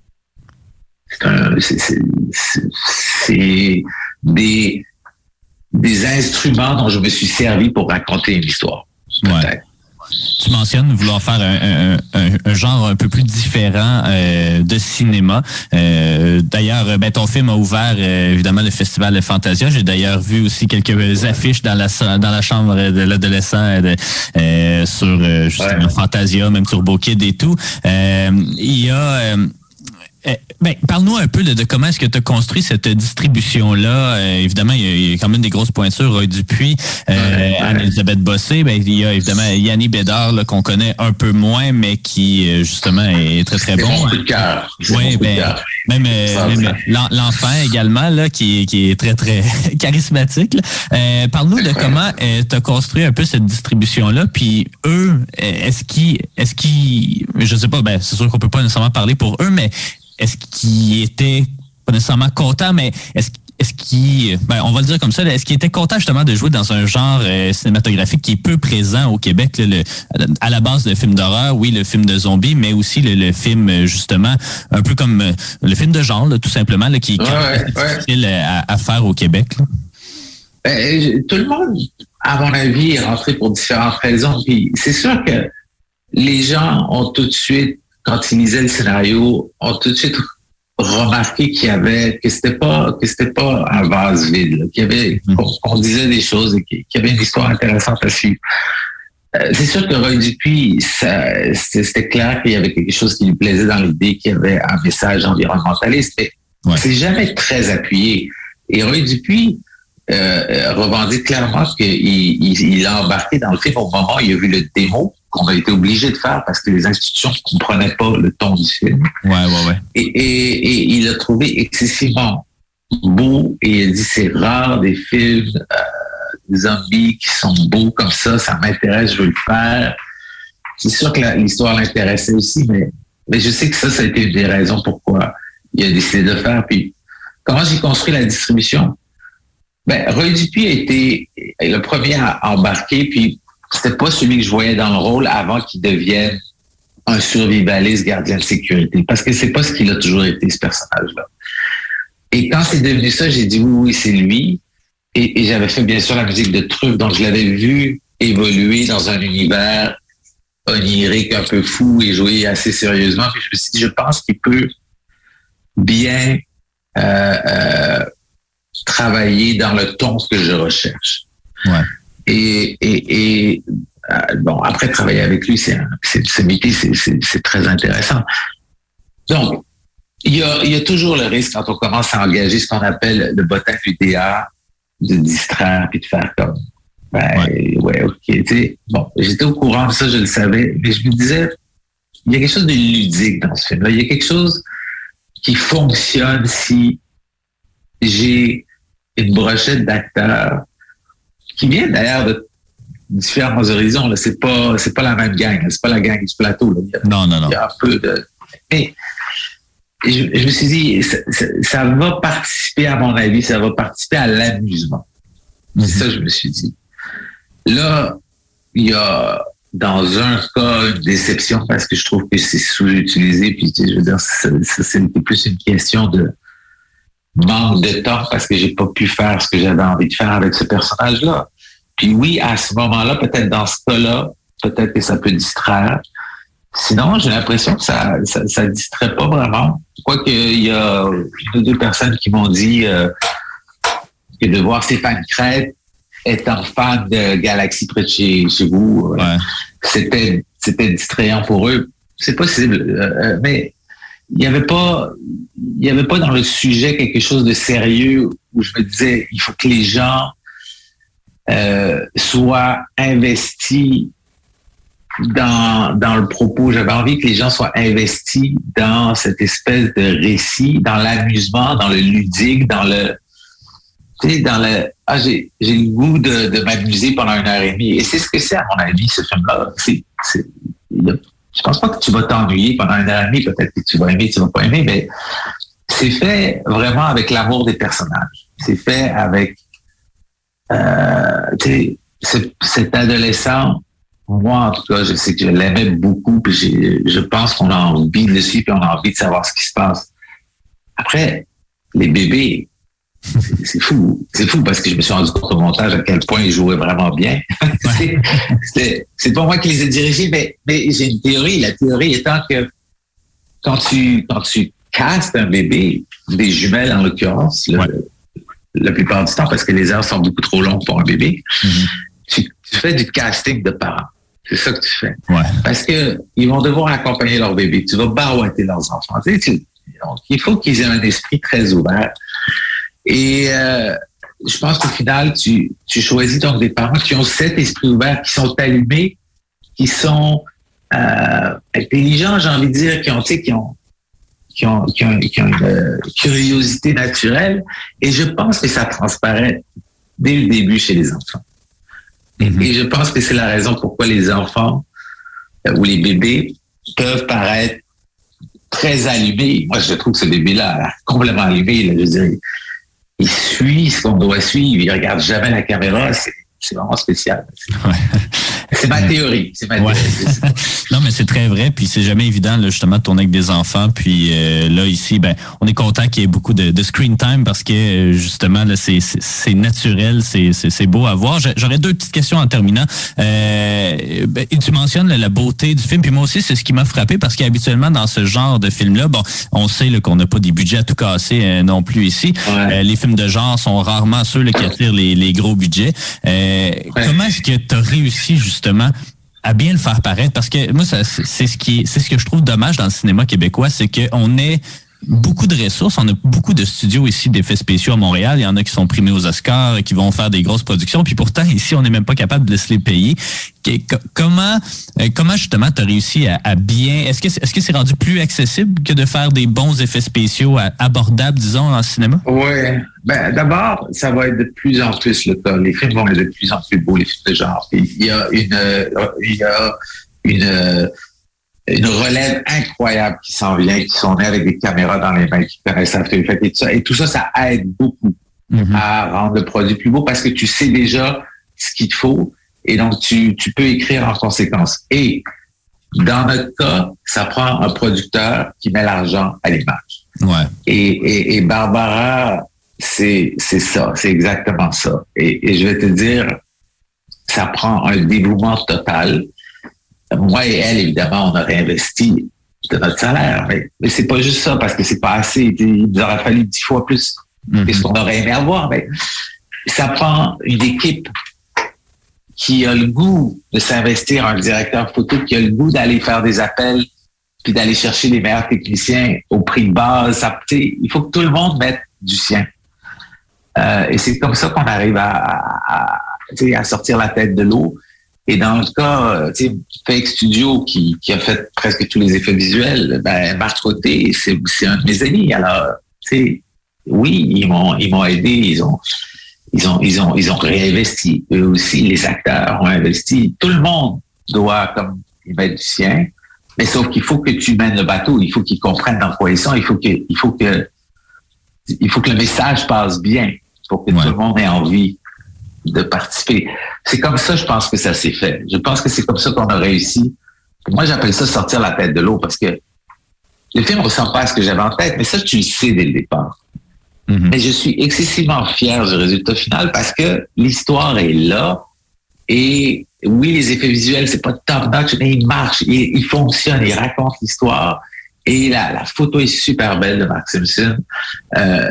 c'est un, c'est, c'est, c'est, c'est des, des instruments dont je me suis servi pour raconter une histoire. Peut-être. Ouais. Tu mentionnes vouloir faire un, un, un, un genre un peu plus différent euh, de cinéma. Euh, d'ailleurs, ben, ton film a ouvert euh, évidemment le festival de Fantasia. J'ai d'ailleurs vu aussi quelques affiches dans la dans la chambre de l'adolescent de, euh, sur euh, justement ouais. Fantasia, même Turbo Kid et tout. Euh, il y a euh, Euh, ben, parle-nous un peu de, de comment est-ce que tu as construit cette distribution-là. Euh, évidemment, il y, a, il y a quand même des grosses pointures. Roy Dupuis, euh, ouais, ouais. Anne-Elisabeth Bossé. Ben, il y a évidemment Yannick Bédard là, qu'on connaît un peu moins, mais qui, justement, est très, très c'est bon. Mon coup de cœur. Oui, ben, même, euh, même l'enfant également, là, qui, qui est très, très charismatique. Euh, parle-nous de comment euh, tu as construit un peu cette distribution-là. Puis eux, est-ce qu'ils, est-ce qu'ils, je sais pas, ben, c'est sûr qu'on peut pas nécessairement parler pour eux, mais est-ce qu'ils étaient pas nécessairement contents, mais est-ce, est-ce qu'ils, ben, on va le dire comme ça, là, est-ce qu'ils étaient contents justement de jouer dans un genre euh, cinématographique qui est peu présent au Québec, là, le, à la base le film d'horreur, oui, le film de zombies, mais aussi le, le film justement un peu comme euh, le film de genre, là, tout simplement, là, qui est ouais, difficile ouais. à, à faire au Québec. Là. Ben, tout le monde, à mon avis, est rentré pour différentes raisons. Puis c'est sûr que les gens ont tout de suite, quand ils lisaient le scénario, ont tout de suite remarqué qu'il y avait, que c'était pas, que c'était pas un vase vide, là, qu'il y avait, qu'on, qu'on disait des choses et qu'il y avait une histoire intéressante à suivre. Euh, c'est sûr que Roy Dupuis, ça, c'était, c'était clair qu'il y avait quelque chose qui lui plaisait dans l'idée qu'il y avait un message environnementaliste, mais ouais. c'est jamais très appuyé. Et Roy Dupuis euh, revendique clairement qu'il il, il a embarqué dans le film au moment où il a vu le démo qu'on a été obligé de faire parce que les institutions ne comprenaient pas le ton du film. Ouais, ouais, ouais. Et, et, et il l'a trouvé excessivement beau et il a dit c'est rare des films euh, des zombies qui sont beaux comme ça, ça m'intéresse, je veux le faire. C'est sûr que la, l'histoire l'intéressait aussi, mais, mais je sais que ça, ça a été une des raisons pourquoi il a décidé de faire. Puis, comment j'ai construit la distribution? Ben, Roy Dupuis a été le premier à embarquer, puis c'était pas celui que je voyais dans le rôle avant qu'il devienne un survivaliste gardien de sécurité, parce que c'est pas ce qu'il a toujours été, ce personnage-là. Et quand c'est devenu ça, j'ai dit oui, oui, c'est lui. Et, et j'avais fait bien sûr la musique de Truffe, donc je l'avais vu évoluer dans un univers onirique un peu fou et jouer assez sérieusement. Puis je me suis dit, je pense qu'il peut bien euh, euh, travailler dans le ton que je recherche. Ouais. Et, et, et euh, bon, après travailler avec lui, c'est un, c'est, ce métier, c'est, c'est, c'est très intéressant. Donc, il y a, il y a toujours le risque quand on commence à engager ce qu'on appelle le bottin du D A, de distraire puis de faire comme ben ouais, ouais ok, tu sais, bon, j'étais au courant de ça, je le savais, mais je me disais, il y a quelque chose de ludique dans ce film-là, il y a quelque chose qui fonctionne si j'ai une brochette d'acteurs qui viennent d'ailleurs de différents horizons, là, c'est pas, c'est pas la même gang, c'est pas la gang du plateau, là. Il y a, non, non, non. Il y a un peu de, mais je, je me suis dit, ça, ça, ça va participer, à mon avis, ça va participer à l'amusement. Mm-hmm. C'est ça que je me suis dit. Là, il y a, dans un cas, une déception parce que je trouve que c'est sous-utilisé. Puis, je veux dire, ça, ça, c'était plus une question de manque de temps parce que j'ai pas pu faire ce que j'avais envie de faire avec ce personnage-là. Puis oui, à ce moment-là, peut-être dans ce cas-là, peut-être que ça peut distraire. Sinon, j'ai l'impression que ça ça, ça distrait pas vraiment. Quoique, il y a une ou deux personnes qui m'ont dit euh, que de voir Stéphane Crête étant fan de Galaxy près de chez, chez vous, ouais. c'était, c'était distrayant pour eux. C'est possible, euh, mais il n'y avait pas, il y avait pas dans le sujet quelque chose de sérieux où je me disais, il faut que les gens euh, soient investis dans, dans le propos. J'avais envie que les gens soient investis dans cette espèce de récit, dans l'amusement, dans le ludique, dans le, tu sais, dans le, ah, j'ai, j'ai le goût de, de m'amuser pendant une heure et demie. Et c'est ce que c'est, à mon avis, ce film-là. C'est, c'est, je pense pas que tu vas t'ennuyer pendant une heure et demie. Peut-être que tu vas aimer, tu vas pas aimer, mais c'est fait vraiment avec l'amour des personnages. C'est fait avec, euh, tu sais, cet adolescent. Moi, en tout cas, je sais que je l'aimais beaucoup, puis j'ai, je pense qu'on a envie de le suivre, puis on a envie de savoir ce qui se passe. Après, les bébés, c'est, c'est fou. C'est fou parce que je me suis rendu compte au montage à quel point ils jouaient vraiment bien. c'est, c'est, c'est pas moi qui les ai dirigés, mais, mais j'ai une théorie. La théorie étant que quand tu, quand tu castes un bébé, des jumelles en l'occurrence, le, ouais. la plupart du temps, parce que les heures sont beaucoup trop longues pour un bébé, mm-hmm. tu, tu fais du casting de parents. C'est ça que tu fais. Ouais. Parce que ils vont devoir accompagner leur bébé. Tu vas barouetter leurs enfants. Tu sais, tu, donc, il faut qu'ils aient un esprit très ouvert. Et euh, je pense qu'au final, tu, tu choisis donc des parents qui ont cet esprit ouvert, qui sont allumés, qui sont euh, intelligents, j'ai envie de dire, qui ont, tu sais, qui ont, qui ont, qui ont, qui ont une euh, curiosité naturelle. Et je pense que ça transparaît dès le début chez les enfants. Mm-hmm. Et je pense que c'est la raison pourquoi les enfants euh, ou les bébés peuvent paraître très allumés. Moi, je trouve que ce bébé-là complètement allumé. Là, je dirais, il suit ce qu'on doit suivre. Il regarde jamais la caméra. C'est, c'est vraiment spécial. Ouais. C'est ma théorie. C'est ma théorie. Ouais. Non, mais c'est très vrai. Puis c'est jamais évident, là, justement, de tourner avec des enfants. Puis euh, là, ici, ben, on est content qu'il y ait beaucoup de, de screen time parce que, justement, là, c'est, c'est, c'est naturel, c'est, c'est, c'est beau à voir. J'aurais deux petites questions en terminant. Euh, ben, tu mentionnes là, la beauté du film. Puis moi aussi, c'est ce qui m'a frappé parce qu'habituellement, dans ce genre de film-là, bon, on sait là, qu'on n'a pas des budgets à tout casser euh, non plus ici. Ouais. Euh, les films de genre sont rarement ceux là, qui attirent les, les gros budgets. Euh, Ouais. Comment est-ce que tu as réussi justement à bien le faire paraître? Parce que moi, ça, c'est ce qui, c'est ce que je trouve dommage dans le cinéma québécois, c'est qu'on est beaucoup de ressources, on a beaucoup de studios ici d'effets spéciaux à Montréal, il y en a qui sont primés aux Oscars, qui vont faire des grosses productions, puis pourtant ici on n'est même pas capable de se les payer. Comment, comment justement tu as réussi à, à bien, est-ce que est-ce que c'est rendu plus accessible que de faire des bons effets spéciaux abordables, disons, en cinéma? Oui. Ben, d'abord, ça va être de plus en plus le cas. Les films vont être de plus en plus beaux, les films de genre. Il y a une, il y a une, une relève incroyable qui s'en vient, qui sont nés avec des caméras dans les mains, qui connaissent After Effects et tout ça. Et tout ça, ça aide beaucoup mm-hmm. à rendre le produit plus beau parce que tu sais déjà ce qu'il te faut et donc tu, tu peux écrire en conséquence. Et Dans notre cas, ça prend un producteur qui met l'argent à l'image. Ouais. Et, et, et Barbara, c'est, c'est ça, c'est exactement ça. Et, et je vais te dire, ça prend un dévouement total. Moi et elle, évidemment, on aurait investi de notre salaire, mais, mais c'est pas juste ça, parce que c'est pas assez. Il nous aurait fallu dix fois plus mm-hmm. que ce qu'on aurait aimé avoir. Mais ça prend une équipe qui a le goût de s'investir, un directeur photo qui a le goût d'aller faire des appels puis d'aller chercher les meilleurs techniciens au prix de base. Ça, il faut que tout le monde mette du sien. Euh, et c'est comme ça qu'on arrive à, à, à sortir la tête de l'eau. Et dans le cas, tu sais, Fake Studio qui, qui a fait presque tous les effets visuels, ben Marc Côté, c'est, c'est un de mes amis. Alors, tu sais, oui, ils m'ont, ils m'ont aidé, ils ont, ils ont, ils ont, ils ont réinvesti. Eux aussi, les acteurs ont investi. Tout le monde doit, comme, y mettre du sien. Mais sauf qu'il faut que tu mènes le bateau. Il faut qu'ils comprennent dans quoi ils sont. Il faut que, il faut que, il faut que le message passe bien pour que ouais. tout le monde ait envie de participer. C'est comme ça, je pense que ça s'est fait. Je pense que c'est comme ça qu'on a réussi. Moi, j'appelle ça sortir la tête de l'eau parce que le film ne ressemble pas à ce que j'avais en tête, mais ça, tu le sais dès le départ. Mm-hmm. Mais je suis excessivement fier du résultat final parce que l'histoire est là et oui, les effets visuels, c'est pas top notch, mais ils marchent, ils, ils fonctionnent, ils racontent l'histoire et la, la photo est super belle de Mark Simpson. Euh,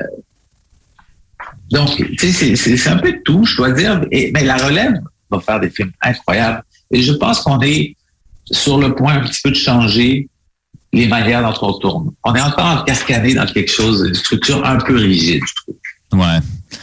Donc, tu sais, c'est, c'est, c'est un peu de tout, je dois dire. Et, mais la relève va faire des films incroyables. Et je pense qu'on est sur le point un petit peu de changer les manières dont on tourne. On est encore cascadé dans quelque chose, une structure un peu rigide, je trouve. Ouais.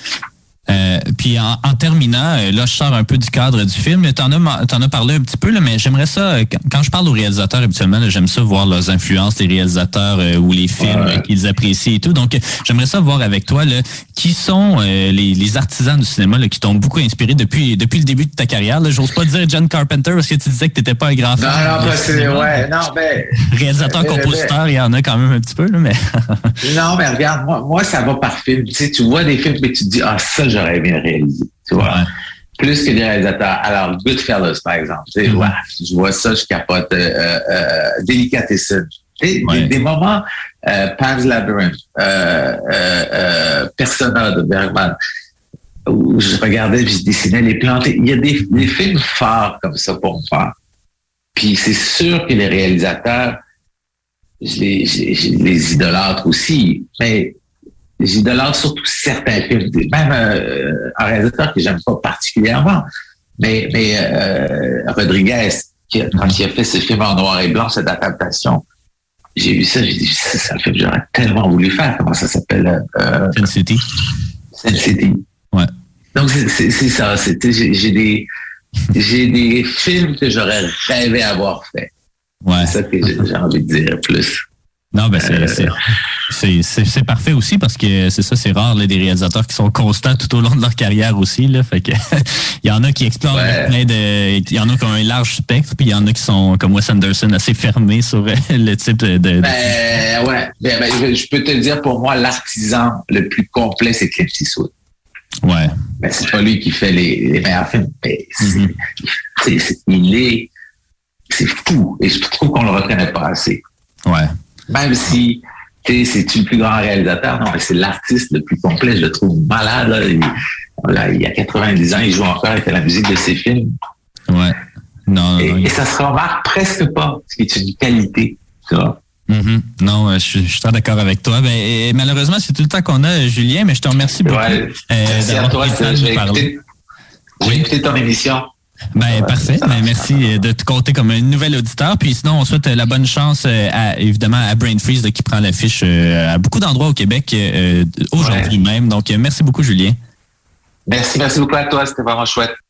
Euh, puis en, en terminant, là, je sors un peu du cadre du film. T'en as, t'en as parlé un petit peu, là, mais j'aimerais ça, quand je parle aux réalisateurs habituellement, là, j'aime ça voir leurs influences, les réalisateurs euh, ou les films ouais. qu'ils apprécient et tout. Donc, j'aimerais ça voir avec toi, là, qui sont euh, les, les artisans du cinéma là, qui t'ont beaucoup inspiré depuis, depuis le début de ta carrière. Là. J'ose pas dire John Carpenter parce que tu disais que t'étais pas un grand fan. Non, non, parce que, ouais, non, ben. Réalisateur, compositeur, il y en a quand même un petit peu, là, mais. Non, mais regarde, moi, moi, ça va par film. Tu sais, tu vois des films et tu te dis, ah, ça, j'aurais aimé réaliser. Tu vois? Ouais. Plus que des réalisateurs. Alors, Goodfellas, par exemple. Tu sais, mm-hmm. ouais, je vois ça, je capote. Euh, euh, Delicatessen. Des, ouais. des, des moments, euh, Pan's Labyrinth, euh, euh, euh, Persona de Bergman, où je regardais et je dessinais les plantes. Il y a des, des films forts comme ça pour me faire. Puis c'est sûr que les réalisateurs, je les, je, je les idolâtre aussi, mais j'idolâtre surtout certains films, même euh, un réalisateur que j'aime pas particulièrement, mais, mais euh, Rodriguez, qui, quand il a fait ce film en noir et blanc, cette adaptation, j'ai vu ça, j'ai dit, ça, c'est un film que j'aurais tellement voulu faire. Comment ça s'appelle? Euh, Sin City. Sin City. Ouais. Donc, c'est, c'est, c'est ça. C'était, j'ai, j'ai, des, j'ai des films que j'aurais rêvé avoir fait. Ouais. C'est ça que j'ai, j'ai envie de dire plus. Non, ben c'est, euh, c'est, c'est, c'est, c'est parfait aussi parce que c'est ça, c'est rare là, des réalisateurs qui sont constants tout au long de leur carrière aussi. Là, fait que il y en a qui explorent ouais. plein de. Il y en a qui ont un large spectre, puis il y en a qui sont comme Wes Anderson assez fermés sur le type de. de ben ouais. Ben, ben, je, je peux te le dire, pour moi, l'artisan le plus complet, c'est Clint Eastwood. Ouais. Ben, c'est pas lui qui fait les, les meilleurs films, mais c'est, mm-hmm. c'est, c'est, il est. C'est fou. Et je trouve qu'on le reconnaît pas assez. Ouais. Même si, tu sais, c'est-tu le plus grand réalisateur? Non, mais c'est l'artiste le plus complet. Je le trouve malade. Là. Il, là, il y a quatre-vingt-dix ans, il joue encore avec la musique de ses films. Ouais. Non, et, non, et ça se remarque presque pas, ce qui est une qualité, tu vois. Mm-hmm. Non, je, je suis très d'accord avec toi. Ben, et, malheureusement, c'est tout le temps qu'on a, Julien, mais je te remercie beaucoup. Ouais, euh, merci à toi. Je vais écouter, oui. écouter ton émission. Ben ouais, parfait. Ben, merci de te compter comme un nouvel auditeur. Puis sinon, on souhaite la bonne chance à, évidemment à Brain Freeze là, qui prend l'affiche euh, à beaucoup d'endroits au Québec euh, aujourd'hui ouais. même. Donc, merci beaucoup, Julien. Merci, merci beaucoup à toi. C'était vraiment chouette.